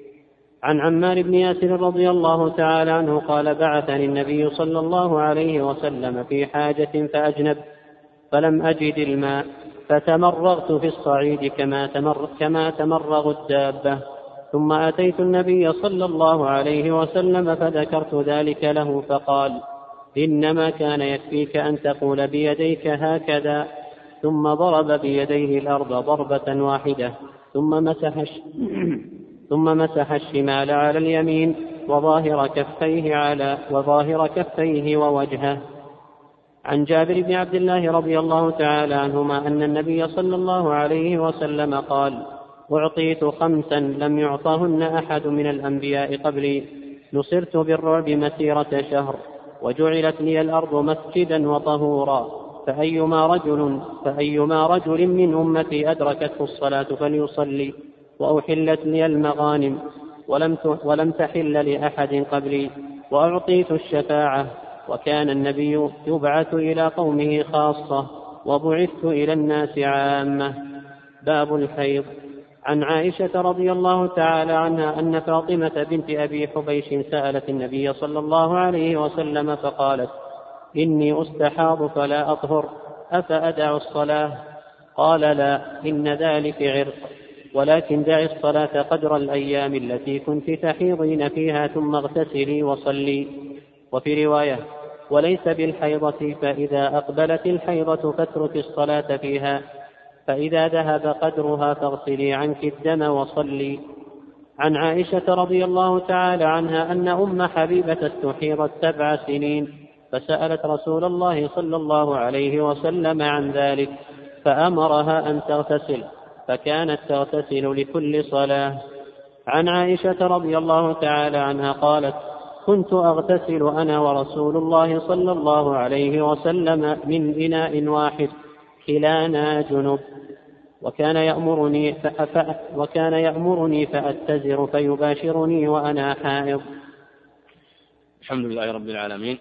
عن عمار بن ياسر رضي الله تعالى عنه قال: بعثني النبي صلى الله عليه وسلم في حاجة فأجنب فلم أجد الماء فتمرغت في الصعيد كما, تمر كما تمرغ الدابة، ثم أتيت النبي صلى الله عليه وسلم فذكرت ذلك له فقال: إنما كان يكفيك أن تقول بيديك هكذا. ثم ضرب بيديه الأرض ضربة واحدة ثم مسح ثم مسح الشمال على اليمين وظاهر كفيه على وظاهر كفيه ووجهه. عن جابر بن عبد الله رضي الله تعالى عنهما أن النبي صلى الله عليه وسلم قال: أعطيت خمسا لم يعطهن أحد من الأنبياء قبلي، نصرت بالرعب مسيرة شهر، وجعلت لي الأرض مسجدا وطهورا، فأيما رجل, فأيما رجل من أمتي أدركته الصلاة فليصلي، وأحلت لي المغانم ولم, ولم تحل لأحد قبلي، وأعطيت الشفاعة، وكان النبي يبعث إلى قومه خاصة، وبعثت إلى الناس عامة. باب الحيض. عن عائشة رضي الله تعالى عنها أن فاطمة بنت أبي حبيش سألت النبي صلى الله عليه وسلم فقالت: إني أستحاض فلا أطهر، أفأدع الصلاة؟ قال: لا، إن ذلك عرق، ولكن دعي الصلاة قدر الأيام التي كنت تحيضين فيها ثم اغتسلي وصلي. وفي رواية: وليس بالحيضة، فإذا أقبلت الحيضة فاترك الصلاة فيها، فإذا ذهب قدرها فاغسلي عنك الدم وصلي. عن عائشة رضي الله تعالى عنها أن أم حبيبة استحيضت سبع سنين فسألت رسول الله صلى الله عليه وسلم عن ذلك فأمرها أن تغتسل، فكانت تغتسل لكل صلاة. عن عائشة رضي الله تعالى عنها قالت: كنت أغتسل أنا ورسول الله صلى الله عليه وسلم من إناء واحد كلانا جنب، وكان يأمرني فأف... وكان يأمرني فأتزر فيباشرني وأنا حائض. الحمد لله رب العالمين.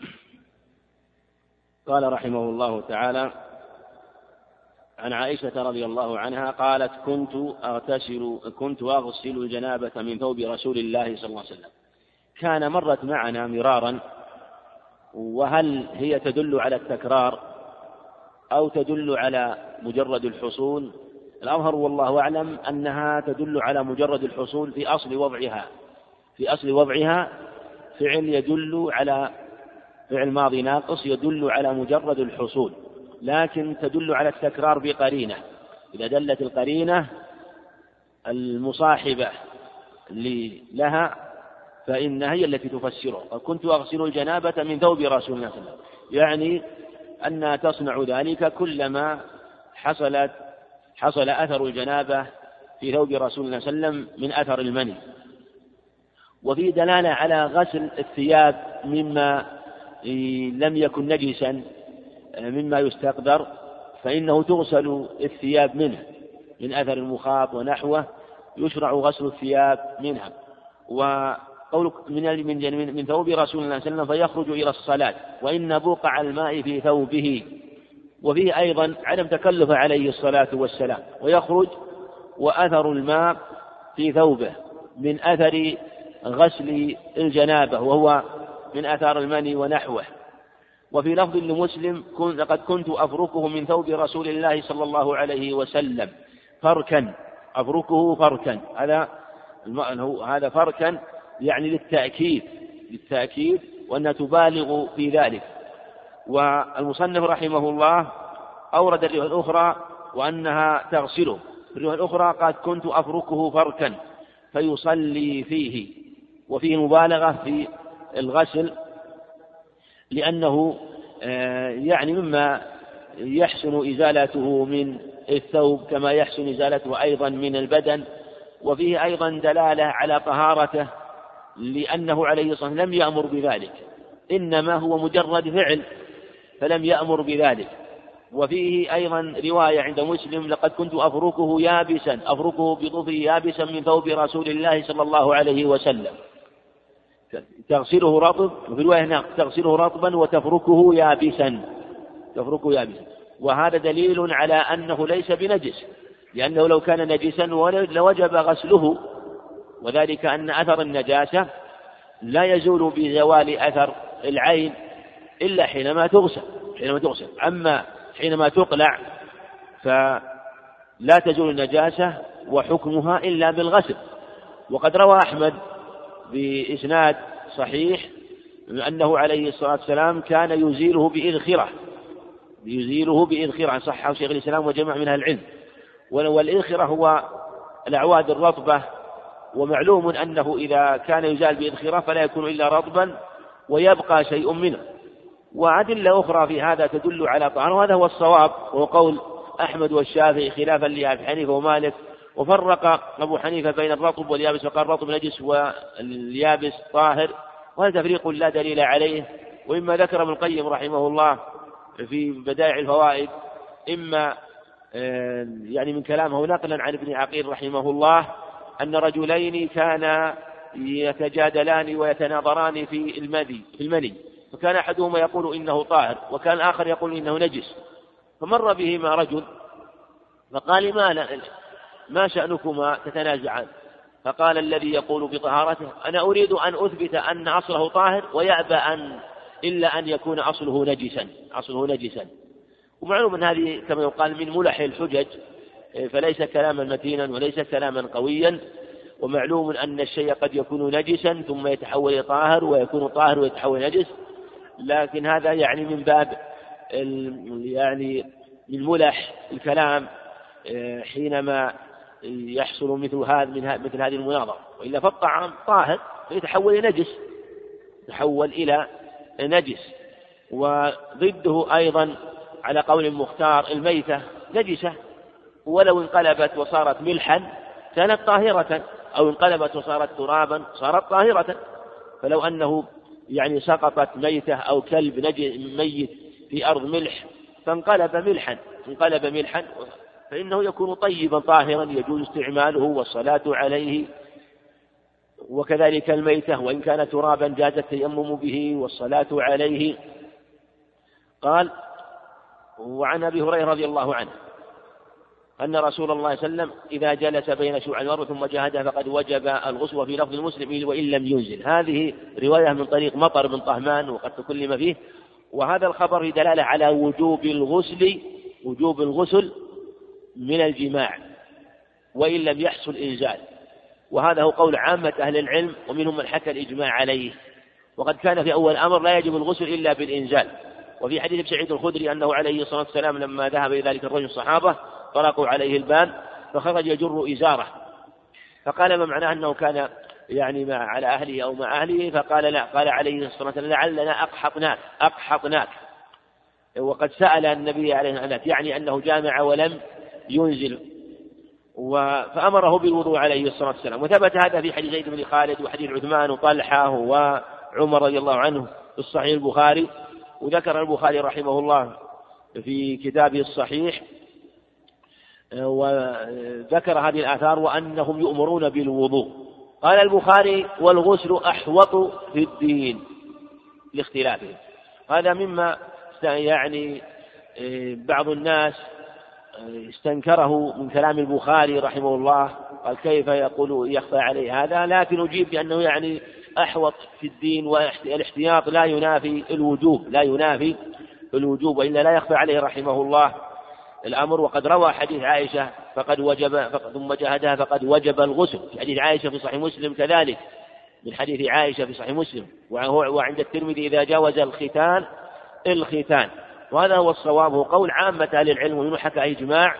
قال رحمه الله تعالى: عن عائشة رضي الله عنها قالت: كنت أغتسل كنت أغسل الجنابة من ثوب رسول الله صلى الله عليه وسلم. كان مرت معنا مرارا، وهل هي تدل على التكرار أو تدل على مجرد الحصول؟ الأظهر والله أعلم أنها تدل على مجرد الحصول في أصل وضعها في أصل وضعها فعل يدل على فعل ماضي ناقص يدل على مجرد الحصول، لكن تدل على التكرار بقرينة. إذا دلت القرينة المصاحبة لها فإنها هي التي تفسره. كنت أغسل الجنابة من ثوب رسول الله صلى الله عليه وسلم، يعني أنها تصنع ذلك كلما حصلت حصل أثر الجنابة في ثوب رسول الله صلى الله عليه وسلم من أثر المني. وفي دلالة على غسل الثياب مما لم يكن نجسا مما يستقدر، فإنه تغسل الثياب منه من أثر المخاط ونحوه، يشرع غسل الثياب منها. وقولك من من من ثوب رسول الله صلى الله عليه وسلم فيخرج إلى الصلاة وإن بقع الماء في ثوبه، وفيه أيضا عدم تكلف عليه الصلاة والسلام، ويخرج وأثر الماء في ثوبه من أثر غسل الجنابة وهو من أثار المني ونحوه. وفي لفظ لمسلم لقد كنت أفركه من ثوب رسول الله صلى الله عليه وسلم فركا، أفركه فركا، هذا هذا فركا يعني للتأكيد للتأكيد وأنها تبالغ في ذلك. والمصنف رحمه الله أورد الرواية الأخرى وأنها تغسله، الرواية الأخرى قد كنت أفركه فركا فيصلي فيه، وفيه مبالغة في الغسل لأنه يعني مما يحسن إزالته من الثوب كما يحسن إزالته أيضا من البدن. وفيه أيضا دلالة على طهارته لأنه عليه الصلاة والسلام لم يأمر بذلك، إنما هو مجرد فعل فلم يأمر بذلك. وفيه أيضا رواية عند مسلم لقد كنت أفركه يابسا، أفركه بطفي يابسا من ثوب رسول الله صلى الله عليه وسلم، تغسله رطب، وفي رواية هنا تغسله رطبا وتفركه يابسا، تفركه يابسا. وهذا دليل على أنه ليس بنجس، لأنه لو كان نجسا لوجب غسله، وذلك أن أثر النجاسة لا يزول بزوال أثر العين إلا حينما تغسل حينما تغسل أما حينما تقلع فلا تزول النجاسة وحكمها إلا بالغسل. وقد روى أحمد بإسناد صحيح أنه عليه الصلاة والسلام كان يزيله بإذخرة يزيله بإذخرة، صححه شيخ الإسلام وجمع منها العلم. والإذخرة هو الأعواد الرطبة، ومعلوم أنه إذا كان يزال بإذخرة فلا يكون إلا رطبا ويبقى شيء منه. وأدلة أخرى في هذا تدل على طهارة، وهذا هو الصواب، وهو قول أحمد والشافعي خلافا لأبي حنيفة ومالك. وفرق أبو حنيفة بين الرطب واليابس فقال الرطب نجس واليابس طاهر، وهذا تفريق لا دليل عليه. وإما ذكر ابن القيم رحمه الله في بدائع الفوائد إما يعني من كلامه نقلا عن ابن عقيل رحمه الله أن رجلين كانا يتجادلان ويتناظران في المني في المني فكان أحدهما يقول إنه طاهر وكان الآخر يقول إنه نجس، فمر بهما رجل فقال ما ما شأنكما تتنازعان؟ فقال الذي يقول بطهارته أنا أريد أن أثبت أن أصله طاهر ويأبى أن إلا أن يكون أصله نجسا أصله نجسا ومعلوم أن هذه كما يقال من ملح الحجج، فليس كلاما متينا وليس كلاما قويا. ومعلوم أن الشيء قد يكون نجسا ثم يتحول إلى طاهر ويكون طاهر ويتحول نجس، لكن هذا يعني من باب يعني من ملح الكلام حينما يحصل مثل هذا من مثل هذه المناظرة. وإلا فالطعام طاهر فيتحول إلى نجس تحول إلى نجس. وضده أيضا على قول مختار الميتة نجسة ولو انقلبت وصارت ملحا كانت طاهرة، أو انقلبت وصارت ترابا صارت طاهرة. فلو أنه يعني سقطت ميتة أو كلب ميت في أرض ملح فانقلب ملحا انقلب ملحا فإنه يكون طيبا طاهرا يجوز استعماله والصلاة عليه. وكذلك الميتة وإن كان ترابا جاز التيمم به والصلاة عليه. قال وعن أبي هريرة رضي الله عنه أن رسول الله صلى الله عليه وسلم إذا جلس بين شوع المرء ثم جاهدها فقد وجب الغسل، في لفظ المسلم وإن لم ينزل. هذه رواية من طريق مطر بن طهمان وقد تكلم فيه. وهذا الخبر في دلالة على وجوب الغسل وجوب الغسل من الجماع وإن لم يحصل إنزال، وهذا هو قول عامة أهل العلم ومنهم من حكى الإجماع عليه. وقد كان في أول الأمر لا يجب الغسل إلا بالإنزال. وفي حديث ابن سعيد الخدري أنه عليه الصلاة والسلام لما ذهب إلى ذلك الرجل الصحابة طرقوا عليه الباب فخرج يجر إزاره، فقال ما معناه أنه كان يعني مع على أهله أو مع أهله؟ فقال لا، قال عليه الصلاة والسلام لعلنا أقحطناك أقحطناك وقد سأل النبي عليه الصلاة والسلام، يعني أنه جامع ولم ينزل، فأمره بالوضوء عليه الصلاة والسلام. وثبت هذا في حديث زيد بن خالد وحديث عثمان وطلحة وعمر رضي الله عنه في الصحيح البخاري. وذكر البخاري رحمه الله في كتابه الصحيح وذكر هذه الآثار وأنهم يؤمرون بالوضوء. قال البخاري: والغسل أحوط في الدين لاختلافه. هذا مما يعني بعض الناس استنكره من كلام البخاري رحمه الله، قال: كيف يقول يخفى عليه هذا؟ لكن أجيب بأنه يعني أحوط في الدين، والاحتياط لا ينافي الوجوب، لا ينافي الوجوب، وإلا لا يخفى عليه رحمه الله الأمر. وقد روى حديث عائشة فقد وجب فقد ثم جاهدها فقد وجب الغسل، في حديث عائشة في صحيح مسلم كذلك، من حديث عائشة في صحيح مسلم، وعند الترمذي: إذا جاوز الختان الختان. وهذا هو الصواب، هو قول عامة أهل العلم ومنه حكى إجماع،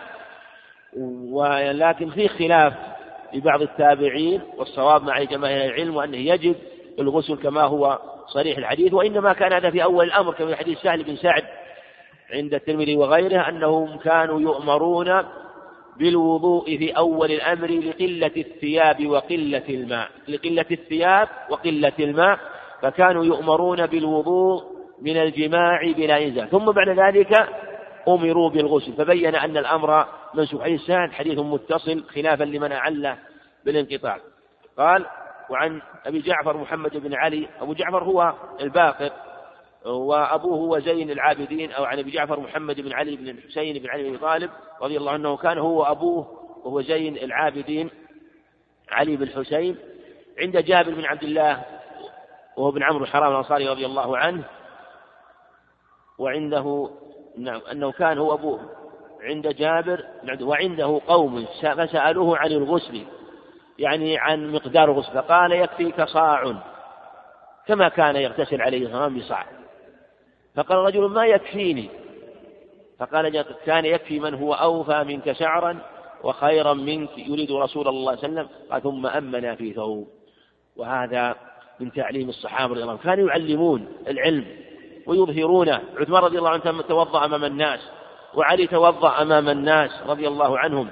ولكن في خلاف لبعض التابعين، والصواب مع جماهير العلم أنه يجب الغسل كما هو صريح الحديث. وإنما كان هذا في أول الأمر، كما في حديث سهل بن سعد عند الترمذي وغيره أنهم كانوا يؤمرون بالوضوء في أول الأمر لقلة الثياب وقلة الماء، لقلة الثياب وقلة الماء، فكانوا يؤمرون بالوضوء من الجماع بلا إنزال، ثم بعد ذلك أمروا بالغسل، فبين أن الأمر منسوخ. حديث سهل حديث متصل خلافا لمن أعله بالانقطاع. قال: وعن أبي جعفر محمد بن علي، أبو جعفر هو الباقر وأبوه هو زين العابدين، أو عن أبي جعفر محمد بن علي بن الحسين بن علي بن طالب رضي الله عنه، كان هو أبوه وهو زين العابدين علي بن الحسين، عند جابر بن عبد الله وهو بن عمرو الحرام الأنصاري رضي الله عنه، وعنده نعم أنه كان هو أبوه عند جابر، وعنده قوم فسألوه عن الغسل، يعني عن مقدار الغسل، فقال: يكفيك صاع، كما كان يغتسل عليه الصلاة والسلام بصاع. فقال رجل: ما يكفيني؟ فقال: كان يكفي من هو أوفى منك شعرا وخيرا منك يريد رسول الله صلى الله عليه وسلم. قال: ثم أمنا في ثوب. وهذا من تعليم الصحابة رضي الله عنهم، كانوا يعلمون العلم ويظهرونه. عثمان رضي الله عنه توضأ أمام الناس، وعلي توضأ أمام الناس رضي الله عنهم،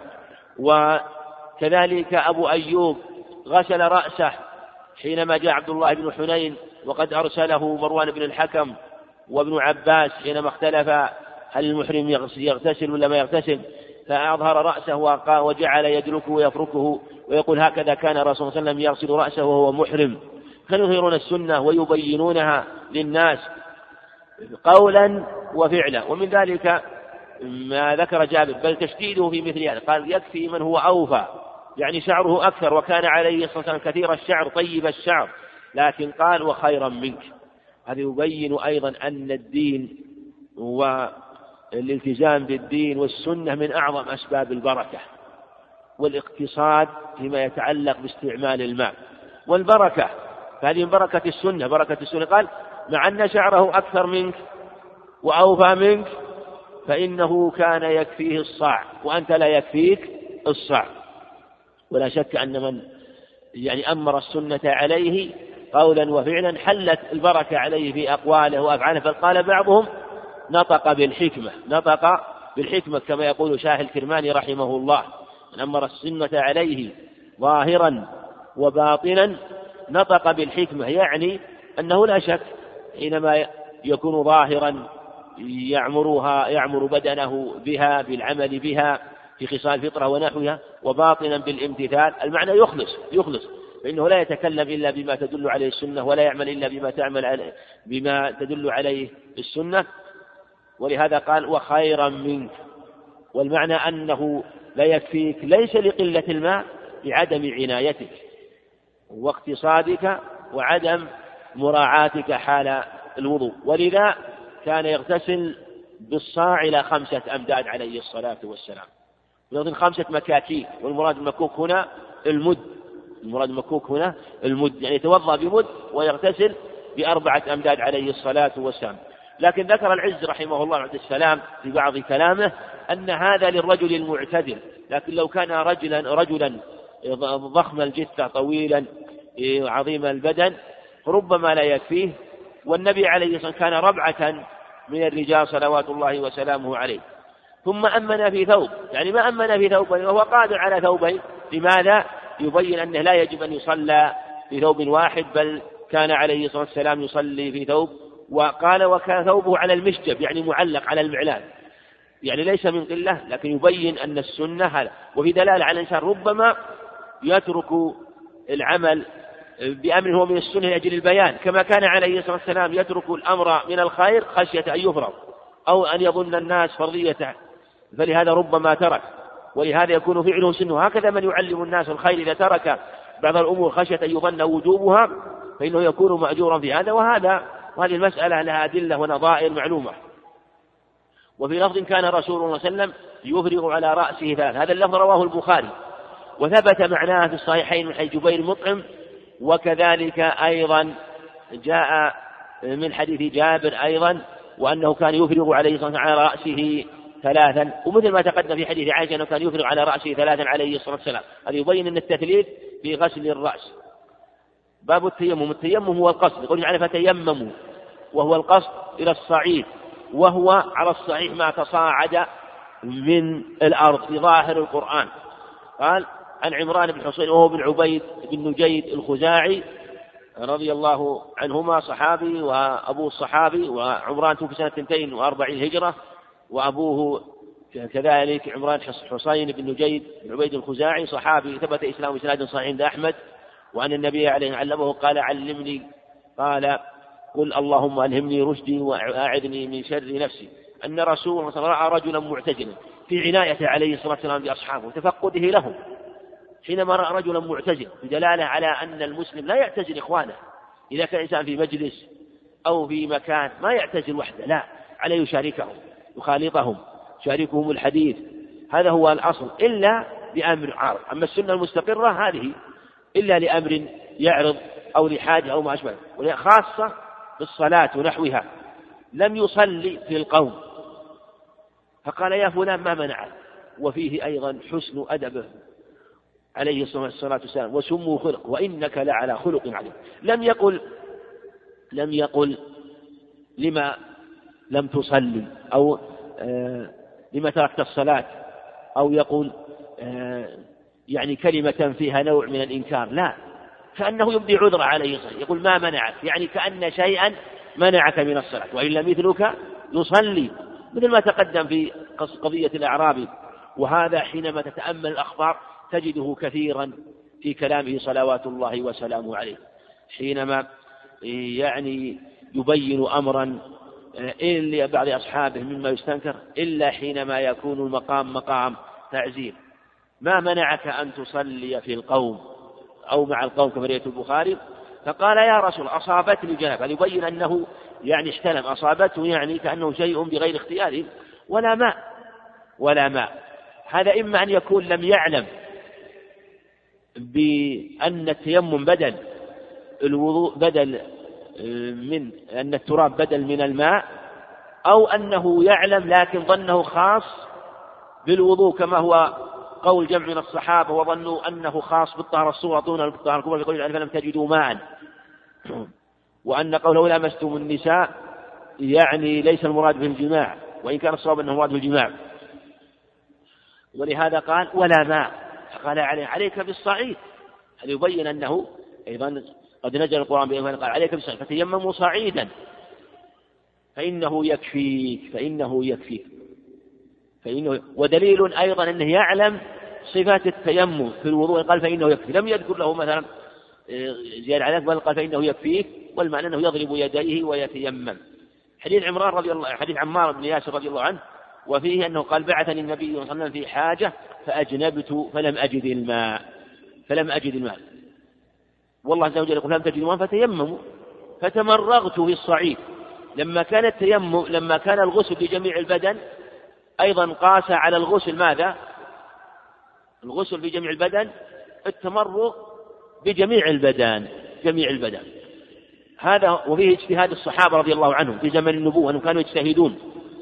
وكذلك أبو أيوب غسل رأسه حينما جاء عبد الله بن حنين، وقد أرسله مروان بن الحكم وابن عباس حينما اختلف هل المحرم يغتسل ولا ما يغتسل، فأظهر رأسه وجعل يدركه ويفركه ويقول: هكذا كان الرسول صلى الله عليه وسلم يغسل رأسه وهو محرم. كانوا يظهرون السنة ويبينونها للناس قولا وفعلا. ومن ذلك ما ذكر جابر: بل تشديده في مثل هذا، قال: يكفي من هو أوفى، يعني شعره أكثر، وكان عليه الصلاة والسلام كثير الشعر طيب الشعر، لكن قال: وخيرا منك. هذا يبين أيضا أن الدين والالتزام بالدين والسنة من أعظم أسباب البركة والاقتصاد فيما يتعلق باستعمال الماء والبركة. فهذه من بركة السنة، بركة السنة. قال: مع أن شعره أكثر منك وأوفى منك فإنه كان يكفيه الصاع، وأنت لا يكفيك الصاع. ولا شك أن من يعني أمر السنة عليه قولا وفعلا حلت البركة عليه في أقواله وأفعاله. فقال بعضهم: نطق بالحكمة، نطق بالحكمة، كما يقول شاه الكرماني رحمه الله: من أمر السنة عليه ظاهرا وباطنا نطق بالحكمة، يعني أنه لا شك حينما يكون ظاهرا يعمرها يعمر بدنه بها بالعمل بها في خصال الفطرة ونحوها، وباطنا بالامتثال، المعنى يخلص يخلص فإنه لا يتكلم إلا بما تدل عليه السنة، ولا يعمل إلا بما تعمل عليه بما تدل عليه السنة. ولهذا قال: وخيرا منك. والمعنى أنه لا يكفيك ليس لقلة الماء، لعدم عنايتك واقتصادك وعدم مراعاتك حال الوضوء. ولذا كان يغتسل بالصاع إلى خمسة أمداد عليه الصلاة والسلام، يظن خمسة مكاكيل، والمراد المكوك هنا المد، المراد المكوك هنا المد، يعني يتوضأ بمد ويغتسل بأربعة أمداد عليه الصلاة والسلام. لكن ذكر العز رحمه الله عبد السلام في بعض كلامه أن هذا للرجل المعتدل، لكن لو كان رجلا رجلا ضخم الجثة طويلا عظيم البدن ربما لا يكفيه. والنبي عليه الصلاة والسلام كان ربعة من الرجال صلوات الله وسلامه عليه. ثم أمن في ثوب، يعني ما أمن في ثوبين وهو قادر على ثوبين. لماذا؟ يبين أنه لا يجب أن يصلى في ثوب واحد، بل كان عليه الصلاة والسلام يصلي في ثوب. وقال وكان ثوبه على المشجب، يعني معلق على المعلان، يعني ليس من قلة، لكن يبين أن السنة هذا. وفي دلالة على الإنسان ربما يترك العمل بأمر هو من السنة لأجل البيان، كما كان عليه الصلاة والسلام يترك الأمر من الخير خشية أن يفرض أو أن يظن الناس فرضيته، فلهذا ربما ترك، ولهذا يكون فعله سنه. هكذا من يعلم الناس الخير إذا ترك بعض الأمور خشية أن يظن وجوبها فإنه يكون مأجورا في هذا. وهذا وهذه المسألة لها أدلة ونظائر معلومة. وفي لفظ كان رسول الله صلى الله عليه وسلم يفرغ على رأسه ثلاث، هذا اللفظ رواه البخاري، وثبت معناه في الصحيحين من حديث جبير مطعم، وكذلك أيضا جاء من حديث جابر أيضا وأنه كان يفرغ عليه الصلاة والسلام على رأسه ثلاثا، ومثل ما تقدم في حديث عائشة أنه كان يفرغ على رأسه ثلاثا عليه الصلاة والسلام. هذا يبين أن التثليث في غسل الرأس. باب التيمم، التيمم هو القصد، يقول تعالى فتيمموا، وهو القصد إلى الصعيد، وهو على الصحيح ما تصاعد من الأرض في ظاهر القرآن. قال عن عمران بن حصين وهو بن عبيد بن نجيد الخزاعي رضي الله عنهما، صحابي وأبوه الصحابي، وعمران توفي سنة اثنتين وأربعين هجرة، وأبوه كذلك عمران حصين بن نجيد بن عبيد الخزاعي صحابي، ثبت إسلام إسناد صحيح عند أحمد. وأن النبي عليه علمه قال علمني، قال قل اللهم ألهمني رشدي وأعذني من شر نفسي. أن رسول الله صلى الله عليه وسلم رأى رجلا معتزلا في عنايته عليه الصلاة والسلام بأصحابه وتفقده لهم، حينما رأى رجلا معتزل بدلالة على أن المسلم لا يعتزل إخوانه. إذا كان إنسان في مجلس أو في مكان ما يعتزل وحده، لا، عليه يشاركهم يخالطهم يشاركهم الحديث، هذا هو الأصل، إلا بأمر عارض. أما السنة المستقرة هذه إلا لأمر يعرض أو لحاجة أو ما أشبه، خاصة بالصلاة ونحوها. لم يصلي في القوم فقال يا فلان ما منعك، وفيه أيضا حسن أدبه عليه الصلاة والسلام، وسموا خلق وإنك لعلى خلق عليم. لم يقل لم يقل لما لم تصلي، أو آه لما تركت الصلاة، أو يقول آه يعني كلمة فيها نوع من الإنكار، لا، كأنه يبدي عذر عليه الصلاة، يقول ما منعك، يعني كأن شيئا منعك من الصلاة، وإلا مثلك يصلي، مثل ما تقدم في قضية الأعرابي. وهذا حينما تتأمل الأخبار تجده كثيرا في كلامه صلوات الله وسلامه عليه، حينما يعني يبين أمرا إلا بعض أصحابه مما يستنكر، إلا حينما يكون المقام مقام تعزير. ما منعك أن تصلي في القوم أو مع القوم كما رواه البخاري؟ فقال يا رسول أصابتني جنابة، يبين أنه يعني احتلم، أصابته يعني كأنه شيء بغير اختياره، ولا ماء ولا ماء. هذا إما أن يكون لم يعلم بأن التيمم بدل الوضوء، بدل من أن التراب بدل من الماء، أو أنه يعلم لكن ظنه خاص بالوضوء، كما هو قول جمع من الصحابة وظنوا أنه خاص بالطهارة الصغرى دون الطهارة الكبرى، يقول يعني فلم تجدوا ماء. وأن قوله لمستم النساء يعني ليس المراد بالجماع، وإن كان الصواب أنه مراد بالجماع، ولهذا قال ولا ماء، فقال عليه عليك بالصعيد. هل يبين أنه أيضا قد نزل القرآن بأنه قال عليك بالصعيد فتيمموا صعيدا فإنه يكفيك فإنه يكفيك فإنه ودليل أيضا أنه يعلم صفات التيمم في الوضوء، قال فإنه يكفي، لم يذكر له مثلا زيادة على ذلك، بل قال فإنه يكفيك، والمعنى أنه يضرب يديه ويتيمم. حديث عمران رضي الله حديث عمار بن ياسر رضي الله عنه، وفيه أنه قال بعثني النبي صلى الله عليه وسلم في حاجة فأجنبت فلم أجد الماء فلم أجد الماء والله عز وجل يقول لم تجد الماء فتيمموا، فتمرغت في الصعيد. لما كان التيمم لما كان الغسل بجميع البدن أيضا قاس على الغسل ماذا؟ الغسل بجميع البدن التمرغ بجميع البدن جميع البدن هذا. وفيه اجتهاد الصحابة رضي الله عنهم في زمن النبوة أنهم كانوا يجتهدون،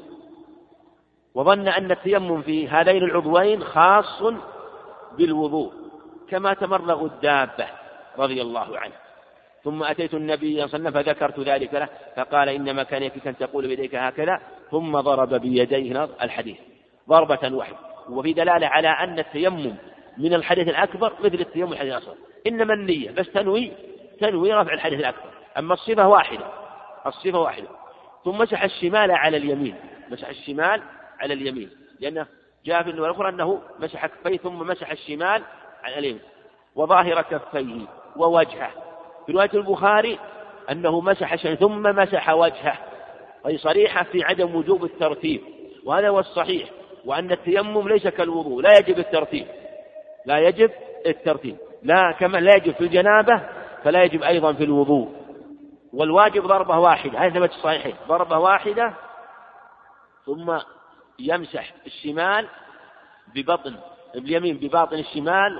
وظن أن التيمم في هذين العضوين خاص بالوضوء كما تمرغ الدابة رضي الله عنه. ثم أتيت النبي صلى الله عليه وسلم فذكرت ذلك له فقال إنما كان يكفيك أن تقول بيديك هكذا، ثم ضرب بيديه الحديث ضربة واحدة. وفي دلالة على أن التيمم من الحدث الأكبر مثل التيمم من الحدث الأصغر، إنما النية بس تنوي تنوي رفع الحدث الأكبر، أما الصفة واحدة الصفة واحدة. ثم مسح الشمال على اليمين، مسح الشمال على اليمين، لأنه جاء في الرواية الأخرى أنه مسح كفيه ثم مسح الشمال على اليمين وظاهر كفيه ووجهه. في رواية البخاري أنه مسح شيء ثم مسح وجهه، أي صريحة في عدم وجوب الترتيب، وهذا هو الصحيح، وأن التيمم ليس كالوضوء لا يجب الترتيب لا يجب الترتيب لا كما لا يجب في الجنابة فلا يجب أيضا في الوضوء. والواجب ضربة واحدة، هذا ثبت الصحيحين، ضربة واحدة ثم يمسح الشمال ببطن اليمين بباطن الشمال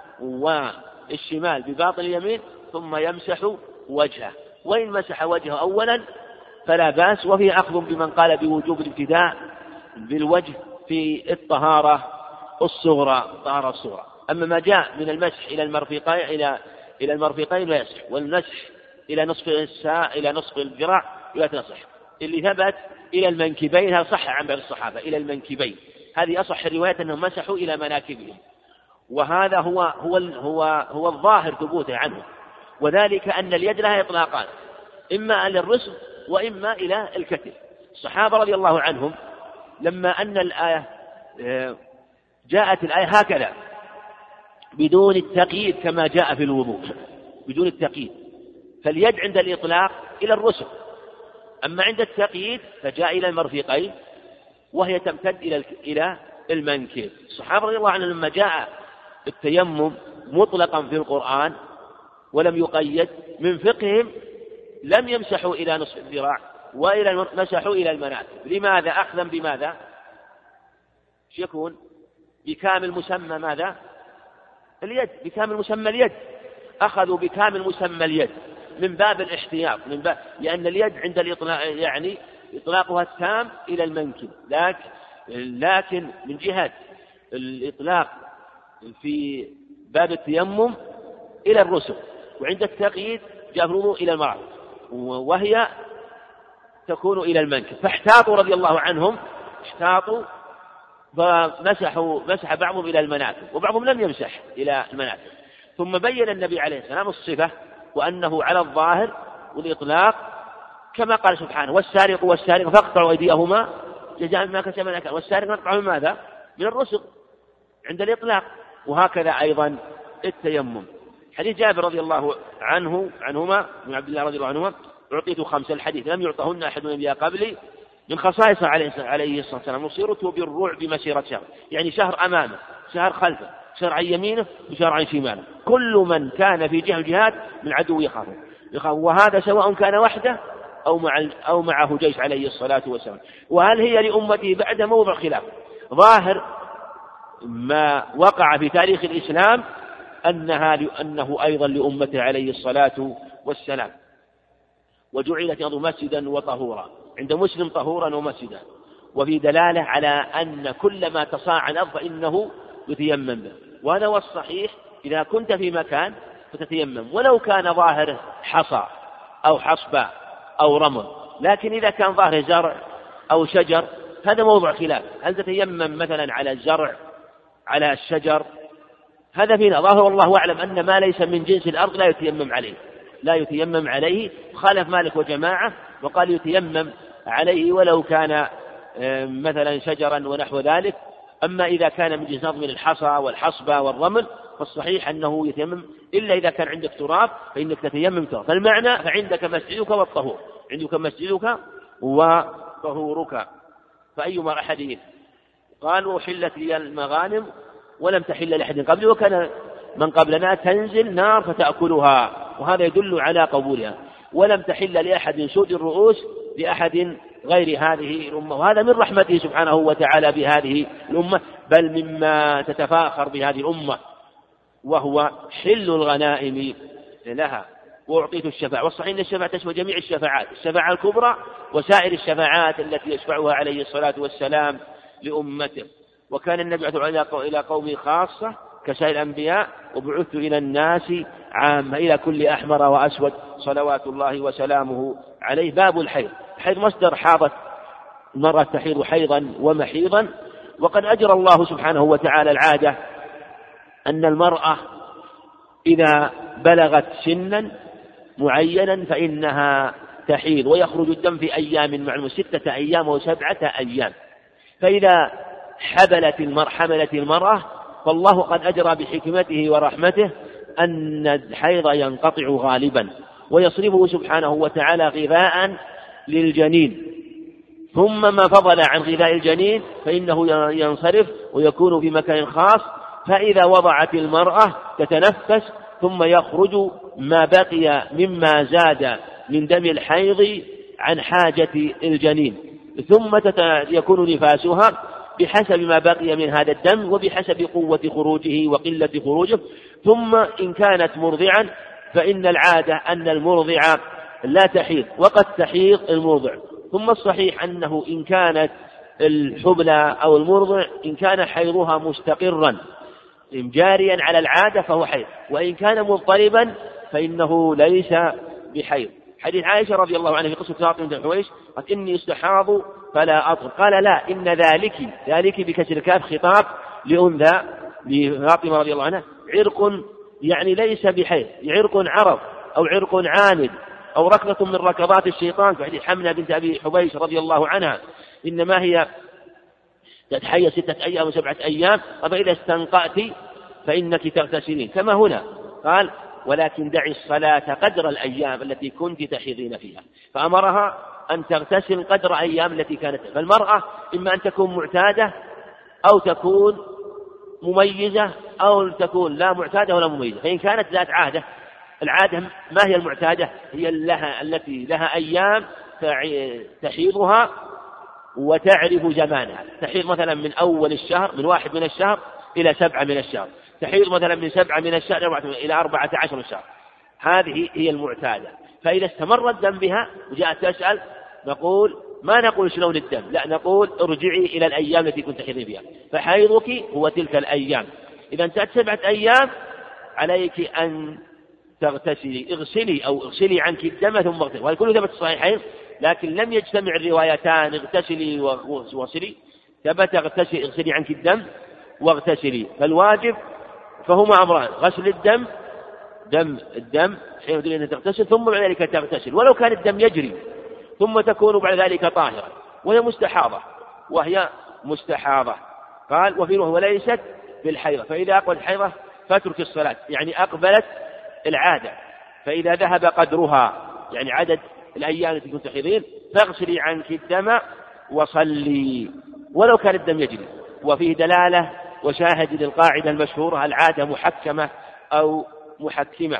والشمال بباطن اليمين ثم يمسح وجهه. وإن مسح وجهه أولا فلا بأس، وفيه أخذ بمن قال بوجوب الابتداء بالوجه في الطهارة الصغرى الطهارة الصغرى. أما ما جاء من المسح إلى المرفقين إلى إلى المرفقين لا يصح، والمسح إلى نصف الساء إلى نصف الذراع لا تصح. اللي ثبت إلى المنكبين هذا صح عن بعض الصحابة إلى المنكبين، هذه أصح الروايات أنهم مسحوا إلى مناكبهم، وهذا هو هو هو هو الظاهر ثبوته عنه، وذلك أن اليد لها إطلاقان، إما إلى الرسل وإما إلى الكتف. الصحابة رضي الله عنهم لما أن الآية جاءت الآية هكذا بدون التقييد كما جاء في الوضوء بدون التقييد، فاليد عند الإطلاق إلى الرسل، أما عند التقييد فجاء إلى المرفقين وهي تمتد إلى إلى المنكب. الصحابة رضي الله عنهم لما جاء التيمم مطلقا في القرآن ولم يقيد من فقههم لم يمسحوا إلى نصف الذراع وإلى مسحوا إلى المناكب. لماذا؟ أخذا بماذا؟ يكون بكامل مسمى ماذا؟ اليد، بكامل مسمى اليد، أخذوا بكامل مسمى اليد من باب الاحتياط، من باب لأن اليد عند الإطلاق يعني إطلاقها التام إلى المنكب، لكن لكن من جهة الإطلاق في باب التيمم إلى الرسل، وعند التقييد جاء الوضوء إلى المرأة وهي تكون إلى المنكب. فاحتاطوا رضي الله عنهم احتاطوا فمسحوا مسح بعضهم إلى المناكب وبعضهم لم يمسح إلى المناكب. ثم بين النبي عليه السلام الصفة وأنه على الظاهر والإطلاق كما قال سبحانه والسارق والسارق فاقطعوا أيديهما جزاء بما كسبا نكالا، والسارق نقطعه من ماذا؟ من الرسل عند الإطلاق. وهكذا أيضا التيمم. حديث جابر رضي الله عنه عنهما من عبد الله رضي الله عنهما أعطيت خمس، الحديث لم يعطهن أحد من الأنبياء قبلي من خصائص عليه الصلاة والسلام نصيرت بالرعب مسيرة شهر، يعني شهر أمامه شهر خلفه شهر عن يمينه وشهر عن شماله، كل من كان في جهة الجهاد من عدو يخافه، وهذا سواء كان وحده أو مع أو معه جيش عليه الصلاة والسلام. وهل هي لأمته بعد موضع خلاف؟ ظاهر ما وقع في تاريخ الإسلام أنها أنه أيضا لأمته عليه الصلاة والسلام. وجعلت الأرض مسجدا وطهورا، عند مسلم طهورا ومسجدا، وفي دلالة على أن كل ما تصاع عن الأرض فإنه يتيمم به، وهذا هو الصحيح. إذا كنت في مكان فتتيمم ولو كان ظاهره حصى أو حصبة أو رمل، لكن إذا كان ظاهره زرع أو شجر هذا موضوع خلاف، هل تتيمم مثلا على الزرع على الشجر؟ هذا فينا ظاهر والله أعلم أن ما ليس من جنس الأرض لا يتيمم عليه لا يتيمم عليه خالف مالك وجماعة وقال يتيمم عليه ولو كان مثلا شجرا ونحو ذلك. أما إذا كان من جنس الأرض من الحصى والحصبة والرمل فالصحيح أنه يتيمم، إلا إذا كان عندك تراب فإنك تتيمم تراب. فالمعنى فعندك مسجدك والطهور، عندك مسجدك وطهورك فأيما أحد. قالوا حلت لي المغانم ولم تحل لأحد قبل، وكان من قبلنا تنزل نار فتأكلها، وهذا يدل على قبولها. ولم تحل لأحد سود الرؤوس لأحد غير هذه الأمة، وهذا من رحمته سبحانه وتعالى بهذه الأمة، بل مما تتفاخر بهذه الأمة، وهو حل الغنائم لها. وأعطيت الشفاعة، والصحيح أن الشفاعة تشمل جميع الشفاعات، الشفاعة الكبرى وسائر الشفاعات التي يشفعها عليه الصلاة والسلام لأمته. وكان النبي يدعو إلى قومه خاصة كسائر الأنبياء وبعثت إلى الناس عامة إلى كل أحمر وأسود صلوات الله وسلامه عليه. باب الحيض. الحيض مصدر حاضت المرأة تحيض حيضا ومحيضا، وقد أجرى الله سبحانه وتعالى العادة أن المرأة إذا بلغت سنا معينا فإنها تحيض ويخرج الدم في أيام معلومة، ستة أيام وسبعة أيام. فإذا حبلت المرأة حملت المرأة فالله قد أجرى بحكمته ورحمته أن الحيض ينقطع غالبا ويصرفه سبحانه وتعالى غذاء للجنين، ثم ما فضل عن غذاء الجنين فإنه ينصرف ويكون في مكان خاص. فإذا وضعت المرأة تتنفس ثم يخرج ما بقي مما زاد من دم الحيض عن حاجة الجنين، ثم يكون نفاسها بحسب ما بقي من هذا الدم وبحسب قوة خروجه وقلة خروجه. ثم إن كانت مرضعا فإن العادة أن المرضع لا تحيض وقد تحيض المرضع. ثم الصحيح أنه إن كانت الحبلى أو المرضع إن كان حيضها مستقرا جاريا على العادة فهو حيض، وإن كان مضطربا فإنه ليس بحيض. حديث عائشة رضي الله عنها في قصة فاطمة بنت حويش قالت إني استحاض فلا أطهر، قال لا إن ذلك ذلك بكسر الكاف خطاب لأنثى لفاطمة رضي الله عنها عرق يعني ليس بحيض، عرق عرض أو عرق عامد أو ركضة من ركضات الشيطان. في حديث حمنة بنت أبي حبيش رضي الله عنها إنما هي تتحيى ستة أيام وسبعة أيام، فإذا استنقأت فإنك تغتسلين. كما هنا قال ولكن دعي الصلاة قدر الأيام التي كنت تحيضين فيها، فأمرها أن تغتسل قدر أيام التي كانت. فالمرأة إما أن تكون معتادة أو تكون مميزة أو تكون لا معتادة ولا مميزة. فإن كانت ذات عادة، العادة ما هي المعتادة؟ هي لها التي لها أيام تحيضها وتعرف زمانها، تحيض مثلا من أول الشهر من واحد من الشهر إلى سبعة من الشهر، تحيض مثلا من سبعة من الشهر إلى أربعة عشر من الشهر، هذه هي المعتادة. فإذا استمر الدم بها وجاءت تسأل نقول ما نقول شلون الدم، لا نقول ارجعي إلى الأيام التي كنت تحيضين فيها، فحيضك هو تلك الأيام. إذا انتهت سبعة أيام عليك أن تغتسلي، اغسلي أو اغسلي عنك الدم ثم اغتسلي. والكل ثبت الصحيحين لكن لم يجتمع الروايتان اغتسلي واغسلي، ثبت اغتسلي اغسلي عنك الدم واغتسلي. فالواجب فهما أمران: غسل الدم دم الدم حين تريد أن تغتسل ثم بعد ذلك تغتسل ولو كان الدم يجري، ثم تكون بعد ذلك طاهرة، وهي مستحاضة وهي مستحاضة. قال وفي وليست بالحيضة، فإذا أقبلت الحيضة فاترك الصلاة، يعني أقبلت العادة، فإذا ذهب قدرها يعني عدد الأيام التي كنت تحيضين فاغسلي عنك الدم وصلي ولو كان الدم يجري. وفيه دلالة وشاهد للقاعدة المشهورة: العادة محكمة أو محكمة.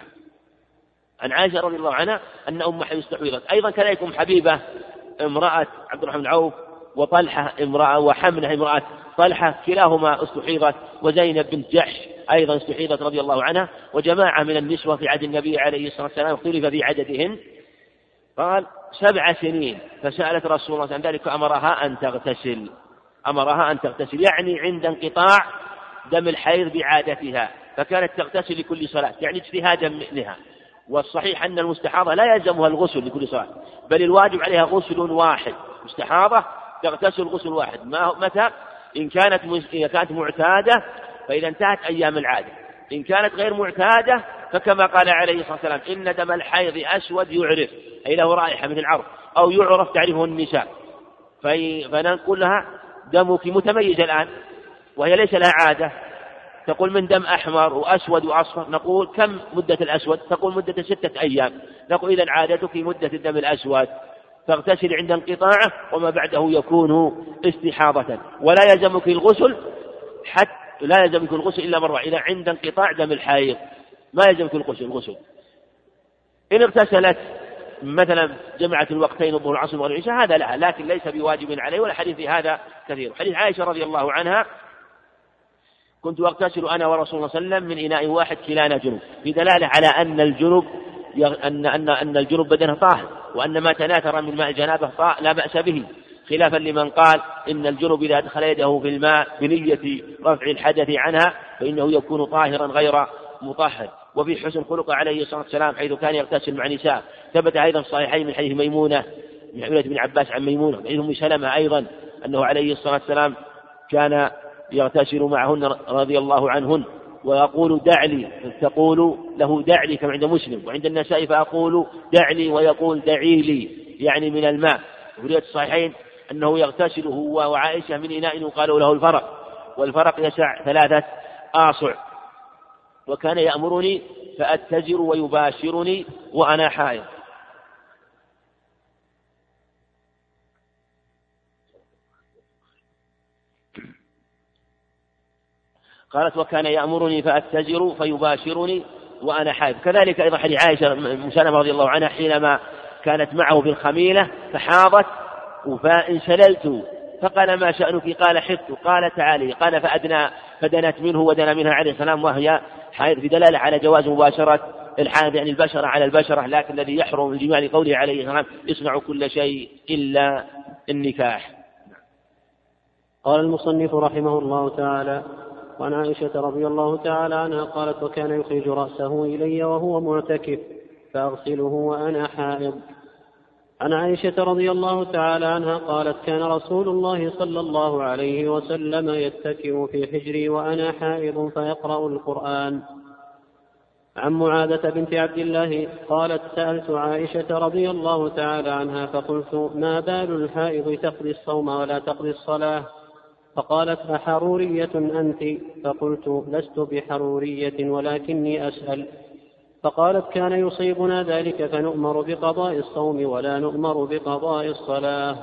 عن عائشة رضي الله عنها أن أم حبيبة استحيضت، أيضا كذلك أم حبيبة امرأة عبد الرحمن بن عوف، وطلحة امرأة وحمنة امرأة طلحة كلاهما استحيضت، وزينب بنت جحش أيضا استحيضت رضي الله عنها، وجماعة من النسوة في عهد النبي عليه الصلاة والسلام اختلف في عددهن. قال سبع سنين، فسألت رسول الله عن ذلك فأمرها أن تغتسل أمرها أن تغتسل يعني عند انقطاع دم الحيض بعادتها، فكانت تغتسل لكل صلاة يعني اجتهادا منها. والصحيح أن المستحاضة لا يلزمها الغسل لكل صلاة، بل الواجب عليها غسل واحد. مستحاضة تغتسل غسل واحد. ما متى؟ إن كانت إن كانت معتادة فإذا انتهت أيام العادة، إن كانت غير معتادة فكما قال عليه الصلاة والسلام: إن دم الحيض أسود يعرف، أي له رائحة مثل العرف، أو يعرف تعرفه النساء. فنقول لها دمك متميز الآن وهي ليس لها عادة، تقول من دم أحمر وأسود وأصفر، نقول كم مدة الأسود؟ تقول مدة ستة أيام، نقول إذا عادتك مدة الدم الأسود، تغتسل عند انقطاعه وما بعده يكون استحاضة، ولا يلزمك الغسل حتى لا يلزمك الغسل إلا مرة إذا عند انقطاع دم الحيض، ما يلزمك الغسل الغسل إن اغتسلت مثلا جمعت الوقتين الظهر والعصر والعشاء هذا لها، لكن ليس بواجب عليه، ولا حديث في هذا كثير. حديث عائشة رضي الله عنها: كنت أغتسل أنا ورسول الله صلى الله عليه وسلم من إناء واحد كلانا جنوب، في دلالة على أن الجنوب أن أن أن الجنوب بدنه طاهر، وأن ما تناثر من ماء الجنابة لا بأس به. خلافا لمن قال إن الجنب إذا أدخل يده في الماء بنية رفع الحدث عنها فإنه يكون طاهرا غير مطهر. وفي حسن خلق عليه الصلاة والسلام حيث كان يغتسل مع نساء، ثبت أيضا في الصحيحين من حديث ميمونة من حديث ابن عباس عن ميمونة وحديث أم سلمة أيضا أنه عليه الصلاة والسلام كان يغتسل معهن رضي الله عنهن ويقول دع لي، تقول له دع لي كما عند مسلم، وعند النسائي فأقول دع لي ويقول دعي لي يعني من الماء. وفي رواية الصحيحين أنه يغتسل هو وعائشة من إناء وقالوا له الفرق، والفرق يسع ثلاثة آصع. وكان يأمرني فأتزر ويباشرني وأنا حائض. قالت وكان يأمرني فأتزر فيباشرني وأنا حائض. كذلك أيضا حديث عائشة مسلمة رضي الله عنها حينما كانت معه في الخميلة فحاضت فانسللت فقال ما شأنك؟ قال حفت. قال تعالي. قال فأدنى فدنت منه ودنا منها عليه السلام وهي حائض، في دلالة على جواز مباشرة الحائض يعني البشرة على البشرة، لكن الذي يحرم الجماع لقوله عليه السلام يصنع كل شيء إلا النكاح. قال المصنف رحمه الله تعالى: وعن عائشة رضي الله تعالى عنها قالت: وكان يخرج رأسه إلي وهو معتكف فأغسله وأنا حائض. عن عائشة رضي الله تعالى عنها قالت: كان رسول الله صلى الله عليه وسلم يتكئ في حجري وأنا حائض فيقرأ القرآن. عن معاذة بنت عبد الله قالت: سألت عائشة رضي الله تعالى عنها فقلت: ما بال الحائض تقضي الصوم ولا تقضي الصلاة؟ فقالت: أحرورية أنت؟ فقلت: لست بحرورية ولكني أسأل. فقالت: كان يصيبنا ذلك فنؤمر بقضاء الصوم ولا نؤمر بقضاء الصلاة.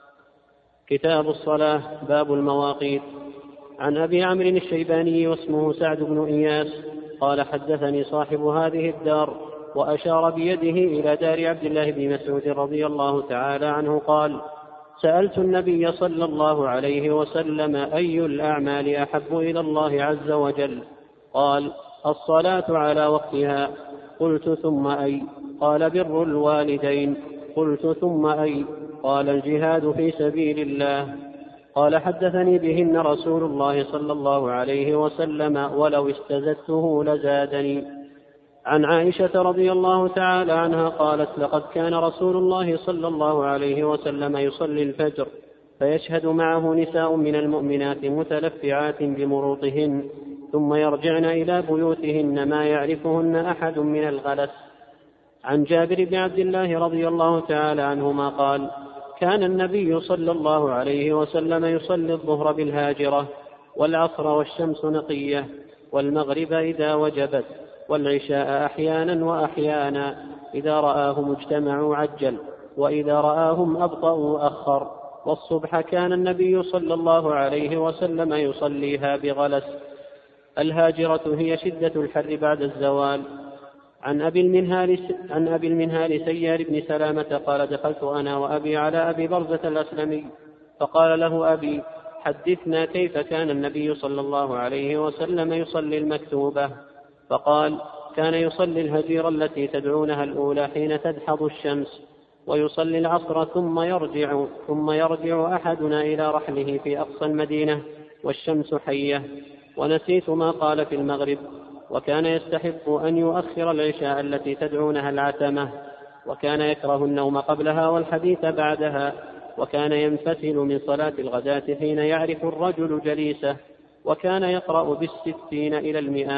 كتاب الصلاة. باب المواقيت. عن أبي عمرو الشيباني واسمه سعد بن إياس قال: حدثني صاحب هذه الدار، وأشار بيده إلى دار عبد الله بن مسعود رضي الله تعالى عنه قال: سألت النبي صلى الله عليه وسلم: أي الأعمال أحب إلى الله عز وجل؟ قال: الصلاة على وقتها. قلت: ثم أي؟ قال: بر الوالدين. قلت: ثم أي؟ قال: الجهاد في سبيل الله. قال: حدثني بهن رسول الله صلى الله عليه وسلم ولو استزدته لزادني. عن عائشة رضي الله تعالى عنها قالت: لقد كان رسول الله صلى الله عليه وسلم يصلي الفجر فيشهد معه نساء من المؤمنات متلفعات بمروطهن ثم يرجعن إلى بيوتهن ما يعرفهن أحد من الغلس. عن جابر بن عبد الله رضي الله تعالى عنهما قال: كان النبي صلى الله عليه وسلم يصلي الظهر بالهاجرة والعصر والشمس نقية والمغرب إذا وجبت والعشاء أحيانا وأحيانا، إذا رآهم اجتمعوا عجل وإذا رآهم أبطأوا أخر، والصبح كان النبي صلى الله عليه وسلم يصليها بغلس. الهاجرة هي شدة الحر بعد الزوال. عن أبي المنهال, عن أبي المنهال سيار بن سلامة قال: دخلت أنا وأبي على أبي برزة الأسلمي فقال له أبي: حدثنا كيف كان النبي صلى الله عليه وسلم يصلي المكتوبة؟ فقال: كان يصلي الهجيرة التي تدعونها الأولى حين تدحض الشمس، ويصلي العصر ثم يرجع ثم يرجع أحدنا إلى رحله في أقصى المدينة والشمس حية. ونسيت ما قال في المغرب. وكان يستحق أن يؤخر العشاء التي تدعونها العتمة، وكان يكره النوم قبلها والحديث بعدها، وكان ينفتل من صلاة الغداة حين يعرف الرجل جليسه، وكان يقرأ بالستين إلى المئة.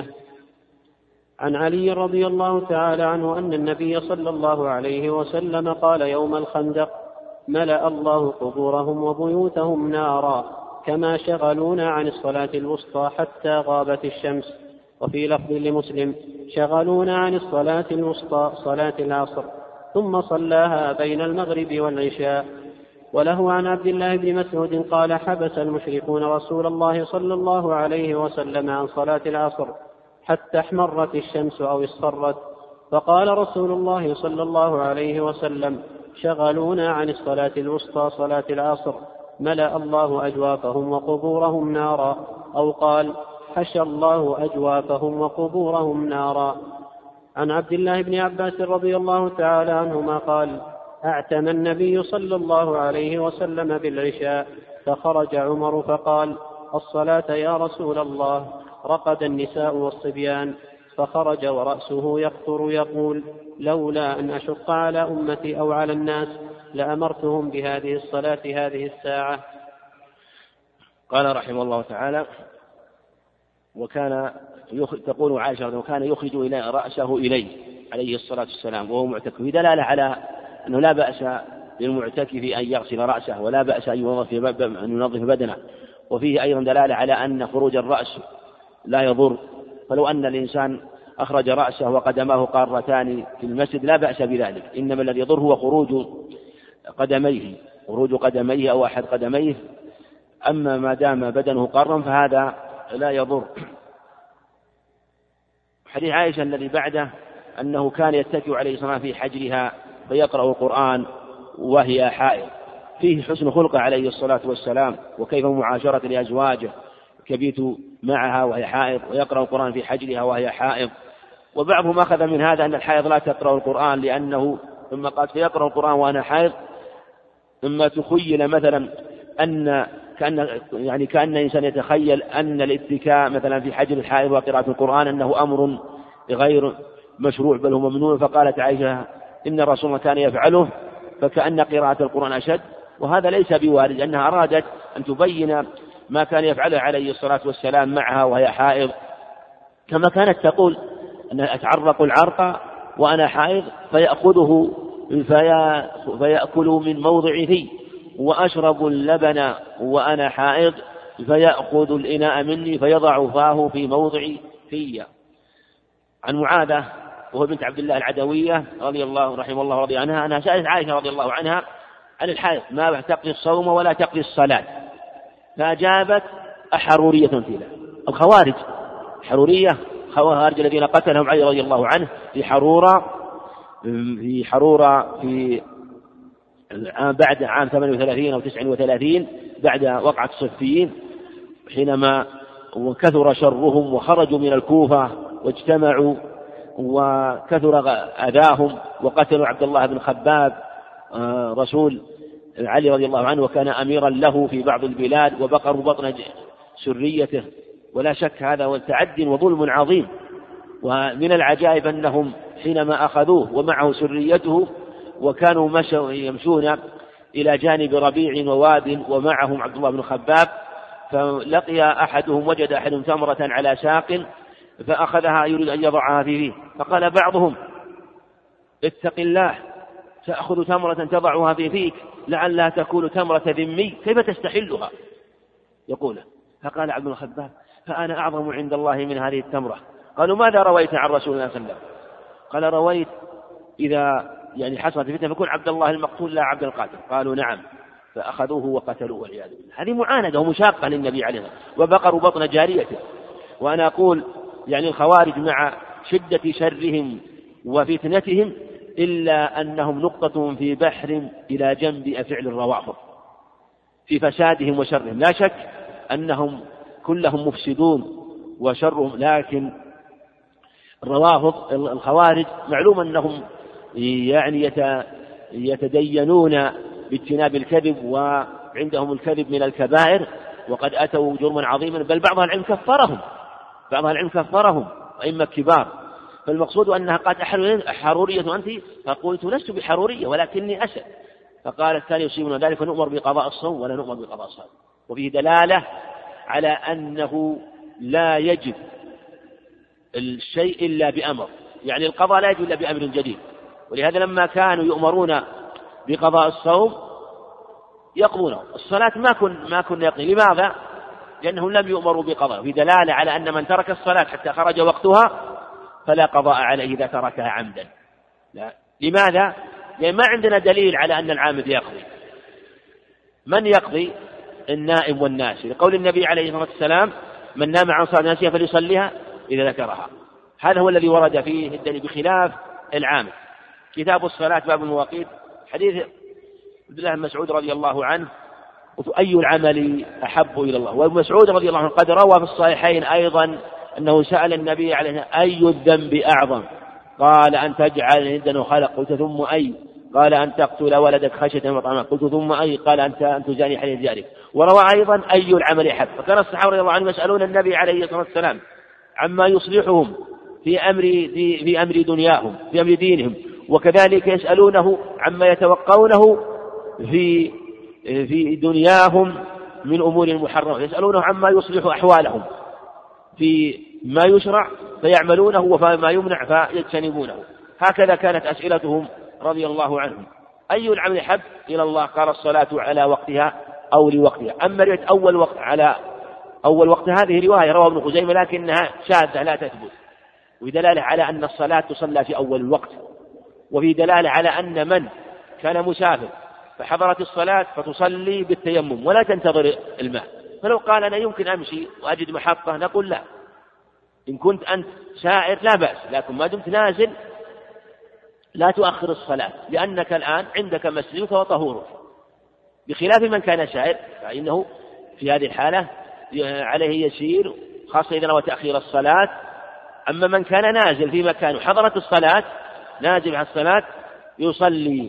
عن علي رضي الله تعالى عنه أن النبي صلى الله عليه وسلم قال يوم الخندق: ملأ الله قبورهم وبيوتهم نارا كما شغلونا عن الصلاة الوسطى حتى غابت الشمس. وفي لفظ لمسلم: شغلونا عن الصلاة الوسطى صلاة العصر ثم صلاها بين المغرب والعشاء. وله عن عبد الله بن مسعود قال: حبس المشركون رسول الله صلى الله عليه وسلم عن صلاة العصر حتى احمرت الشمس أو اصفرت، فقال رسول الله صلى الله عليه وسلم: شغلونا عن الصلاة الوسطى صلاة العصر ملأ الله أجوافهم وقبورهم نارا، أو قال: حشى الله أجوافهم وقبورهم نارا. عن عبد الله بن عباس رضي الله تعالى عنهما قال: أعتم النبي صلى الله عليه وسلم بالعشاء، فخرج عمر فقال: الصلاة يا رسول الله. رقد النساء والصبيان، فخرج ورأسه يقطر يقول: لولا أن أشق على أمتي أو على الناس لأمرتهم بهذه الصلاة هذه الساعة. قال رحمه الله تعالى: وكان تقول عائشة: وكان يخرج إلى رأسه إليه عليه الصلاة والسلام وهو معتكف، في دلالة على أنه لا بأس للمعتكف أن يغسل رأسه ولا بأس أن ينظف بدنه، وفيه أيضا دلالة على أن خروج الرأس لا يضر، فلو أن الإنسان أخرج رأسه وقدماه قارتان في المسجد لا بأس بذلك، إنما الذي يضر هو خروج قدميه خروج قدميه أو أحد قدميه، أما ما دام بدنه قارا فهذا لا يضر. حديث عائشة الذي بعده أنه كان يتكئ عليه الصلاة والسلام في حجرها فيقرأ القرآن وهي حائض، فيه حسن خلقه عليه الصلاة والسلام وكيف معاشرة لأزواجه، كبيت معها وهي حائض ويقرأ القرآن في حجرها وهي حائض. وبعضهم أخذ من هذا أن الحائض لا تقرأ القرآن، لأنه ثم قال فيقرأ القرآن وأنا حائض، ثم تخيل مثلا أن كأن يعني كأن إنسان يتخيل أن الاتكاء مثلا في حجر الحائض وقراءة القرآن أنه أمر غير مشروع بل هو ممنوع، فقالت عائشة: إن الرسول الله كان يفعله فكأن قراءة القرآن أشد، وهذا ليس بوارد، أنها أرادت أن تبين ما كان يفعله عليه الصلاة والسلام معها وهي حائض، كما كانت تقول أن أتعرق العرق وأنا حائض فيأخذه في فيأكل من موضع فيه، وأشرب اللبن وأنا حائض فيأخذ الإناء مني فيضع فاه في موضع في. عن معاذة وهو بنت عبد الله العدوية رضي الله رحمه الله رضي عنها أنها سألت عائشة رضي الله عنها عن الحائض: ما تقضي الصوم ولا تقضي الصلاة؟ فأجابت: أحرورية فينا. الخوارج حرورية، خوارج الذين قتلهم علي رضي الله عنه في حرورة في حرورة في بعد عام ثمانية وثلاثين أو تسعة وثلاثين بعد وقعة الصفين، حينما وكثر شرهم وخرجوا من الكوفة واجتمعوا وكثر أذاهم وقتلوا عبد الله بن خباب رسول علي رضي الله عنه وكان أميرا له في بعض البلاد، وبقروا بطن سريته، ولا شك هذا والتعدي وظلم عظيم. ومن العجائب أنهم حينما أخذوه ومعه سريته وكانوا مشوا يمشون إلى جانب ربيع وواد ومعهم عبد الله بن خباب، فلقي أحدهم وجد أحدهم تمرة على ساق فأخذها يريد أن يضعها في فيه، فقال بعضهم: اتق الله، تأخذ تمرة تضعها في فيك لعلها تكون تمرة ذمي، كيف تستحلها؟ يقول. فقال عبد الله بن خباب: فأنا أعظم عند الله من هذه التمرة. قالوا: ماذا رويت عن رسول الله صلى الله عليه وسلم؟ قال: رويت إذا يعني حصلت فتنة فكون عبد الله المقتول لا عبد القاتل. قالوا: نعم. فأخذوه وقتلوه والعياذ بالله. هذه معاندة ومشاقة للنبي عليه الصلاة والسلام، وبقروا بطن جاريته. وأنا أقول يعني الخوارج مع شدة شرهم وفتنتهم إلا أنهم نقطة في بحر إلى جنب أفعل الروافض في فسادهم وشرهم، لا شك أنهم كلهم مفسدون وشرهم، لكن الروافض الخوارج معلوم أنهم يعني يتدينون باجتناب الكذب، وعندهم الكذب من الكبائر، وقد أتوا جرما عظيما، بل بعض العلم كفرهم بعض العلم كفرهم أئمة كبار. فالمقصود أنها قالت: أحرورية أنت؟ فقلت: لست بحرورية ولكني أسد. فقال الثاني: يصيبنا ذلك فنؤمر بقضاء الصوم ولا نؤمر بقضاء الصلاة. وفيه دلالة على أنه لا يجب الشيء إلا بأمر، يعني القضاء لا يجب إلا بأمر جديد. ولهذا لما كانوا يؤمرون بقضاء الصوم يقضونه، الصلاة ما كن ما كن يقضي. لماذا؟ لأنهم لم يؤمروا بقضاء. في دلالة على أن من ترك الصلاة حتى خرج وقتها فلا قضاء عليه إذا تركها عمدا. لا. لماذا؟ لأن ما عندنا دليل على أن العامد يقضي. من يقضي؟ النائم والناسي، لقول النبي عليه الصلاة والسلام: من نام عن صلاة ناسية فليصليها إذا ذكرها. هذا هو الذي ورد فيه الدليل بخلاف العامد. كتاب الصلاة باب المواقيت، حديث عبد الله بن مسعود رضي الله عنه: أي العمل أحب إلى الله؟ وابن مسعود رضي الله عنه قد روى في الصحيحين أيضا أنه سأل النبي عليه أي الذنب أعظم؟ قال: أن تجعل عندنا خلق. قلت: ثم أي؟ قال أن تقتل ولدك خشية من طعام. قلت ثم أي؟ قال أنت أن تزاني حليل جارك. وروى أيضا أي العمل أحب. فكان الصحابة رضي الله عنهم يسألون النبي عليه الصلاة والسلام عما يصلحهم في أمر في أمر دنياهم في أمر دينهم، وكذلك يسألونه عما يتوقونه في في دنياهم من أمور محرمة، يسألونه عما يصلح أحوالهم في ما يشرع فيعملونه وما يمنع فيجتنبونه. هكذا كانت أسئلتهم رضي الله عنهم. أي العمل أحب إلى الله؟ قال الصلاة على وقتها أو لوقتها. أما رواية أول وقت على أول وقت هذه رواية رواه ابن خزيمة لكنها شاذة لا تثبت، ودلالة على أن الصلاة تصلى في أول الوقت، وفي دلالة على أن من كان مسافر فحضرت الصلاة فتصلي بالتيمم ولا تنتظر الماء. فلو قال أنا يمكن أمشي وأجد محطة نقول لا، إن كنت أنت سائر لا بأس، لكن ما دمت نازل لا تؤخر الصلاة، لأنك الآن عندك مسجدك وطهورك، بخلاف من كان سائر فإنه في هذه الحالة عليه يسير، خاصة إذا نوى تأخير الصلاة. أما من كان نازل في مكان وحضرت الصلاة، نازل على الصلاة يصلي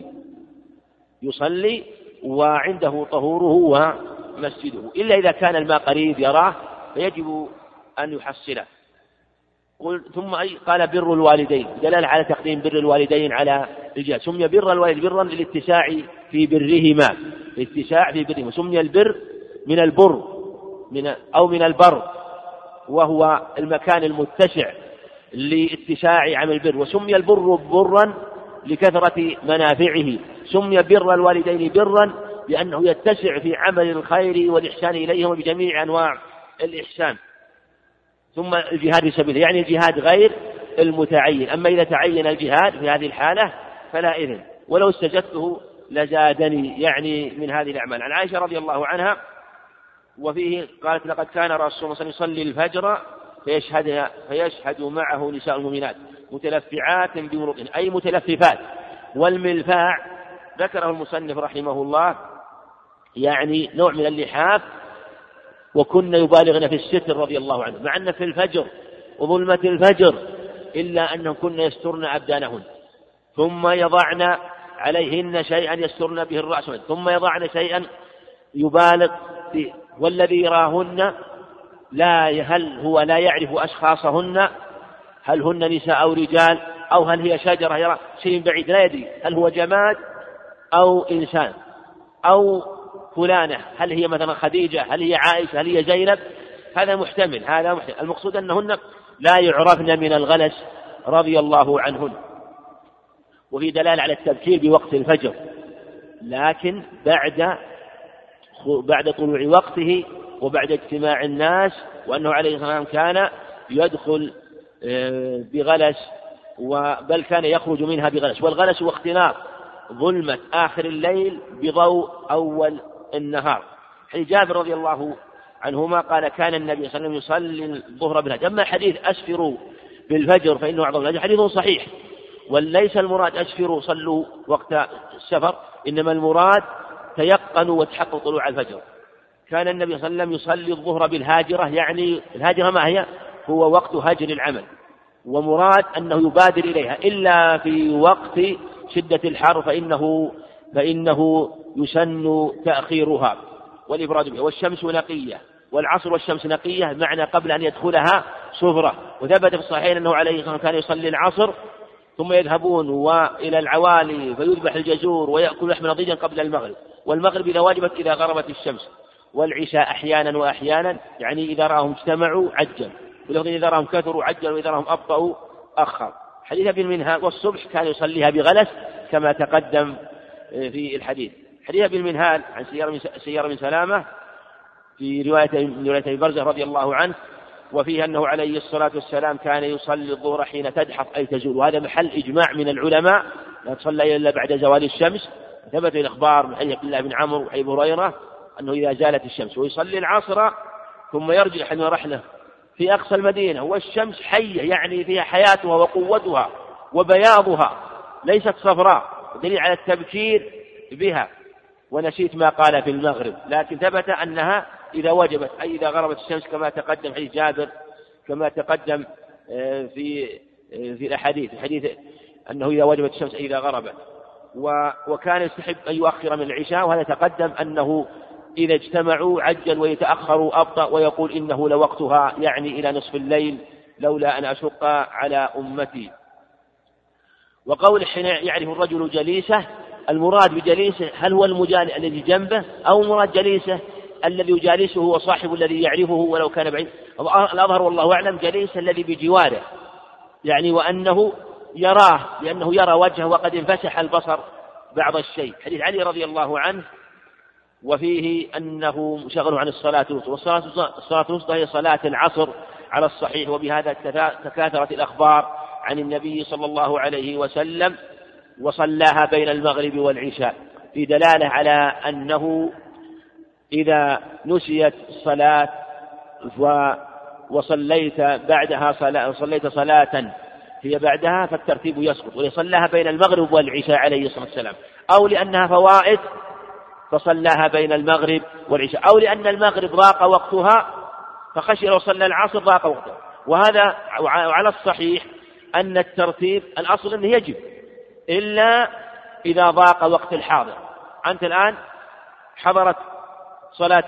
يصلي وعنده طهوره ومسجده، إلا إذا كان الماء قريب يراه فيجب أن يحصله. ثم أي قال بر الوالدين، دلالة على تقديم بر الوالدين على الجهاد. سمي بر الوالدين برا للاتساع في برهما، الاتساع في برهما. سمي البر من البر من أو من البر، وهو المكان المتسع لاتساع عمل البر. وسمي البر برا لكثرة منافعه. سمي بر الوالدين برا لأنه يتسع في عمل الخير والإحسان إليهم بجميع أنواع الإحسان. ثم الجهاد في سبيله، يعني الجهاد غير المتعين. أما إذا تعين الجهاد في هذه الحالة فلا إذن، ولو استجدته لزادني، يعني من هذه الأعمال. عن عائشة رضي الله عنها وفيه قالت لقد كان رسول الله صلى الله عليه وسلم يصلي الفجر فيشهد, فيشهد معه نساء المؤمنات متلفعات بمروطهن، أي متلففات. والملفاع ذكره المصنف رحمه الله يعني نوع من اللحاف، وكن يبالغن في الستر رضي الله عنه، مع أن في الفجر وظلمة الفجر إلا أنهن كن يسترن أبدانهن، ثم يضعن عليهن شيئا يسترن به الرأس، ثم يضعن شيئا يبالغ فيه. والذي يراهن لا هل هو لا يعرف أشخاصهن، هل هن نساء أو رجال، أو هل هي شجرة، يرى شيء بعيد لا يدري هل هو جماد أو إنسان أو فلانة، هل هي مثلا خديجة، هل هي عائشة، هل هي زينب، هذا محتمل هذا محتمل. المقصود أنهن لا يعرفن من الغلس رضي الله عنهن. وفي دلالة على التبكير بوقت الفجر، لكن بعد بعد طلوع وقته وبعد اجتماع الناس، وأنه عليه الصلاة والسلام كان يدخل بغلس، بل كان يخرج منها بغلس. والغلس هو اختلاط ظلمة آخر الليل بضوء أول النهار. حديث جابر رضي الله عنهما قال كان النبي صلى الله عليه وسلم يصلي الظهر بالفجر. أما حديث أسفروا بالفجر فإنه أعظم الأجر حديث صحيح، وليس المراد أسفروا صلوا وقت السفر، إنما المراد تيقنوا وتحققوا طلوع الفجر. كان النبي صلى الله عليه وسلم يصلي الظهر بالهاجرة، يعني الهاجرة ما هي؟ هو وقت هجر العمل، ومراد أنه يبادر إليها إلا في وقت شدة الحر فإنه فإنه يسن تأخيرها والإبراد بها. والشمس نقية، والعصر والشمس نقية معنى قبل أن يدخلها صفرة. وثبت في الصحيحين أنه عليه الصلاة والسلام كان يصلي العصر ثم يذهبون وإلى العوالي فيذبح الجزور ويأكل لحم نضيجا قبل المغرب، والمغرب إذا واجبت إذا غربت الشمس، والعشاء أحيانا وأحيانا، يعني إذا رأهم اجتمعوا عجل، ولكن إذا رأهم كثروا عجل، وإذا رأهم أبطأوا أخر. حديث ابن المنهال والصبح كان يصليها بغلس كما تقدم في الحديث. حديث ابن المنهال عن سيار بن سلامة في رواية رواية ابي برزة رضي الله عنه، وفيه أنه عليه الصلاة والسلام كان يصلي الظهر حين تدحض أي تزول، وهذا محل إجماع من العلماء، لا تصلى إلا بعد زوال الشمس. ثبت الأخبار من حديث عبد الله بن عمرو وأبي هريرة أنه إذا زالت الشمس، ويصلي العصر ثم يرجع حين رحله في أقصى المدينة والشمس حية، يعني فيها حياتها وقوتها وبياضها ليست صفراء، دليل على التبكير بها. ونسيت ما قال في المغرب، لكن ثبت أنها إذا وجبت أي إذا غربت الشمس كما تقدم حديث جابر، كما تقدم في في الأحاديث، الحديث أنه إذا وجبت الشمس أي إذا غربت. وكان يستحب أن يؤخر من العشاء، وهذا تقدم أنه إذا اجتمعوا عجل ويتأخروا أبطأ ويقول إنه لوقتها، يعني إلى نصف الليل لولا أن أشق على أمتي. وقول حين يعرف الرجل جليسه، المراد بجليسه هل هو المجالس الذي جنبه أو مراد جليسه الذي يجالسه هو صاحب الذي يعرفه ولو كان بعيد؟ الأظهر والله أعلم جليسه الذي بجواره، يعني وأنه يراه لأنه يرى وجهه وقد انفسح البصر بعض الشيء. حديث علي رضي الله عنه وفيه أنه شغل عن الصلاة الوسطى، والصلاة الوسطى هي صلاة العصر على الصحيح، وبهذا تكاثرت الأخبار عن النبي صلى الله عليه وسلم، وصلاها بين المغرب والعشاء، في دلالة على أنه إذا نسيت الصلاة وصليت بعدها صلاة صليت صلاة هي بعدها فالترتيب يسقط، ولصلاها بين المغرب والعشاء عليه الصلاة والسلام، أو لأنها فوائد فصلاها بين المغرب والعشاء، أو لأن المغرب ضاق وقتها فخشي لو صلى العصر ضاق وقتها. وهذا وعلى الصحيح أن الترتيب الأصل أنه يجب إلا إذا ضاق وقت الحاضر. أنت الآن حضرت صلاة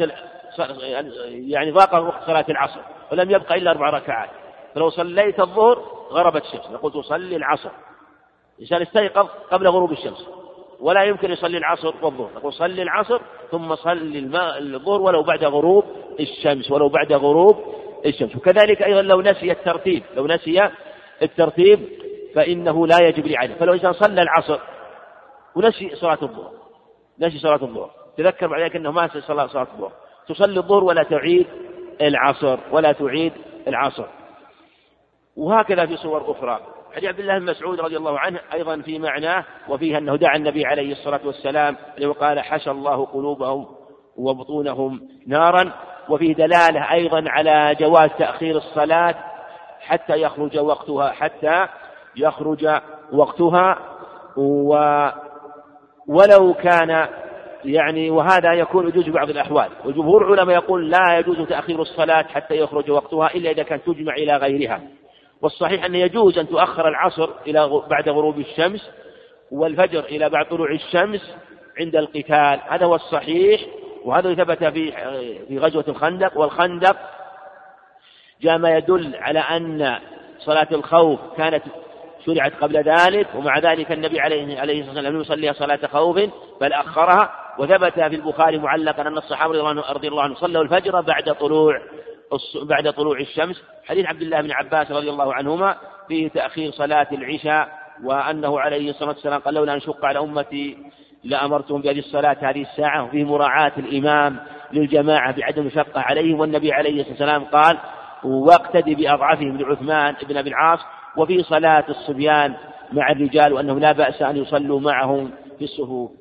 يعني ضاق وقت صلاة العصر ولم يبقى إلا أربع ركعات، فلو صليت الظهر غربت الشمس نقول تصلي العصر، إنسان استيقظ قبل غروب الشمس ولا يمكن يصلي العصر والظهر، نقول صلي العصر ثم صلي الظهر ولو بعد غروب الشمس ولو بعد غروب الشمس. وكذلك أيضا لو نسي الترتيب لو نسي الترتيب فإنه لا يجب لعله. فلو إنسان صلى العصر ونسي صلاة الظهر نسي صلاة الظهر تذكر بعد ذلك أنه ما نسي صلاة الظهر، تصلي الظهر ولا تعيد العصر ولا تعيد العصر. وهكذا في صور أخرى. حديث عبد الله بن مسعود رضي الله عنه أيضا في معناه، وفيه أنه دعا النبي عليه الصلاة والسلام وقال حشى الله قلوبهم وبطونهم نارا، وفيه دلالة أيضا على جواز تأخير الصلاة حتى يخرج وقتها حتى يخرج وقتها و ولو كان يعني وهذا يكون يجوز بعض الأحوال. وجمهور العلماء يقول لا يجوز تأخير الصلاة حتى يخرج وقتها إلا إذا كانت تجمع إلى غيرها، والصحيح أن يجوز أن تؤخر العصر إلى بعد غروب الشمس والفجر إلى بعد طلوع الشمس عند القتال، هذا هو الصحيح. وهذا ثبت في في غزوة الخندق، والخندق جاء ما يدل على أن صلاة الخوف كانت شرعت قبل ذلك، ومع ذلك النبي عليه عليه الصلاة والسلام لم يصلي صلاة خوف بل أخرها. وثبت في البخاري معلقا أن الصحابة رضي الله عنهم صلوا الفجر بعد طلوع بعد طلوع الشمس. حديث عبد الله بن عباس رضي الله عنهما فيه تأخير صلاة العشاء، وأنه عليه الصلاة والسلام قال لولا أن شق على أمتي لأمرتهم بهذه الصلاة هذه الساعة، وفيه مراعاة الإمام للجماعة بعدم مشقة عليهم. والنبي عليه الصلاة والسلام قال واقتدي بأضعفهم لعثمان بن أبي العاص. وفي صلاة الصبيان مع الرجال وأنه لا بأس أن يصلوا معهم في الصفوف.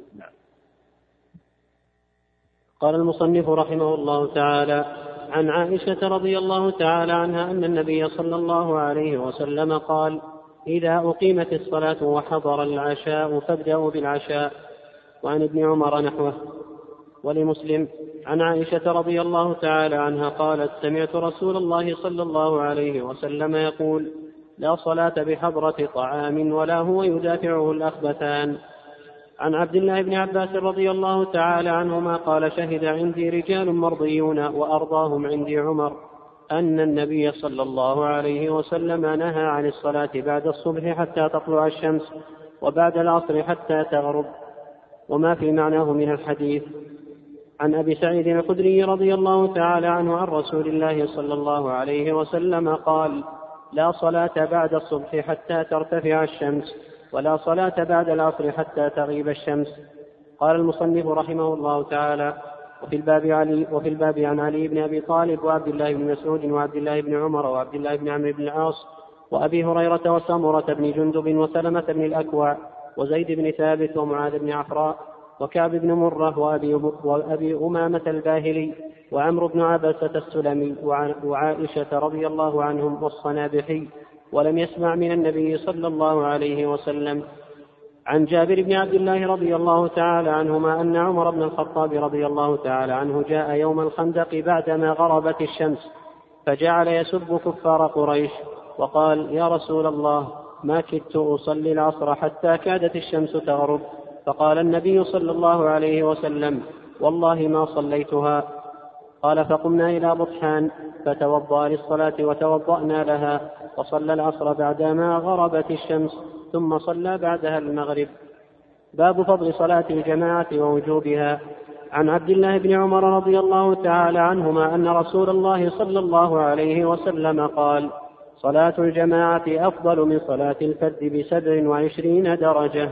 قال المصنف رحمه الله تعالى عن عائشة رضي الله تعالى عنها أن النبي صلى الله عليه وسلم قال إذا أقيمت الصلاة وحضر العشاء فابدأوا بالعشاء. وعن ابن عمر نحوه. ولمسلم عن عائشة رضي الله تعالى عنها قالت سمعت رسول الله صلى الله عليه وسلم يقول لا صلاة بحضرة طعام ولا هو يدافعه الأخبثان. عن عبد الله بن عباس رضي الله تعالى عنهما قال شهد عندي رجال مرضيون وأرضاهم عندي عمر أن النبي صلى الله عليه وسلم نهى عن الصلاة بعد الصبح حتى تطلع الشمس وبعد العصر حتى تغرب، وما في معناه من الحديث. عن أبي سعيد الخدري رضي الله تعالى عنه عن رسول الله صلى الله عليه وسلم قال لا صلاة بعد الصبح حتى ترتفع الشمس ولا صلاة بعد العصر حتى تغيب الشمس. قال المصنف رحمه الله تعالى وفي الباب, علي وفي الباب عن علي بن أبي طالب وعبد الله بن مسعود وعبد الله بن عمر وعبد الله بن عمرو بن العاص وأبي هريرة وسمرة بن جندب وسلمة بن الأكوع وزيد بن ثابت ومعاذ بن عفراء وكعب بن مرة وأبي, وأبي أمامة الباهلي وعمرو بن عبسة السلمي وعائشة رضي الله عنهم والصنابحي، ولم يسمع من النبي صلى الله عليه وسلم. عن جابر بن عبد الله رضي الله تعالى عنهما أن عمر بن الخطاب رضي الله تعالى عنه جاء يوم الخندق بعدما غربت الشمس فجعل يسب كفار قريش وقال يا رسول الله ما كدت أصلي العصر حتى كادت الشمس تغرب فقال النبي صلى الله عليه وسلم: والله ما صليتها. قال: فقمنا إلى بطحان فتوضأ للصلاة وتوضأنا لها، وصلى العصر بعدما غربت الشمس، ثم صلى بعدها المغرب. باب فضل صلاة الجماعة ووجوبها. عن عبد الله بن عمر رضي الله تعالى عنهما أن رسول الله صلى الله عليه وسلم قال: صلاة الجماعة أفضل من صلاة الفرد بسبع وعشرين درجة.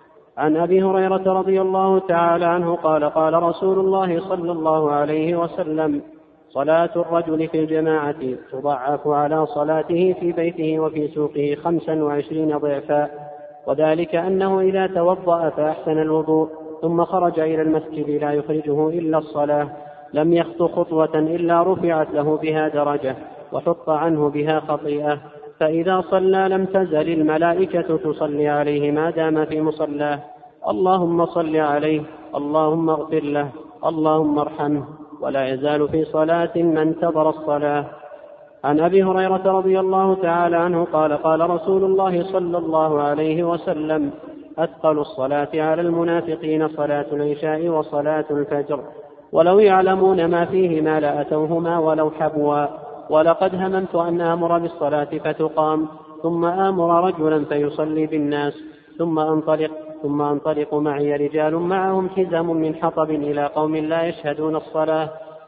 عن أبي هريرة رضي الله تعالى عنه قال: قال رسول الله صلى الله عليه وسلم: صلاة الرجل في الجماعة تضعف على صلاته في بيته وفي سوقه خمسا وعشرين ضعفا، وذلك أنه إذا توضأ فأحسن الوضوء ثم خرج إلى المسجد لا يخرجه إلا الصلاة لم يخط خطوة إلا رفعت له بها درجة وحط عنه بها خطيئة، فإذا صلى لم تزل الملائكة تصلي عليه ما دام في مصلاه: اللهم صل عليه، اللهم اغفر له، اللهم ارحمه، ولا يزال في صلاة ما انتظر الصلاة. عن أبي هريرة رضي الله تعالى عنه قال: قال رسول الله صلى الله عليه وسلم: أثقل الصلاة على المنافقين صلاة العشاء وصلاة الفجر، ولو يعلمون ما فيهما لأتوهما ولو حبوا، ولقد هممت أن آمر بالصلاة فتقام، ثم آمر رجلا فيصلي بالناس، ثم أنطلق ثم أنطلق معي رجال معهم حزم من حطب إلى قوم لا يشهدون الصلاة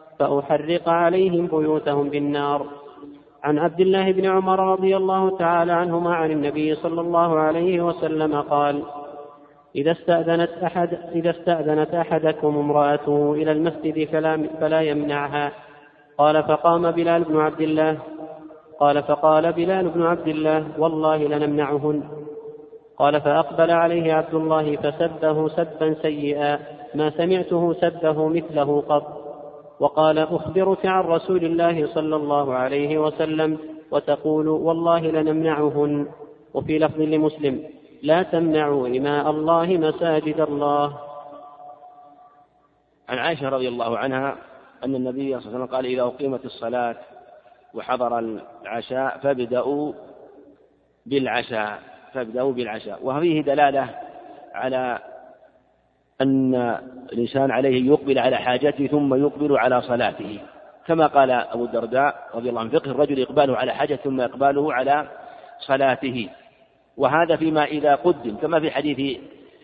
فأحرق عليهم بيوتهم بالنار. عن عبد الله بن عمر رضي الله تعالى عنهما عن النبي صلى الله عليه وسلم قال: إذا استأذنت, أحد إذا استأذنت أحدكم امرأته إلى المسجد فلا, فلا يمنعها. قال: فقام بلال بن عبد الله قال فقال بلال بن عبد الله: والله لنمنعهن. قال: فأقبل عليه عبد الله فسبه سبا سيئا ما سمعته سبه مثله قط، وقال: أخبرك عن رسول الله صلى الله عليه وسلم وتقول والله لنمنعهن. وفي لفظ لمسلم: لا تمنعوا إماء الله مساجد الله. عن عائشة رضي الله عنها أن النبي صلى الله عليه وسلم قال: إذا أقيمت الصلاة وحضر العشاء فابدأوا بالعشاء فابدأوا بالعشاء وفيه دلالة على أن الإنسان عليه يقبل على حاجته ثم يقبل على صلاته، كما قال أبو الدرداء رضي الله عنه: فقه الرجل إقباله على حاجته ثم إقباله على صلاته. وهذا فيما إذا قدم، كما في حديث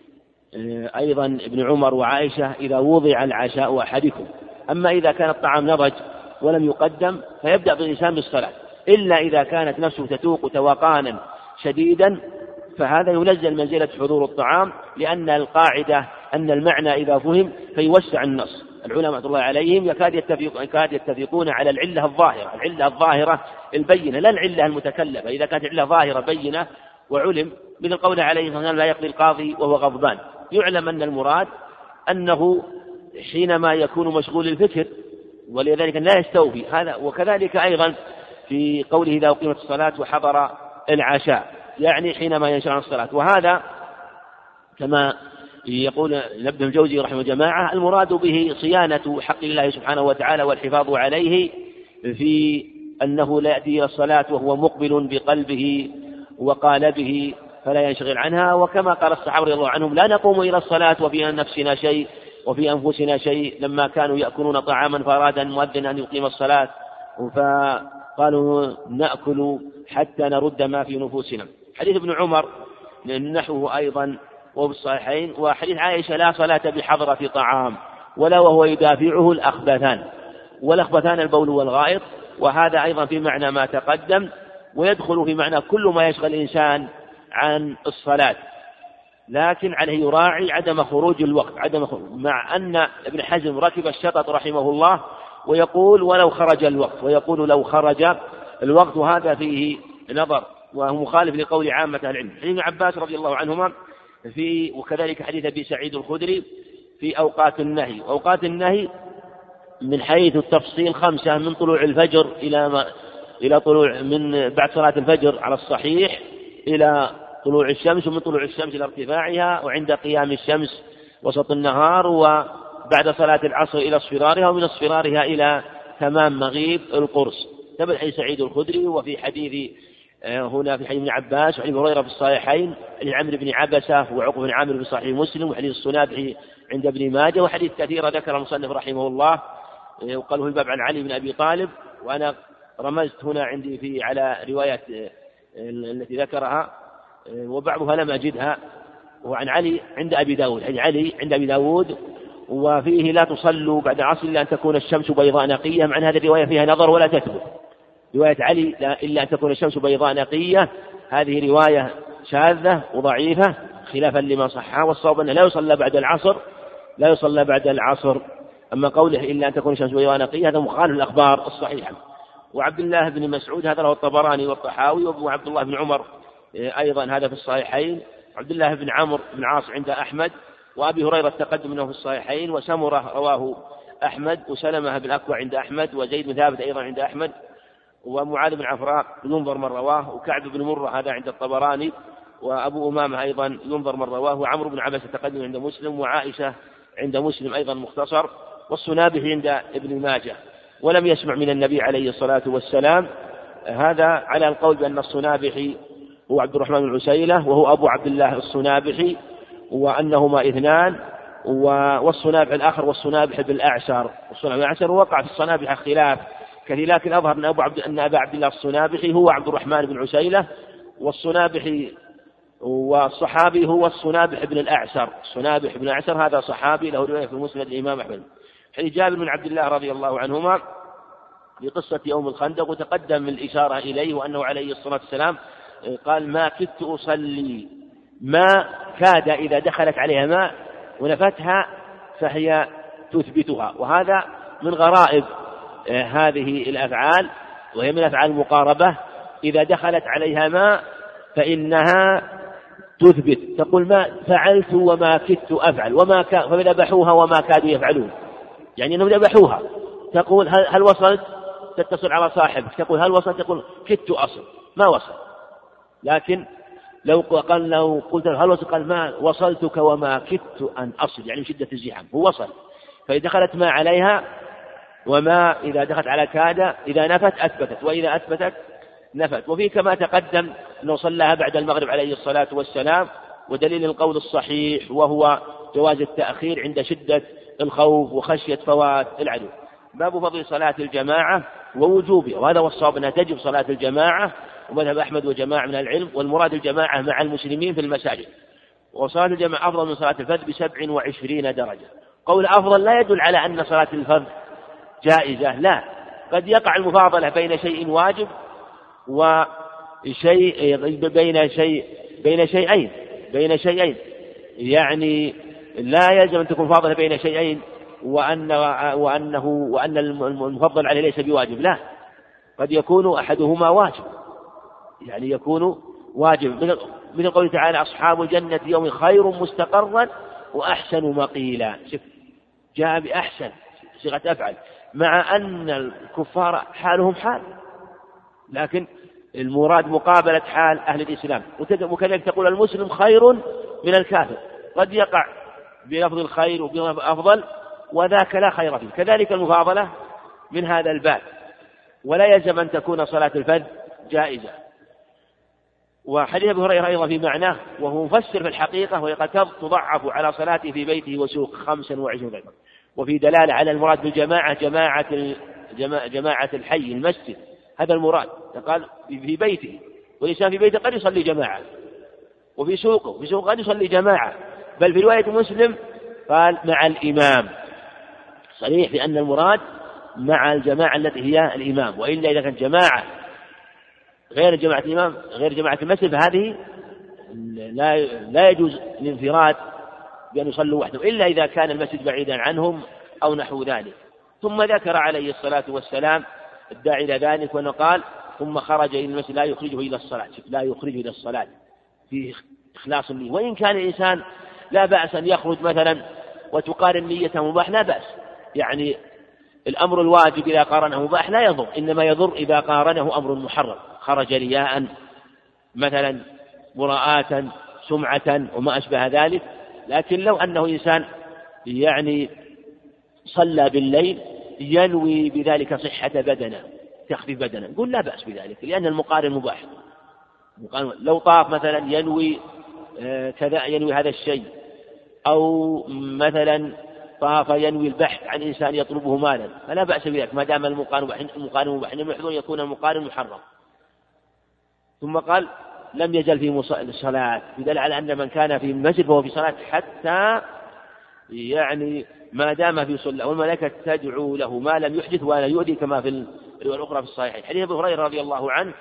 أيضا ابن عمر وعائشة: إذا وضع العشاء أحدكم. أما إذا كان الطعام نضج ولم يقدم فيبدأ بالإنسان بالصلاة، إلا إذا كانت نفسه تتوق توقانا شديدا فهذا ينزل منزلة حضور الطعام، لأن القاعدة أن المعنى إذا فهم فيوسع النص. العلماء الله عليهم يكاد, يتفق يكاد يتفقون على العلة الظاهرة العلة الظاهرة البينة، لا العلة المتكلفة. إذا كانت العلة ظاهرة بينة وعلم، مثل قول عليه الصلاة والسلام: لا يقضي القاضي وهو غضبان، يعلم أن المراد أنه حينما يكون مشغول الفكر ولذلك لا يستوفي هذا. وكذلك أيضا في قوله: إذا أقيمت الصلاة وحضر العشاء، يعني حينما ينشأ عن الصلاة. وهذا كما يقول ابن الجوزي رحمه جماعة: المراد به صيانة حق الله سبحانه وتعالى والحفاظ عليه، في أنه لا يأتي إلى الصلاة وهو مقبل بقلبه وقالبه فلا ينشغل عنها. وكما قال الصحابة رضي الله عنهم: لا نقوم إلى الصلاة وفي نفسنا شيء وفي أنفسنا شيء، لما كانوا يأكلون طعاما فأراد المؤذن أن يقيم الصلاة فقالوا نأكل حتى نرد ما في نفوسنا. حديث ابن عمر نحوه أيضا وبالصحيحين. وحديث عائشة: لا صلاة بحضرة طعام ولا وهو يدافعه الأخبثان، والأخبثان البول والغائط. وهذا أيضا في معنى ما تقدم، ويدخل في معنى كل ما يشغل الإنسان عن الصلاة، لكن عليه يراعي عدم خروج الوقت عدم خروج. مع أن ابن حزم ركب الشطط رحمه الله ويقول ولو خرج الوقت، ويقول لو خرج الوقت، هذا فيه نظر وهو مخالف لقول عامة العلم. حديث ابن عباس رضي الله عنهما في وكذلك حديث أبي سعيد الخدري في أوقات النهي. أوقات النهي من حيث التفصيل خمسة: من طلوع الفجر إلى ما إلى طلوع من بعد صلاة الفجر على الصحيح إلى طلوع الشمس، ومن طلوع الشمس إلى ارتفاعها، وعند قيام الشمس وسط النهار، وبعد صلاة العصر إلى اصفرارها، ومن اصفرارها إلى تمام مغيب القرص. ثبت حديث سعيد الخدري. وفي حديث هنا في حديث ابن عباس وحديث هريرة في الصحيحين، حديث عمرو بن عبسة وعقبة بن عامر في صحيح مسلم، وحديث الصنابحي عند ابن ماجه، وحديث كثيرة ذكر المصنف رحمه الله وقالوا في الباب عن علي بن أبي طالب. وأنا رمزت هنا عندي في على رواية التي ذكرها وبعضها لم أجدها، وعن علي عند أبي داود، حديث علي عند أبي داود وفيه لا تصلوا بعد العصر إلا أن تكون الشمس بيضاء نقية، مع أن هذه الرواية فيها نظر ولا تثبت. رواية علي لا إلا أن تكون الشمس بيضاء نقية هذه رواية شاذة وضعيفة خلافا لما صحها، والصواب أنه لا يصلى بعد العصر لا يصلى بعد العصر. أما قوله إلا أن تكون الشمس بيضاء نقية هذا مخالف الأخبار الصحيحة. وعبد الله بن مسعود هذا له الطبراني والطحاوي، وابو عبد الله بن عمر أيضا هذا في الصحيحين، عبد الله بن عمرو بن عاص عند أحمد، وأبي هريرة تقدم منه في الصحيحين، وسمرة رواه أحمد، وسلمة بن أكوع عند أحمد، وزيد بن ثابت أيضا عند أحمد، ومعاذ بن عفراء ينظر من رواه، وكعب بن مرة هذا عند الطبراني، وأبو أمامة أيضا ينظر من رواه، وعمرو بن عبسة تقدم عند مسلم، وعائشة عند مسلم أيضا مختصر، والصنابحي عند ابن ماجه. ولم يسمع من النبي عليه الصلاة والسلام. هذا على القول بأن الصنابحي هو عبد الرحمن بن عسيلة وهو أبو عبد الله الصنابحي، وأنهما اثنان، والصنابح الآخر والصنابح بالأعشر. والصنابح بالأعشر وقع في الصنابح خلاف كثير، لكن أظهر أن أبو عبد أن أبا عبد الله الصنابحي هو عبد الرحمن بن عسيلة، والصنابحي والصحابي هو الصنابح بن الأعشر. الصنابح بن الأعشر هذا صحابي له رواية في مسند الإمام أحمد. حديث جابر بن عبد الله رضي الله عنهما لقصة يوم الخندق، وتقدم الإشارة إليه، وأنه عليه الصلاة والسلام قال ما كدت أصلي، ما كاد إذا دخلت عليها ماء ونفتها فهي تثبتها. وهذا من غرائب هذه الأفعال، وهي من أفعال المقاربة، إذا دخلت عليها ماء فإنها تثبت، تقول ما فعلت وما كدت أفعل وما كا فذبحوها وما كادوا يفعلون، يعني أنهم ذبحوها. تقول هل, هل وصلت؟ تتصل على صاحبك تقول هل وصلت؟ تقول كدت أصل، ما وصل. لكن لو قال لو قلت هل وصل؟ قال ما وصلتك وما كدت أن أصل، يعني من شدة الزحام هو وصل. فإذا دخلت ما عليها، وما إذا دخلت على كاد إذا نفت أثبتت، وإذا أثبتت نفت. وفي كما تقدم أنه صلىها بعد المغرب عليه الصلاة والسلام، ودليل القول الصحيح وهو جواز التأخير عند شدة الخوف وخشية فوات العدو. باب فضل صلاة الجماعة ووجوبها، وهذا هو الصواب أنها تجب صلاة الجماعة، ومذهب أحمد وجماعة من العلم، والمراد الجماعة مع المسلمين في المساجد. وصلاة الجماعة أفضل من صلاة الفرد بسبع وعشرين درجة. قول أفضل لا يدل على أن صلاة الفرد جائزة، لا، قد يقع المفاضلة بين شيء واجب وشيء بين شيء بين شيئين بين شيئين يعني لا يلزم أن تكون فاضلة بين شيئين وأن وأنه وأن المفضل عليه ليس بواجب، لا، قد يكون أحدهما واجب، يعني يكون واجب، من قوله تعالى أصحاب الجنة يوم خير مستقرا وأحسن مقيلا. شوف جاء بأحسن صيغة أفعل، مع أن الكفار حالهم حال، لكن المراد مقابلة حال أهل الإسلام. وكذلك تقول المسلم خير من الكافر، قد يقع بلفظ الخير وبلفظ أفضل، وذاك لا خير فيه. كذلك المفاضلة من هذا الباب، ولا يلزم أن تكون صلاة الفرد جائزة. وحديث أبي هريرة أيضا في معناه، وهو مفسر في الحقيقة، وقد تضعف على صلاته في بيته وسوق خمسا وعشرين ضعفا. وفي دلالة على المراد بالجماعة جماعة جماعة الحي المسجد، هذا المراد. قال في بيته، والإنسان في بيته قد يصلي جماعة، وفي سوقه في سوقه قد يصلي جماعة، بل في رواية مسلم قال مع الإمام، صريح بأن المراد مع الجماعة التي هي الإمام. وإلا إذا كانت جماعة غير جماعة الإمام غير جماعة المسجد فهذه لا لا يجوز الانفراد بأن يصلوا وحده، إلا إذا كان المسجد بعيدا عنهم أو نحو ذلك. ثم ذكر عليه الصلاة والسلام الداعي إلى ذلك، وأنه قال ثم خرج إلى المسجد لا يخرجه إلى الصلاة، لا يخرجه إلى الصلاة في إخلاص النية. وإن كان الإنسان لا بأس أن يخرج مثلا وتقارن نيته مباح، لا بأس، يعني الأمر الواجب إذا قارنه مباح لا يضر، إنما يضر إذا قارنه أمر محرم، خرج رياء مثلا، مراءة، سمعة وما أشبه ذلك. لكن لو أنه إنسان يعني صلى بالليل ينوي بذلك صحة بدنه، تخفيف بدنه، نقول لا بأس بذلك، لأن المقارن مباح. لو طاف مثلا ينوي كذا، ينوي هذا الشيء، أو مثلا طاف ينوي البحث عن إنسان يطلبه مالا، فلا بأس بذلك ما دام المقارن المقارن مباح، إنما يحضر يكون المقارن محرم. ثم قال لم يزل في الصلاة، يدل على أن من كان في المسجد فهو في صلاة حتى يعني ما دام في صلاة، والملائكة تدعو له ما لم يحدث ولا يؤذي، كما في الرواية الأخرى في الصحيحين حديث أبي هريرة رضي الله عنه،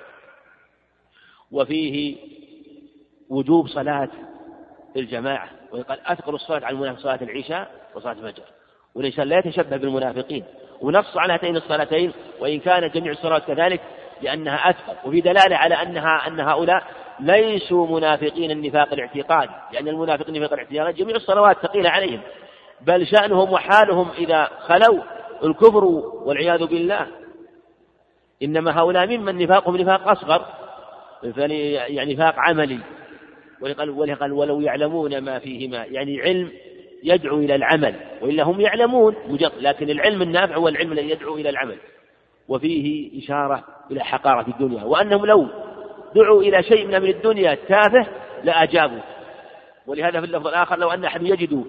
وفيه وجوب صلاة الجماعة، ويقال أثقل الصلاة على المنافق صلاة العشاء وصلاة الفجر، والإنسان لا يتشبه بالمنافقين، ونص على هاتين الصلاتين وإن كان جميع الصلوات كذلك لأنها أثقل، وفي دلالة على أنها أن هؤلاء ليسوا منافقين النفاق الاعتقادي، لأن يعني المنافقين النفاق الاعتقادي جميع الصلوات ثقيلة عليهم، بل شأنهم وحالهم إذا خلوا الكفر والعياذ بالله. إنما هؤلاء ممن نفاقهم نفاق أصغر، يعني نفاق عملي، ولقال ولو يعلمون ما فيهما، يعني علم يدعو إلى العمل، وإلا هم يعلمون مجرد، لكن العلم النافع هو العلم الذي يدعو إلى العمل. وفيه إشارة إلى حقارة الدنيا، وأنهم لو دعوا إلى شيء من الدنيا تافه لأجابوا. ولهذا في اللفظ الآخر لو أن أحد يجد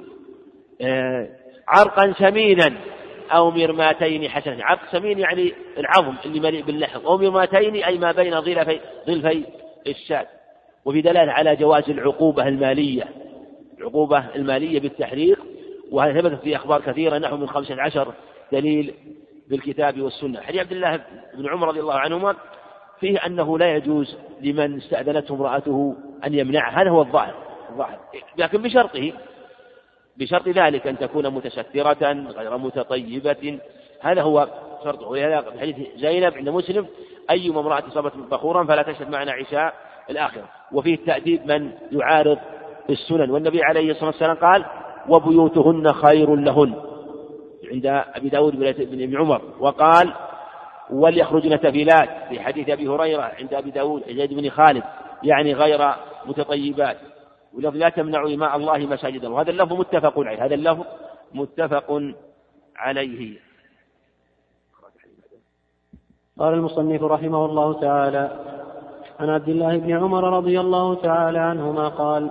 عرقا سمينا أو مرماتين حسنة، عرق سمين يعني العظم اللي مليء باللحم، أو مرماتين أي ما بين ظلفي ظلفي الشاة. وفي دلالة على جواز العقوبة المالية، العقوبة المالية بالتحريق، وهذا ثبت في أخبار كثيرة نحو من خمسة عشر دليل بالكتاب والسنة. حديث عبد الله بن عمر رضي الله عنهما فيه أنه لا يجوز لمن استأذنته امرأته أن يمنعها، هذا هو الظاهر الظاهر لكن بشرطه بشرط ذلك أن تكون متسترة غير متطيبة، هذا هو شرطه. ولهذا في حديث زينب عند مسلم أيما امرأة صابت بخورا فلا تشهد معنا عشاء الآخرة. وفيه التأديب من يعارض السنن، والنبي عليه الصلاة والسلام قال وبيوتهن خير لهن عند أبي داود بن ابن عمر، وقال وليخرجن تفيلات في حديث أبي هريرة عند أبي داود زيد بن خالد يعني غير متطيبات، ولفظ لا تمنعوا إماء الله مساجد الله، وهذا اللفظ متفق عليه، هذا اللفظ متفق عليه. قال المصنف رحمه الله تعالى عن عبد الله بن عمر رضي الله تعالى عنهما قال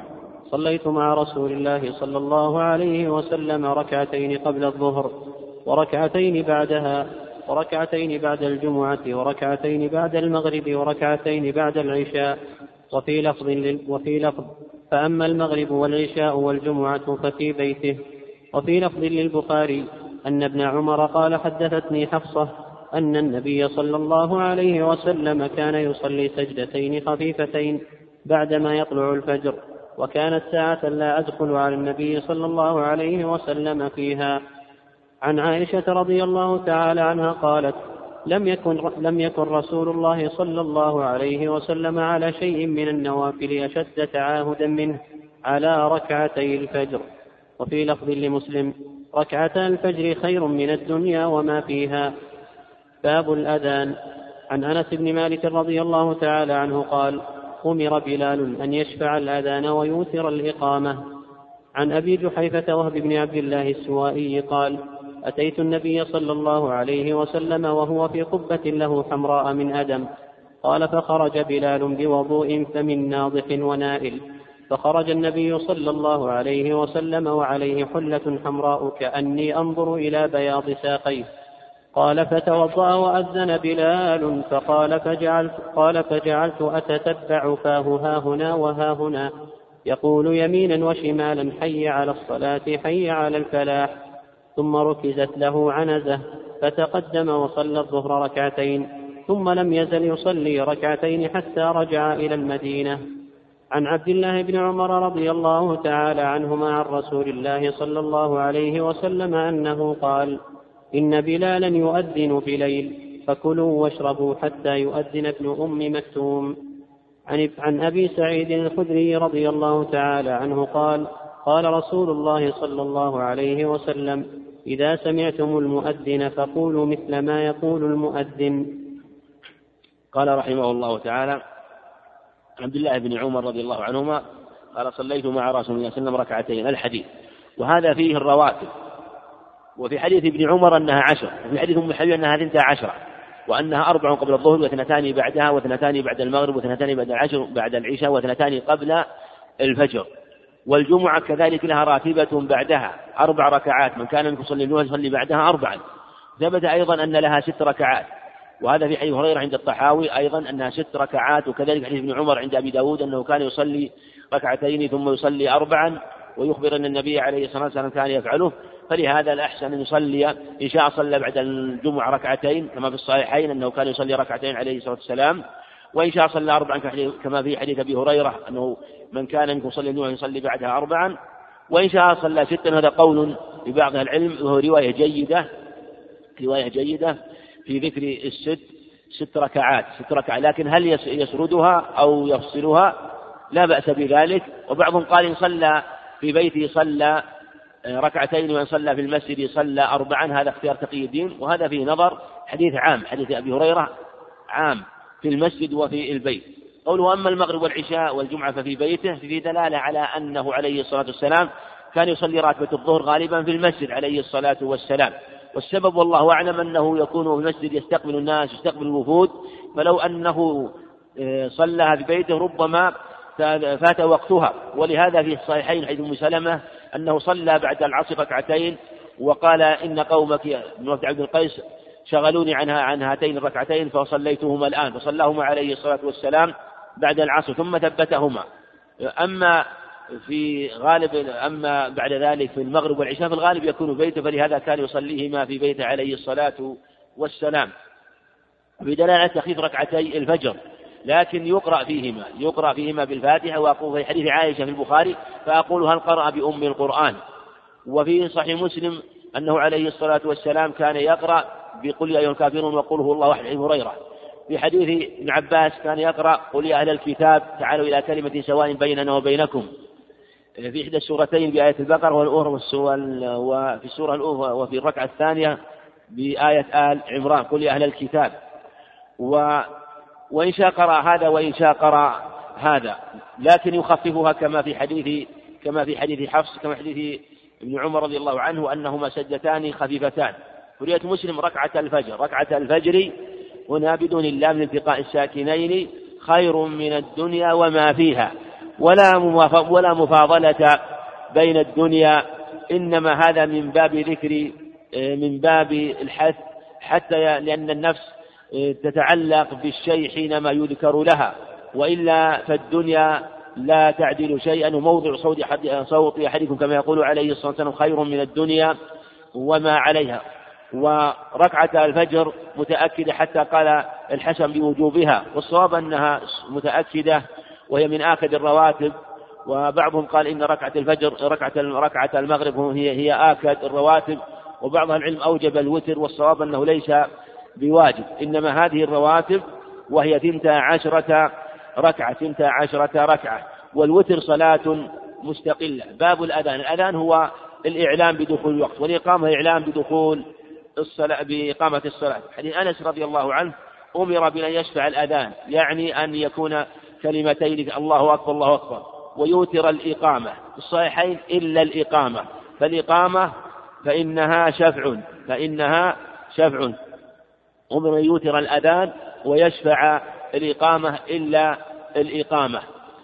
صليت مع رسول الله صلى الله عليه وسلم ركعتين قبل الظهر وركعتين بعدها وركعتين بعد الجمعة وركعتين بعد المغرب وركعتين بعد العشاء. وفي لفظ, وفي لفظ فأما المغرب والعشاء والجمعة ففي بيته. وفي لفظ للبخاري أن ابن عمر قال حدثتني حفصة أن النبي صلى الله عليه وسلم كان يصلي سجدتين خفيفتين بعدما يطلع الفجر، وكانت ساعة لا أدخل على النبي صلى الله عليه وسلم فيها. عن عائشة رضي الله تعالى عنها قالت لم يكن, لم يكن رسول الله صلى الله عليه وسلم على شيء من النوافل أشد تعاهدا منه على ركعتي الفجر. وفي لفظ لمسلم ركعتا الفجر خير من الدنيا وما فيها. باب الأذان. عن أنس بن مالك رضي الله تعالى عنه قال أمر بلال أن يشفع الأذان ويوتر الإقامة. عن أبي جحيفة وهب بن عبد الله السوائي قال أتيت النبي صلى الله عليه وسلم وهو في قبة له حمراء من أدم، قال فخرج بلال بوضوء فمن ناضح ونائل، فخرج النبي صلى الله عليه وسلم وعليه حلة حمراء كأني أنظر إلى بياض ساقيه، قال فتوضأ وأذن بلال فقال فجعلت, قال فجعلت أتتبع فاه ها هنا وها هنا يقول يمينا وشمالا حي على الصلاة حي على الفلاح، ثم ركزت له عنزة فتقدم وصلى الظهر ركعتين، ثم لم يزل يصلي ركعتين حتى رجع إلى المدينة. عن عبد الله بن عمر رضي الله تعالى عنهما عن رسول الله صلى الله عليه وسلم أنه قال إن بلالا يؤذن في ليل فكلوا واشربوا حتى يؤذن ابن أم مكتوم. عن أبي سعيد الخدري رضي الله تعالى عنه قال قال رسول الله صلى الله عليه وسلم إذا سمعتم المؤذن فقولوا مثل ما يقول المؤذن. قال رحمه الله تعالى عبد الله بن عمر رضي الله عنهما قال صليت مع رسول الله صلى الله عليه وسلم ركعتين، الحديث، وهذا فيه الرواتب. وفي حديث ابن عمر أنها عشر، وفي حديث أم حبيبة أنها ثنتا عشرة، وأنها أربع قبل الظهر واثنتان بعدها واثنتان بعد المغرب واثنتان بعد العشر بعد العشاء واثنتان قبل الفجر. والجمعة كذلك لها راتبة بعدها أربع ركعات، من كان يصلي الجمعة يصلي بعدها أربعا. ثبت أيضا أن لها ست ركعات، وهذا في حديث هريرة عند الطحاوي أيضا أنها ست ركعات، وكذلك حديث ابن عمر عند أبي داود أنه كان يصلي ركعتين ثم يصلي أربعا، ويخبر أن النبي عليه الصلاة والسلام كان يفعله. فلهذا الأحسن أن يصلي إن شاء صلى بعد الجمعة ركعتين كما في الصحيحين أنه كان يصلي ركعتين عليه الصلاة والسلام، وإن شاء صلى أربعا كما في حديث أبي هريرة أنه من كان يصلي الجمعة يصلي بعدها أربعا، وإن شاء صلى ستا. هذا قول لبعض العلم وهو رواية جيدة رواية جيدة في ذكر الست ست ركعات ست ركعات لكن هل يسردها أو يفصلها لا بأس بذلك. وبعضهم قال إن صلى في بيته صلى ركعتين وإن صلى في المسجد صلى أربعا، هذا اختيار تقي الدين، وهذا فيه نظر. حديث عام حديث أبي هريرة عام في المسجد وفي البيت. قوله أما المغرب والعشاء والجمعة ففي بيته في دلالة على أنه عليه الصلاة والسلام كان يصلي راتبة الظهر غالبا في المسجد عليه الصلاة والسلام. والسبب والله أعلم أنه يكون في المسجد يستقبل الناس يستقبل الوفود، فلو أنه صلىها في بيته ربما فات وقتها. ولهذا في الصحيحين حديث أم سلمة أنه صلى بعد العصر ركعتين وقال إن قومك بن وفد عبد القيس شغلوني عنها عن هاتين الركعتين فصليتهما الآن، فصلاهما عليه الصلاة والسلام بعد العصر ثم ثبتهما. أما في غالب أما بعد ذلك في المغرب والعشاء في الغالب يكون بيته، فلهذا كان يصليهما في بيته عليه الصلاة والسلام بدلالة تخفيف ركعتي الفجر، لكن يقرأ فيهما يقرأ فيهما بالفاتحة. وأقول في حديث عائشة في البخاري فأقول هل قرأ بأم القرآن. وفي صحيح مسلم أنه عليه الصلاة والسلام كان يقرأ بقل يا أيها الكافرون وقل هو الله أحد. هريرة في حديث ابن عباس كان يقرأ قل يا أهل الكتاب تعالوا إلى كلمة سواء بيننا وبينكم في إحدى السورتين بآية البقرة، وفي السورة الأولى وفي الركعة الثانية بآية آل عمران قل يا أهل الكتاب. و وإن شاء قرأ هذا وإن شاء قرأ هذا، لكن يخففها كما في حديث كما في حديث حفص كما حديث ابن عمر رضي الله عنه أنهما سجدتان خفيفتان. رواية مسلم ركعة الفجر ركعة الفجر هنا بدون اللام لالتقاء الساكنين خير من الدنيا وما فيها، ولا ولا مفاضلة بين الدنيا، إنما هذا من باب ذكر من باب الحث حتى لأن النفس تتعلق بالشيء حينما يذكر لها، وإلا فالدنيا لا تعدل شيئا، وموضع صوت صوت أحدكم كما يقول عليه الصلاة والسلام خير من الدنيا وما عليها. وركعة الفجر متأكدة حتى قال الحسن بوجوبها، والصواب أنها متأكدة وهي من آكد الرواتب. وبعضهم قال إن ركعة الفجر ركعة ركعة المغرب هي هي آكد الرواتب، وبعض العلم أوجب الوتر، والصواب أنه ليس بواجب، إنما هذه الرواتب وهي ثنتا عشرة ركعة ثنتا عشرة ركعة. والوتر صلاة مستقلة. باب الأذان. الأذان هو الإعلام بدخول الوقت، والإقامة إعلام بدخول الصلاة بإقامة الصلاة. حديث أنس رضي الله عنه أمر بأن يشفع الأذان، يعني أن يكون كلمتين الله أكبر الله أكبر، ويوتر الإقامة في الصحيحين إلا الإقامة، فالإقامة فإنها شفع فإنها شفع أمر يوتر الأذان ويشفع الإقامة إلا الإقامة.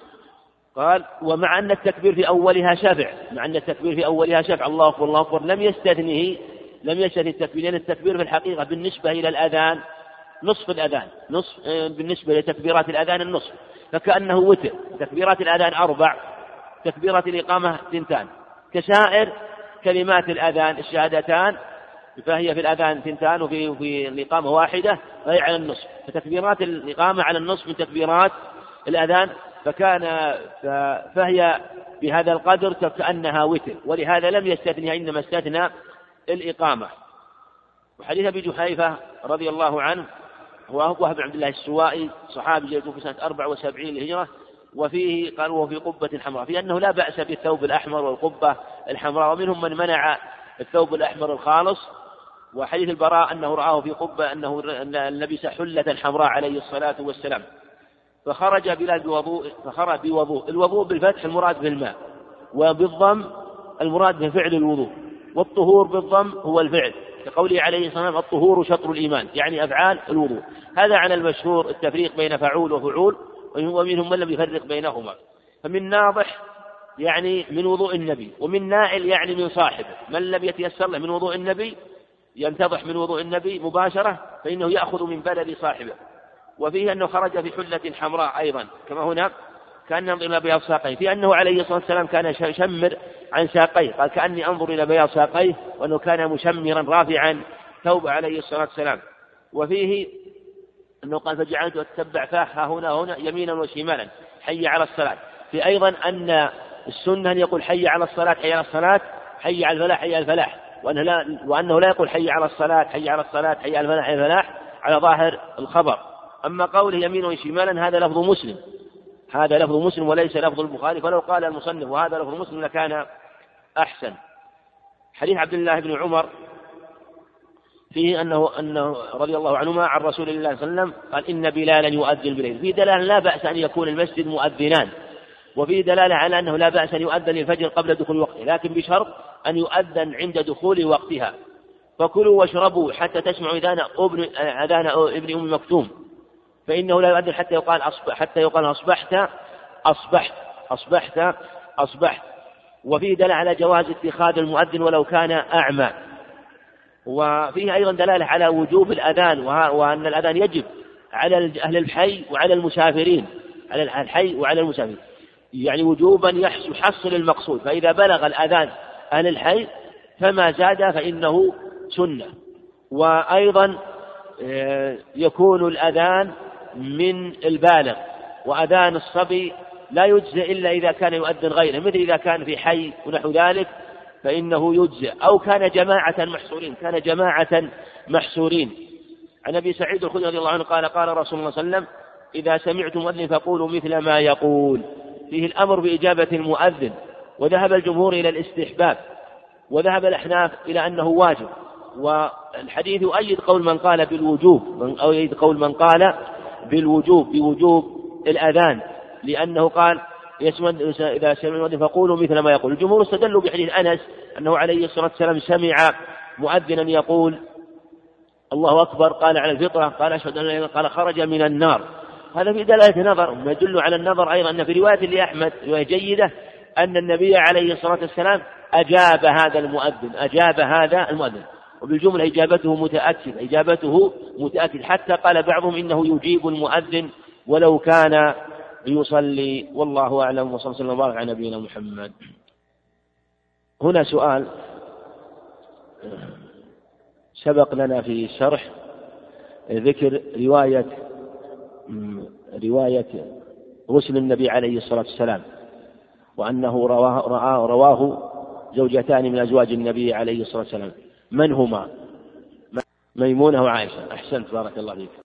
قال ومع أن التكبير في أولها شفع مع أن التكبير في أولها شفع الله أكبر الله أكبر لم يستثنه لم يستثني التكبير، لأن التكبير في الحقيقة بالنسبة إلى الأذان نصف الأذان نصف بالنسبة لتكبيرات الأذان النصف، فكأنه وتر. تكبيرات الأذان أربع، تكبيرات الإقامة ثنتان، كسائر كلمات الأذان الشهادتان فهي في الأذان ثنتان وفي في الإقامة واحدة، فهي على النصف. فتكبيرات الإقامة على النصف من تكبيرات الأذان، فكان فهي بهذا القدر كأنها وتر، ولهذا لم يستثنها إنما استثنى الإقامة. وحديث أبي جحيفة رضي الله عنه هو وهب عبد الله السوائي صحابي جاء في سنة أربع وسبعين للهجرة، وفيه قالوا وفي قبة حمراء، في أنه لا بأس بالثوب الأحمر والقبة الحمراء، ومنهم من منع الثوب الأحمر الخالص. وحديث البراء أنه رآه في قبة أنه لبس حلة حمراء عليه الصلاة والسلام، فخرج بلال بوضوء فخرج بوضوء. الوضوء بالفتح المراد بالماء، وبالضم المراد بفعل الوضوء، والطهور بالضم هو الفعل، كقوله عليه الصلاة والسلام الطهور شطر الإيمان، يعني أفعال الوضوء. هذا عن المشهور التفريق بين فعول وفعول، ومنهم من لم يفرق بينهما. فمن ناضح يعني من وضوء النبي، ومن نائل يعني من صاحبه. من لم يتيسر له من وضوء النبي ينتضح من وضوء النبي مباشرة فإنه يأخذ من بلد صاحبه. وفيه أنه خرج في حلة حمراء أيضا كما هنا كان ينظر إلى بياض ساقيه، في أنه عليه الصلاة والسلام كان يشمر عن ساقيه، قال كأني أنظر إلى بياض ساقيه، وأنه كان مشمرا رافعا ثوب عليه الصلاة والسلام. وفيه أنه قال فجعلت أتتبع فاه هنا هنا يمينا وشمالا حي على الصلاة. في أيضا أن السنة أن يقول حي على الصلاة حي على الصلاة حي على الفلاح حي على الفلاح، وأنه لا, وأنه لا يقول حي على الصلاة حي على الصلاة حي على الفلاح حي على الفلاح على ظاهر الخبر. أما قوله يمينا وشمالا هذا لفظ مسلم، هذا لفظ مسلم وليس لفظ البخاري، فلو قال المصنف وهذا لفظ مسلم لكان أحسن. حديث عبد الله بن عمر فيه أنه, أنه رضي الله عنهما عن رسول الله صلى الله عليه وسلم قال إن بلالا يؤذن بالليل. في دلالة لا بأس أن يكون المسجد مؤذنان، وفي دلالة على أنه لا بأس أن يؤذن الفجر قبل دخول وقته، لكن بشرط أن يؤذن عند دخول وقتها. فكلوا واشربوا حتى تسمعوا أذان ابن أم مكتوم، فإنه لا يؤذن حتى يقال أصبح حتى يقال أصبحت أصبحت أصبحت أصبحت. وفيه دلالة على جواز اتخاذ المؤذن ولو كان أعمى. وفيه أيضا دلالة على وجوب الأذان، وأن الأذان يجب على أهل الحي وعلى المسافرين، على الحي وعلى المسافرين، يعني وجوبا يحصل المقصود. فإذا بلغ الأذان أهل الحي فما زاد فإنه سنة. وأيضا يكون الأذان من البالغ، وأذان الصبي لا يجزئ إلا إذا كان يؤذن غيره، مثل إذا كان في حي ونحو ذلك فإنه يجزئ، أو كان جماعة محصورين كان جماعة محصورين. عن أبي سعيد الخدري رضي الله عنه قال قال رسول الله صلى الله عليه وسلم إذا سمعتم مؤذن فقولوا مثل ما يقول. فيه الأمر بإجابة المؤذن، وذهب الجمهور إلى الاستحباب، وذهب الأحناف إلى أنه واجب. والحديث يؤيد قول من قال بالوجوب، أو يؤيد قول من قال بالوجوب بوجوب الأذان، لأنه قال إذا سمعتم مؤذن فقولوا مثل ما يقول. الجمهور استدلوا بحديث أنس أنه عليه الصلاة والسلام سمع مؤذنا يقول الله أكبر قال على الفطرة قال أشهد أن لا إله إلا الله قال خرج من النار. هذا في دلالة نظر. وما يدل على النظر أيضا أن في رواية لأحمد رواية جيدة أن النبي عليه الصلاة والسلام أجاب هذا المؤذن أجاب هذا المؤذن وبالجملة إجابته متأكد إجابته متأكد حتى قال بعضهم إنه يجيب المؤذن ولو كان يصلي. والله أعلم، وصلى الله وبارك على نبينا محمد. هنا سؤال سبق لنا في الشرح ذكر رواية رواية غسل النبي عليه الصلاة والسلام، وأنه رواه, رواه زوجتان من أزواج النبي عليه الصلاة والسلام. من هما؟ ميمونة وعائشة. أحسنت، بارك الله فيك.